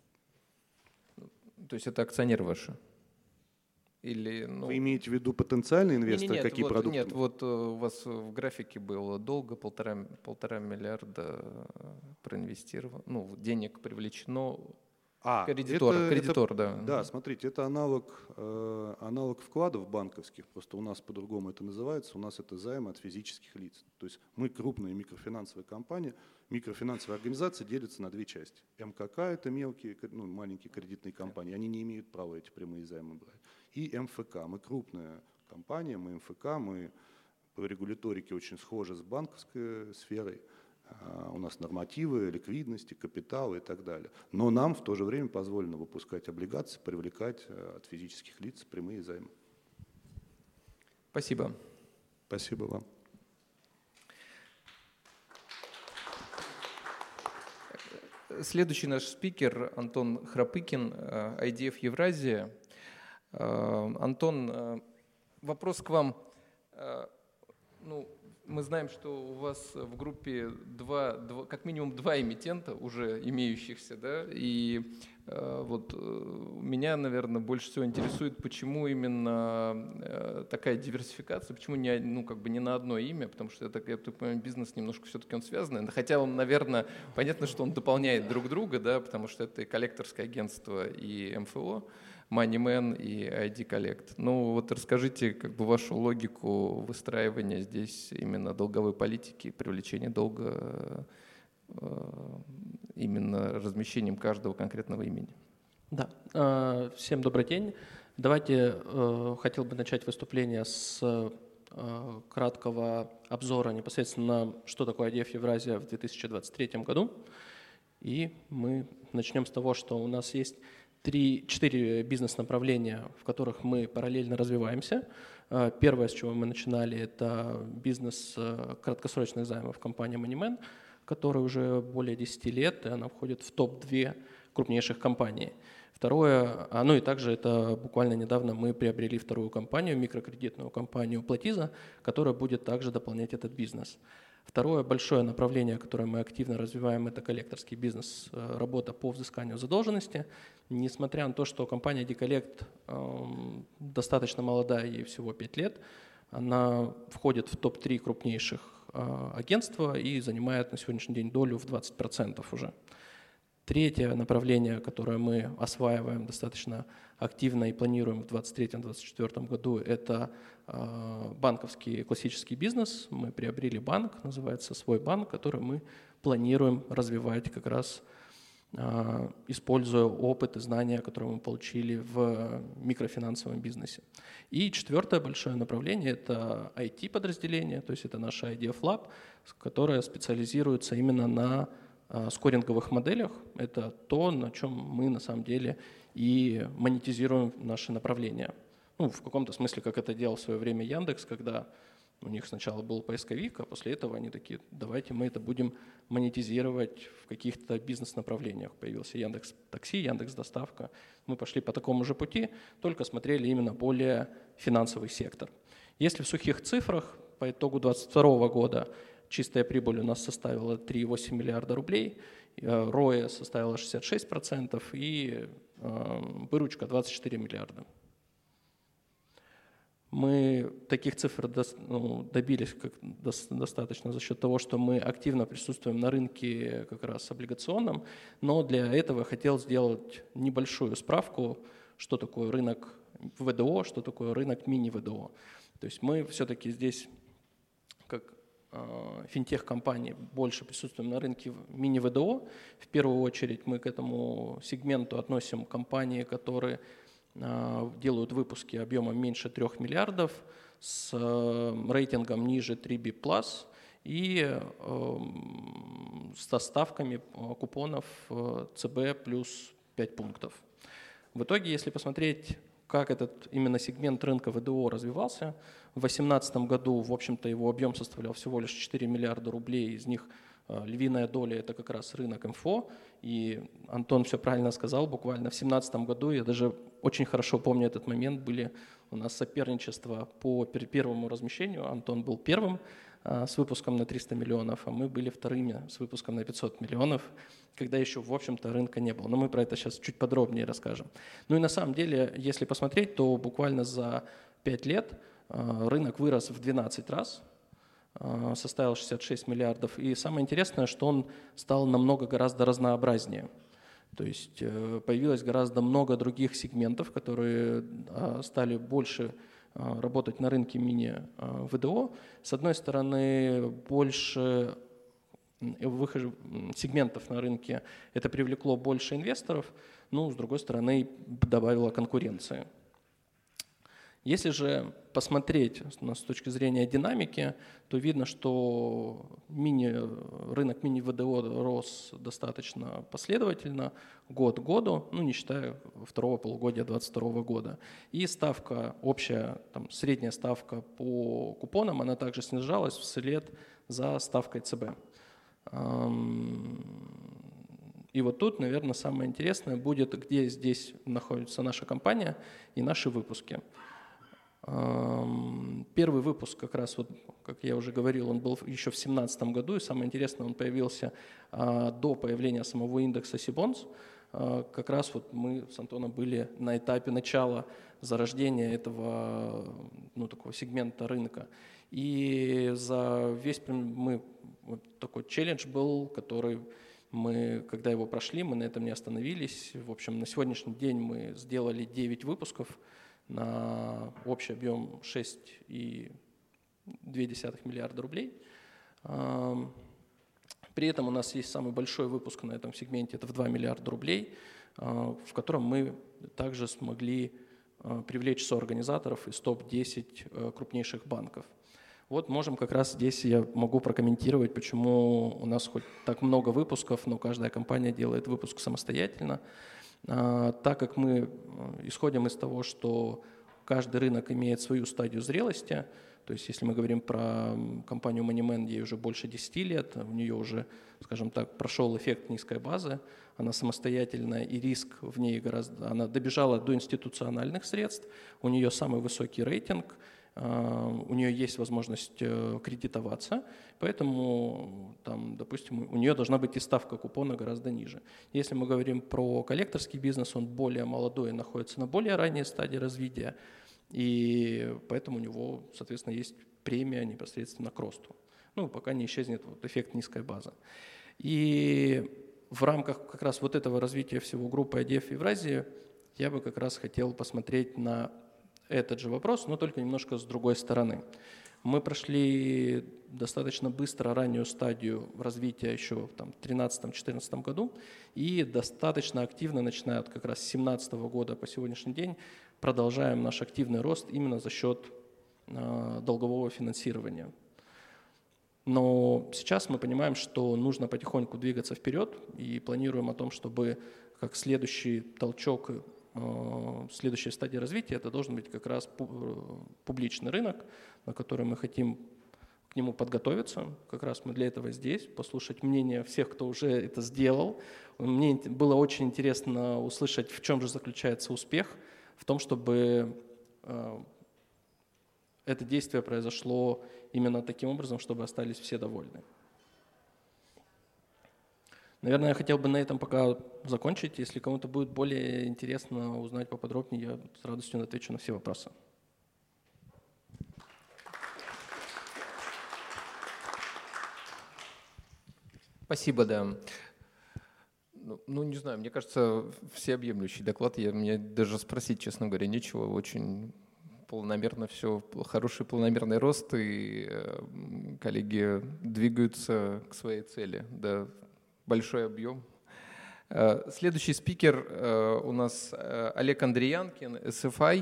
S5: То есть это акционеры ваши? Или,
S11: Вы имеете в виду потенциальные инвесторы,
S5: нет,
S11: какие продукты?
S5: Нет, вот у вас в графике было долго, полтора миллиарда проинвестировано, ну, денег привлечено. Кредитор, да.
S11: Да, смотрите, это аналог вкладов банковских, просто у нас по-другому это называется, у нас это займы от физических лиц. То есть мы крупная микрофинансовая компания, микрофинансовая организация делится на две части. МКК – это мелкие, маленькие кредитные компании, они не имеют права эти прямые займы брать. И МФК, мы крупная компания, мы МФК, мы по регуляторике очень схожи с банковской сферой. У нас нормативы, ликвидности, капитал и так далее. Но нам в то же время позволено выпускать облигации, привлекать от физических лиц прямые займы.
S5: Спасибо.
S11: Спасибо вам.
S5: Следующий наш спикер Антон Храпыкин, IDF Евразия. Антон, вопрос к вам. Мы знаем, что у вас в группе как минимум два эмитента уже имеющихся, да, и вот меня, наверное, больше всего интересует, почему именно такая диверсификация, почему не на одно имя, потому что, я так понимаю, бизнес немножко все-таки он связанный, хотя он, наверное, понятно, что он дополняет друг друга, да, потому что это и коллекторское агентство, и МФО, MoneyMan и ID Collect. Ну вот расскажите вашу логику выстраивания здесь именно долговой политики, привлечения долга именно размещением каждого конкретного имени.
S12: Да, всем добрый день. Давайте, хотел бы начать выступление с краткого обзора непосредственно, что такое IDF Евразия в 2023 году. И мы начнем с того, что у нас есть 4 бизнес-направления, в которых мы параллельно развиваемся. Первое, с чего мы начинали, это бизнес краткосрочных займов компании MoneyMan, которая уже более 10 лет, и она входит в топ-2 крупнейших компаний. Второе, и также это буквально недавно мы приобрели вторую компанию, микрокредитную компанию Platiza, которая будет также дополнять этот бизнес. Второе большое направление, которое мы активно развиваем, это коллекторский бизнес, работа по взысканию задолженности. Несмотря на то, что компания ID Collect достаточно молодая, ей всего 5 лет, она входит в топ-3 крупнейших агентства и занимает на сегодняшний день долю в 20% уже. Третье направление, которое мы осваиваем достаточно активно и планируем в 2023-2024 году, это банковский классический бизнес. Мы приобрели банк, называется «Свой банк», который мы планируем развивать как раз, используя опыт и знания, которые мы получили в микрофинансовом бизнесе. И четвертое большое направление – это IT-подразделение, то есть это наша IDF Lab, которая специализируется именно на скоринговых моделях. Это то, на чем мы на самом деле и монетизируем наши направления. В каком-то смысле, как это делал в свое время Яндекс, когда У них сначала был поисковик, а после этого они такие, давайте мы это будем монетизировать в каких-то бизнес-направлениях. Появился Яндекс.Такси, Яндекс.Доставка. Мы пошли по такому же пути, только смотрели именно более финансовый сектор. Если в сухих цифрах, по итогу 2022 года чистая прибыль у нас составила 3,8 миллиарда рублей, ROE составила 66% и выручка 24 миллиарда. Мы таких цифр добились достаточно за счет того, что мы активно присутствуем на рынке как раз облигационном, но для этого хотел сделать небольшую справку, что такое рынок ВДО, что такое рынок мини-ВДО. То есть мы все-таки здесь, как финтех-компании, больше присутствуем на рынке мини-ВДО. В первую очередь мы к этому сегменту относим компании, которые делают выпуски объемом меньше 3 миллиардов с рейтингом ниже 3B+, и со ставками купонов ЦБ плюс 5 пунктов. В итоге, если посмотреть, как этот именно сегмент рынка ВДО развивался, в 2018 году, в общем-то, его объем составлял всего лишь 4 миллиарда рублей, из них львиная доля – это как раз рынок МФО, и Антон все правильно сказал, буквально в 2017 году, я даже очень хорошо помню этот момент, были у нас соперничества по первому размещению, Антон был первым с выпуском на 300 миллионов, а мы были вторыми с выпуском на 500 миллионов, когда еще, в общем-то, рынка не было. Но мы про это сейчас чуть подробнее расскажем. Ну и на самом деле, если посмотреть, то буквально за 5 лет рынок вырос в 12 раз, составил 66 миллиардов. И самое интересное, что он стал гораздо разнообразнее. То есть появилось гораздо много других сегментов, которые стали больше работать на рынке мини-ВДО. С одной стороны, больше сегментов на рынке это привлекло больше инвесторов, но с другой стороны добавило конкуренции. Если же посмотреть с точки зрения динамики, то видно, что рынок мини-ВДО рос достаточно последовательно, год к году, не считая второго полугодия 2022 года. И ставка, общая средняя ставка по купонам, она также снижалась вслед за ставкой ЦБ. И вот тут, наверное, самое интересное будет, где здесь находится наша компания и наши выпуски. Первый выпуск, как раз, как я уже говорил, он был еще в 2017 году, и самое интересное, он появился до появления самого индекса Сибонс. Как раз мы с Антоном были на этапе начала зарождения этого такого сегмента рынка. И за весь такой челлендж был, который мы, когда его прошли, мы на этом не остановились. В общем, на сегодняшний день мы сделали 9 выпусков на общий объем 6,2 миллиарда рублей. При этом у нас есть самый большой выпуск на этом сегменте, это в 2 миллиарда рублей, в котором мы также смогли привлечь соорганизаторов из топ-10 крупнейших банков. Вот можем как раз здесь я могу прокомментировать, почему у нас хоть так много выпусков, но каждая компания делает выпуск самостоятельно. Так как мы исходим из того, что каждый рынок имеет свою стадию зрелости, то есть если мы говорим про компанию MoneyMan, ей уже больше 10 лет, у нее уже, скажем так, прошел эффект низкой базы, она самостоятельная и риск в ней она добежала до институциональных средств, у нее самый высокий рейтинг, у нее есть возможность кредитоваться, поэтому, допустим, у нее должна быть и ставка купона гораздо ниже. Если мы говорим про коллекторский бизнес, он более молодой, находится на более ранней стадии развития, и поэтому у него, соответственно, есть премия непосредственно к росту. Пока не исчезнет эффект низкой базы. И в рамках как раз этого развития всего группы IDF Евразии я бы как раз хотел посмотреть на этот же вопрос, но только немножко с другой стороны. Мы прошли достаточно быстро раннюю стадию развития еще в 2013-2014 году и достаточно активно, начиная как раз с 2017 года по сегодняшний день, продолжаем наш активный рост именно за счет долгового финансирования. Но сейчас мы понимаем, что нужно потихоньку двигаться вперед и планируем о том, чтобы как следующий толчок следующая стадия развития, это должен быть как раз публичный рынок, на который мы хотим к нему подготовиться. Как раз мы для этого здесь, послушать мнение всех, кто уже это сделал. Мне было очень интересно услышать, в чем же заключается успех, в том, чтобы это действие произошло именно таким образом, чтобы остались все довольны. Наверное, я хотел бы на этом пока закончить. Если кому-то будет более интересно узнать поподробнее, я с радостью отвечу на все вопросы.
S5: Спасибо, да. Ну, не знаю, мне кажется, всеобъемлющий доклад. Мне даже спросить, честно говоря, нечего. Очень планомерно все, хороший планомерный рост, и коллеги двигаются к своей цели. Да, большой объем. Следующий спикер у нас Олег Андриянкин, SFI.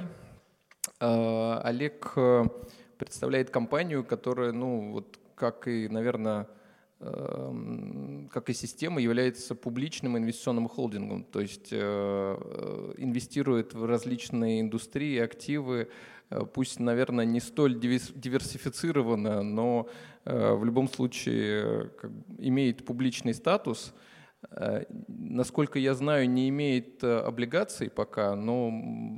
S5: Олег представляет компанию, которая, ну, вот как и, наверное, как и система, является публичным инвестиционным холдингом, то есть инвестирует в различные индустрии, активы, пусть, наверное, не столь диверсифицированно, но в любом случае имеет публичный статус. Насколько я знаю, не имеет облигаций пока, но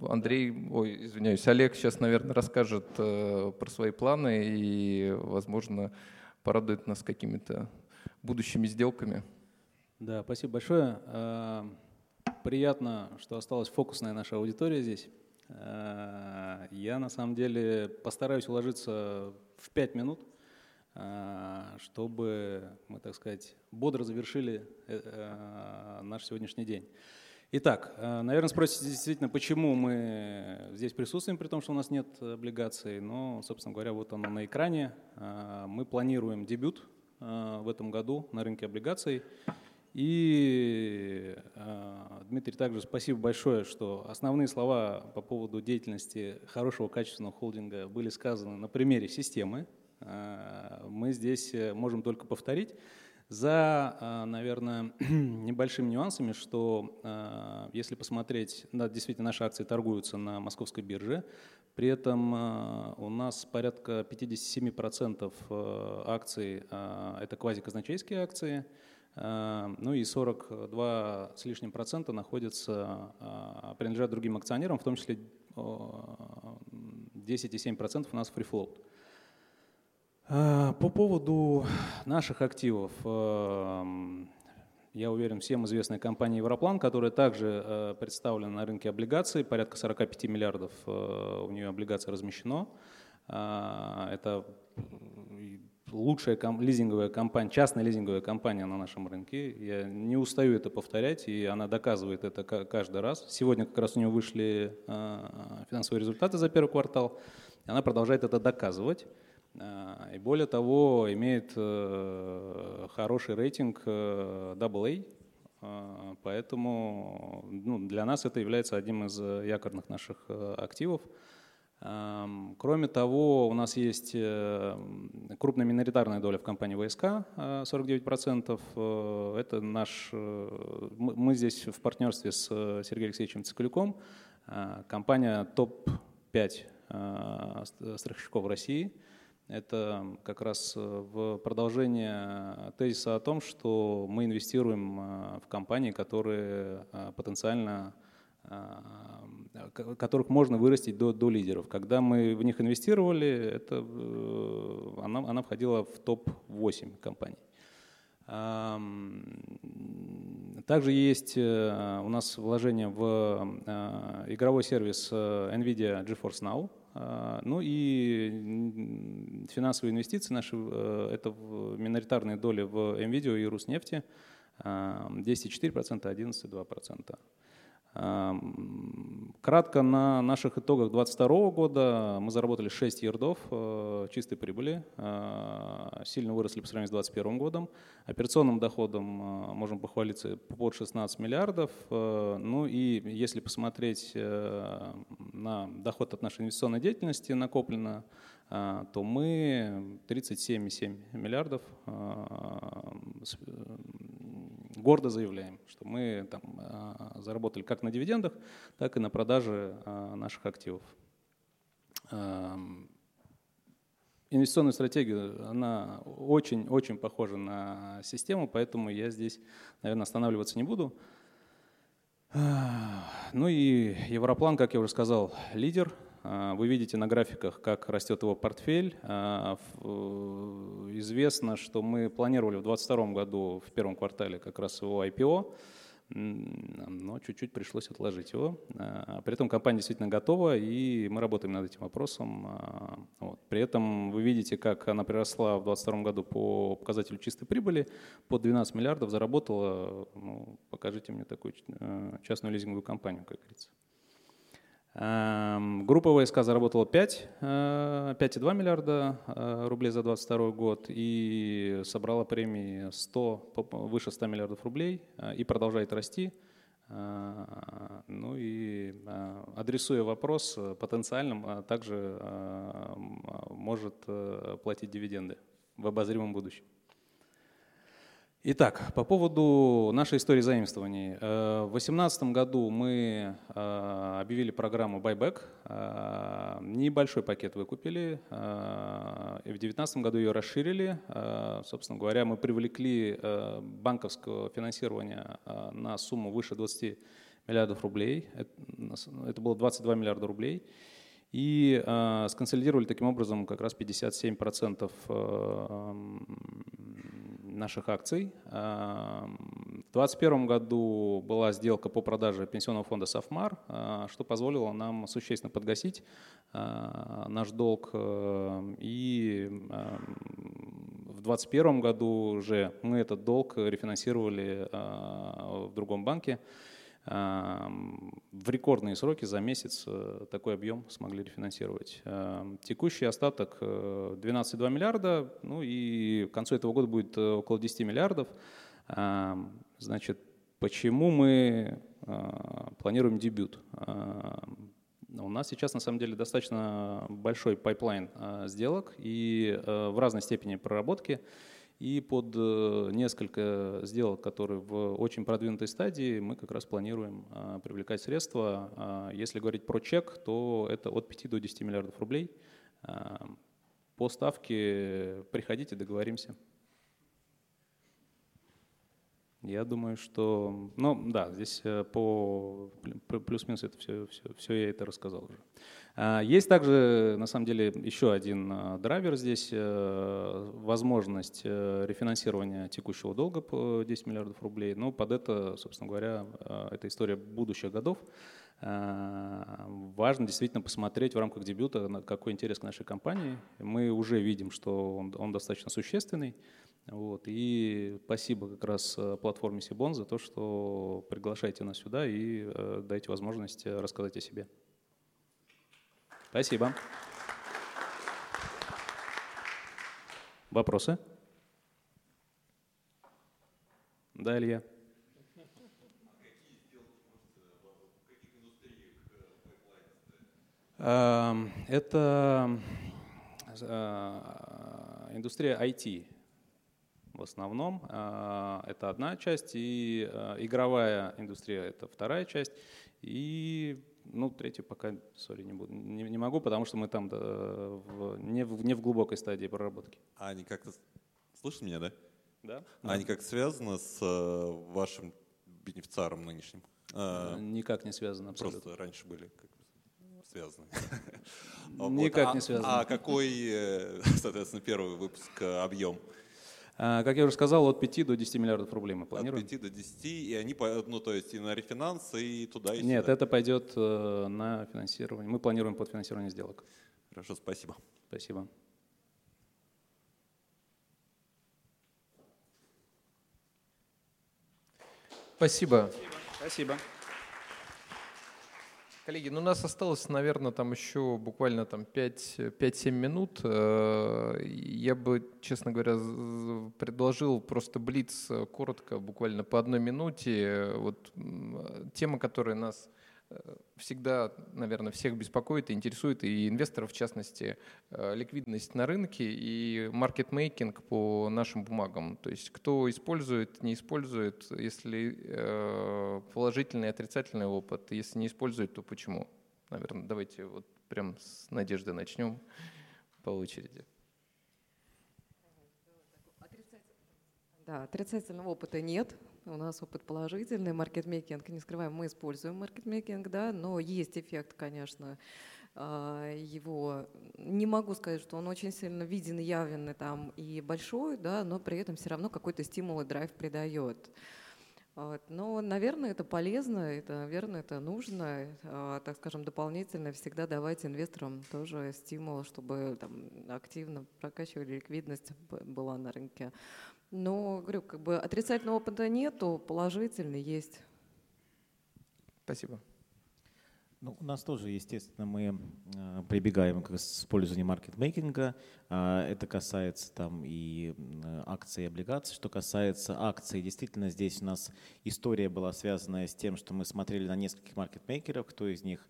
S5: Олег сейчас, наверное, расскажет про свои планы и, возможно, порадует нас какими-то будущими сделками.
S13: Да, спасибо большое. Приятно, что осталась фокусная наша аудитория здесь. Я, на самом деле, постараюсь уложиться в 5 минут, чтобы мы, так сказать, бодро завершили наш сегодняшний день. Итак, наверное, спросите действительно, почему мы здесь присутствуем, при том, что у нас нет облигаций. Но, собственно говоря, вот оно на экране. Мы планируем дебют в этом году на рынке облигаций. И, Дмитрий, также спасибо большое, что основные слова по поводу деятельности хорошего, качественного холдинга были сказаны на примере системы. Мы здесь можем только повторить. За, наверное, небольшими нюансами, что если посмотреть, да, действительно наши акции торгуются на московской бирже, при этом у нас порядка 57% акций – это квазиказначейские акции, ну и 42 с лишним процента принадлежат другим акционерам, в том числе 10,7% у нас free float. По поводу наших активов, я уверен, всем известная компания «Европлан», которая также представлена на рынке облигаций, порядка 45 миллиардов у нее облигаций размещено. Это лучшая лизинговая компания, частная лизинговая компания на нашем рынке. Я не устаю это повторять, и она доказывает это каждый раз. Сегодня как раз у нее вышли финансовые результаты за первый квартал, и она продолжает это доказывать. И более того, имеет хороший рейтинг AA, поэтому для нас это является одним из якорных наших активов. Кроме того, у нас есть крупная миноритарная доля в компании ВСК, 49%. Это мы здесь в партнерстве с Сергеем Алексеевичем Цикалюком, компания топ-5 страховщиков России. Это как раз в продолжение тезиса о том, что мы инвестируем в компании, которые потенциально, которых можно вырастить до лидеров. Когда мы в них инвестировали, она входила в топ-8 компаний. Также есть у нас вложение в игровой сервис NVIDIA GeForce Now. Ну и финансовые инвестиции наши, это миноритарные доли в NVIDIA и Руснефти, 10,4%, 11,2%. Кратко на наших итогах 2022 года мы заработали 6 ярдов чистой прибыли, сильно выросли по сравнению с 2021 годом. Операционным доходом можем похвалиться под 16 миллиардов. Ну и если посмотреть на доход от нашей инвестиционной деятельности накопленно, то мы 37,7 миллиардов гордо заявляем, что мы там заработали как на дивидендах, так и на продаже наших активов. Инвестиционная стратегия, она очень-очень похожа на систему, поэтому я здесь, наверное, останавливаться не буду. Ну и Европлан, как я уже сказал, лидер. Вы видите на графиках, как растет его портфель. Известно, что мы планировали в 2022 году, в первом квартале, как раз его IPO, но чуть-чуть пришлось отложить его. При этом компания действительно готова, и мы работаем над этим вопросом. Вот. При этом вы видите, как она приросла в 2022 году по показателю чистой прибыли, под 12 миллиардов заработала. Ну, покажите мне такую частную лизинговую компанию, как говорится. Группа ВСК заработала 5,2 миллиарда рублей за 2022 год и собрала премии выше 100 миллиардов рублей и продолжает расти. Ну и адресуя вопрос потенциальным, также может платить дивиденды в обозримом будущем. Итак, по поводу нашей истории заимствований. В 2018 году мы объявили программу «Байбэк». Небольшой пакет выкупили. И в 2019 году ее расширили. Собственно говоря, мы привлекли банковского финансирования на сумму выше 20 миллиардов рублей. Это было 22 миллиарда рублей. И сконсолидировали таким образом как раз 57% наших акций. В 2021 году была сделка по продаже пенсионного фонда «Сафмар», что позволило нам существенно подгасить наш долг. И в 2021 году уже мы этот долг рефинансировали в другом банке. В рекордные сроки за месяц такой объем смогли рефинансировать. Текущий остаток 12,2 миллиарда, ну и к концу этого года будет около 10 миллиардов. Значит, почему мы планируем дебют? У нас сейчас на самом деле достаточно большой пайплайн сделок и в разной степени проработки. И под несколько сделок, которые в очень продвинутой стадии, мы как раз планируем привлекать средства. Если говорить про чек, то это от 5 до 10 миллиардов рублей. По ставке приходите, договоримся. Я думаю, что… Ну да, здесь по плюс-минус это все я это рассказал уже. Есть также, на самом деле, еще один драйвер здесь, возможность рефинансирования текущего долга по 10 миллиардов рублей. Но под это, собственно говоря, это история будущих годов. Важно действительно посмотреть в рамках дебюта, какой интерес к нашей компании. Мы уже видим, что он достаточно существенный. Вот. И спасибо как раз платформе Сибон за то, что приглашаете нас сюда и даете возможность рассказать о себе. Спасибо. Вопросы? Да, Илья? Это индустрия IT. В основном это одна часть, и игровая индустрия – это вторая часть, и третью пока, не могу, потому что мы там не в глубокой стадии проработки.
S10: А они как-то… Слышно меня, да?
S13: Да.
S10: А они как связаны с вашим бенефициаром нынешним?
S13: Никак не связаны абсолютно.
S10: Просто раньше были связаны.
S13: Никак не связаны.
S10: А какой, соответственно, первый выпуск объем?
S13: Как я уже сказал, от 5 до 10 миллиардов рублей мы планируем.
S10: От 5 до 10, и они, то есть и на рефинанс, и туда, и сюда?
S13: Нет, это пойдет на финансирование. Мы планируем под финансирование сделок.
S10: Хорошо, спасибо.
S13: Спасибо.
S5: Спасибо.
S13: Спасибо.
S5: Коллеги, у нас осталось, наверное, там еще буквально 5-7 минут. Я бы, честно говоря, предложил просто блиц коротко, буквально по 1 минуте. Вот тема, которая нас всегда, наверное, всех беспокоит и интересует, и инвесторов, в частности, ликвидность на рынке и маркетмейкинг по нашим бумагам. То есть кто использует, не использует, если положительный и отрицательный опыт, если не использует, то почему? Наверное, давайте вот прям с Надежды начнем по очереди.
S9: Да, отрицательного опыта нет. У нас опыт положительный, маркетмейкинг, не скрываем, мы используем маркетмейкинг, да, но есть эффект, конечно, его, не могу сказать, что он очень сильно виден, явен там и большой, да, но при этом все равно какой-то стимул и драйв придает. Вот. Но, наверное, это полезно, наверное, это нужно, так скажем, дополнительно всегда давать инвесторам тоже стимул, чтобы там, активно прокачивали ликвидность была на рынке. Но, говорю, как бы отрицательного опыта нету, положительный есть.
S5: Спасибо.
S8: Ну, у нас тоже, естественно, мы прибегаем к использованию маркетмейкинга. Это касается там и акций, и облигаций. Что касается акций, действительно, здесь у нас история была связана с тем, что мы смотрели на нескольких маркетмейкеров, кто из них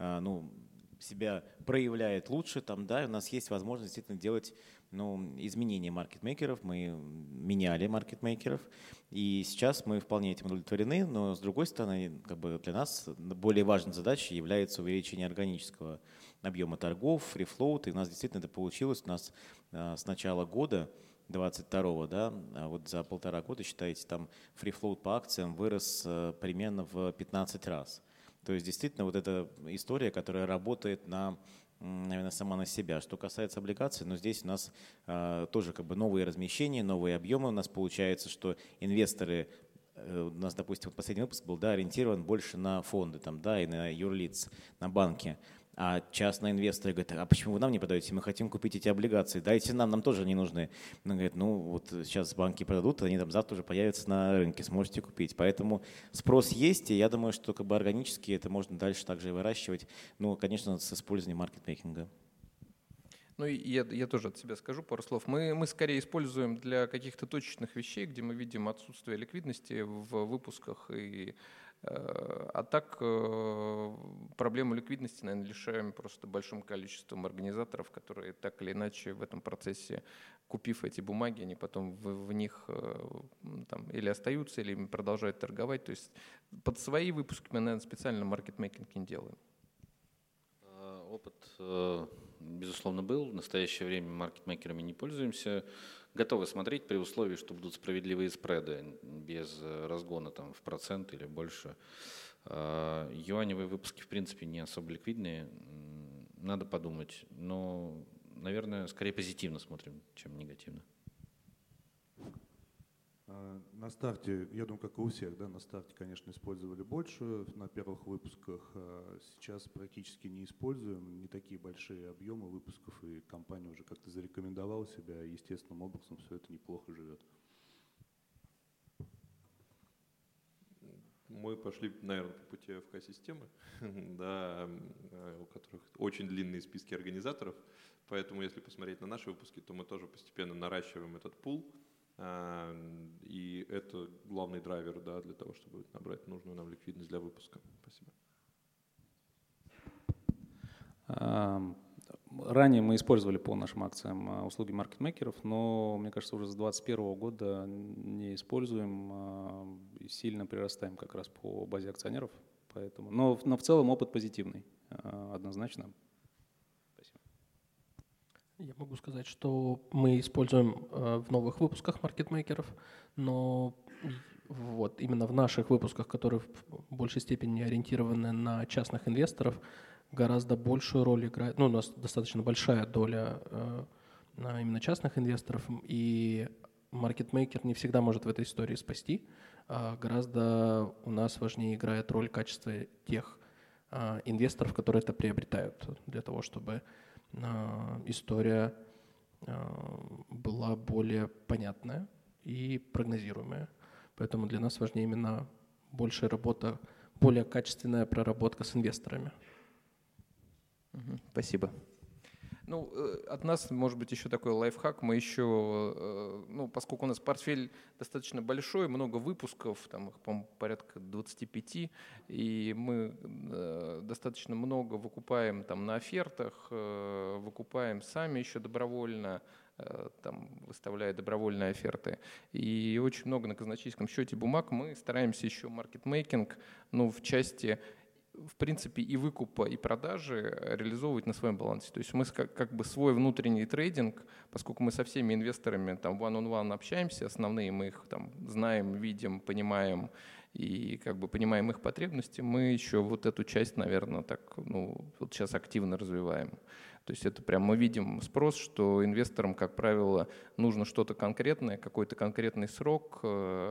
S8: себя проявляет лучше, там, да, и у нас есть возможность действительно делать изменения маркетмейкеров, мы меняли маркетмейкеров, и сейчас мы вполне этим удовлетворены, но с другой стороны, как бы для нас более важной задачей является увеличение органического объема торгов, фрифлоут, и у нас действительно это получилось, у нас с начала года 22-го, да, вот за 1,5 года, считайте, там фрифлоут по акциям вырос примерно в 15 раз. То есть действительно вот эта история, которая работает наверное, сама на себя. Что касается облигаций, но здесь у нас тоже как бы новые размещения, новые объемы. У нас получается, что инвесторы, у нас, допустим, последний выпуск был, да, ориентирован больше на фонды, там, да, и на юрлиц, на банки. А частные инвесторы говорят: а почему вы нам не продаете? Мы хотим купить эти облигации. Дайте нам тоже не нужны. Он говорит: ну вот сейчас банки продадут, они там завтра уже появятся на рынке, сможете купить. Поэтому спрос есть, и я думаю, что как бы органически это можно дальше также и выращивать. Ну, конечно, с использованием маркетмейкинга.
S5: Ну и я тоже от себя скажу пару слов. Мы скорее используем для каких-то точечных вещей, где мы видим отсутствие ликвидности в выпусках. А так проблему ликвидности, наверное, решаем просто большим количеством организаторов, которые так или иначе в этом процессе, купив эти бумаги, они потом в них там, или остаются, или продолжают торговать. То есть под свои выпуски мы, наверное, специально маркетмейкинг не делаем.
S7: Опыт, безусловно, был. В настоящее время маркетмейкерами не пользуемся. Готовы смотреть при условии, что будут справедливые спреды, без разгона там, в процент или больше. Юаневые выпуски, в принципе, не особо ликвидные. Надо подумать. Но, наверное, скорее позитивно смотрим, чем негативно.
S11: На старте, я думаю, как и у всех, да, на старте, конечно, использовали больше, на первых выпусках. Сейчас практически не используем, не такие большие объемы выпусков, и компания уже как-то зарекомендовала себя, и естественным образом все это неплохо живет.
S10: Мы пошли, наверное, по пути АФК-системы, да, у которых очень длинные списки организаторов, поэтому если посмотреть на наши выпуски, то мы тоже постепенно наращиваем этот пул. И это главный драйвер, да, для того, чтобы набрать нужную нам ликвидность для выпуска. Спасибо.
S13: Ранее мы использовали по нашим акциям услуги маркетмейкеров, но, мне кажется, уже с 2021 года не используем, сильно прирастаем как раз по базе акционеров. Поэтому, но в целом опыт позитивный, однозначно.
S12: Я могу сказать, что мы используем в новых выпусках маркетмейкеров, но вот именно в наших выпусках, которые в большей степени ориентированы на частных инвесторов, гораздо большую роль играет, ну, у нас достаточно большая доля именно частных инвесторов, и маркетмейкер не всегда может в этой истории спасти, а гораздо у нас важнее играет роль качества тех инвесторов, которые это приобретают, для того, чтобы история была более понятная и прогнозируемая. Поэтому для нас важнее именно большая работа, более качественная проработка с инвесторами.
S5: Спасибо. Ну, от нас, может быть, еще такой лайфхак. Мы еще, ну, поскольку у нас портфель достаточно большой, много выпусков, там их, по-моему, порядка 25, и мы достаточно много выкупаем там на офертах, выкупаем сами еще добровольно, там, выставляя добровольные оферты. И очень много на казначейском счете бумаг. Мы стараемся еще маркетмейкинг, ну, в части, в принципе, и выкупа, и продажи реализовывать на своем балансе. То есть мы как бы свой внутренний трейдинг, поскольку мы со всеми инвесторами там one-on-one общаемся, основные мы их там знаем, видим, понимаем и как бы понимаем их потребности, мы еще вот эту часть, наверное, так, ну, вот сейчас активно развиваем. То есть это прям мы видим спрос, что инвесторам, как правило, нужно что-то конкретное, какой-то конкретный срок.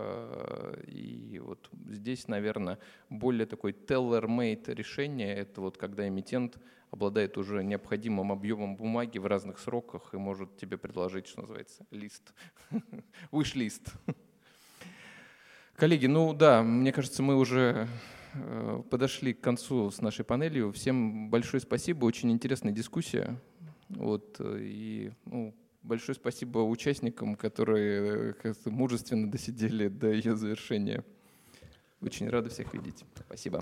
S5: И вот здесь, наверное, более такой tailor-made решение – это вот когда эмитент обладает уже необходимым объемом бумаги в разных сроках и может тебе предложить, что называется, лист, wish-лист. Коллеги, ну да, мне кажется, мы уже подошли к концу с нашей панелью. Всем большое спасибо, очень интересная дискуссия. Вот, и большое спасибо участникам, которые мужественно досидели до ее завершения. Очень рады всех видеть. Спасибо.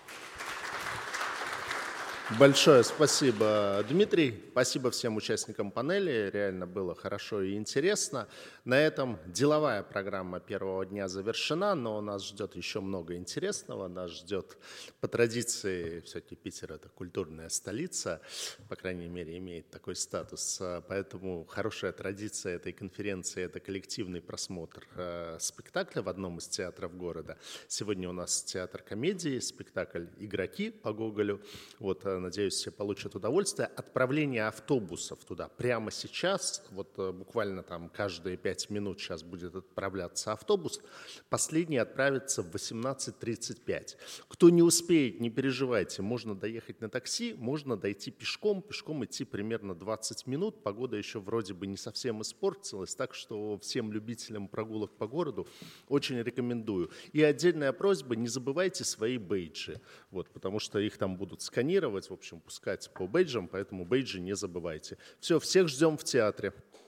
S1: Большое спасибо, Дмитрий. Спасибо всем участникам панели. Реально было хорошо и интересно. На этом деловая программа первого дня завершена, но нас ждет еще много интересного. Нас ждет по традиции, все-таки Питер – это культурная столица, по крайней мере, имеет такой статус. Поэтому хорошая традиция этой конференции – это коллективный просмотр спектакля в одном из театров города. Сегодня у нас театр комедии, спектакль «Игроки» по Гоголю. Вот, надеюсь, все получат удовольствие. Отправление автобусов туда прямо сейчас, вот буквально там каждые 5 минут сейчас будет отправляться автобус. Последний отправится в 18:35. Кто не успеет, не переживайте, можно доехать на такси, можно дойти пешком. Пешком идти примерно 20 минут. Погода еще вроде бы не совсем испортилась, так что всем любителям прогулок по городу очень рекомендую. И отдельная просьба, не забывайте свои бейджи, вот, потому что их там будут сканировать, в общем, пускать по бейджам, поэтому бейджи не забывайте. Все, всех ждем в театре.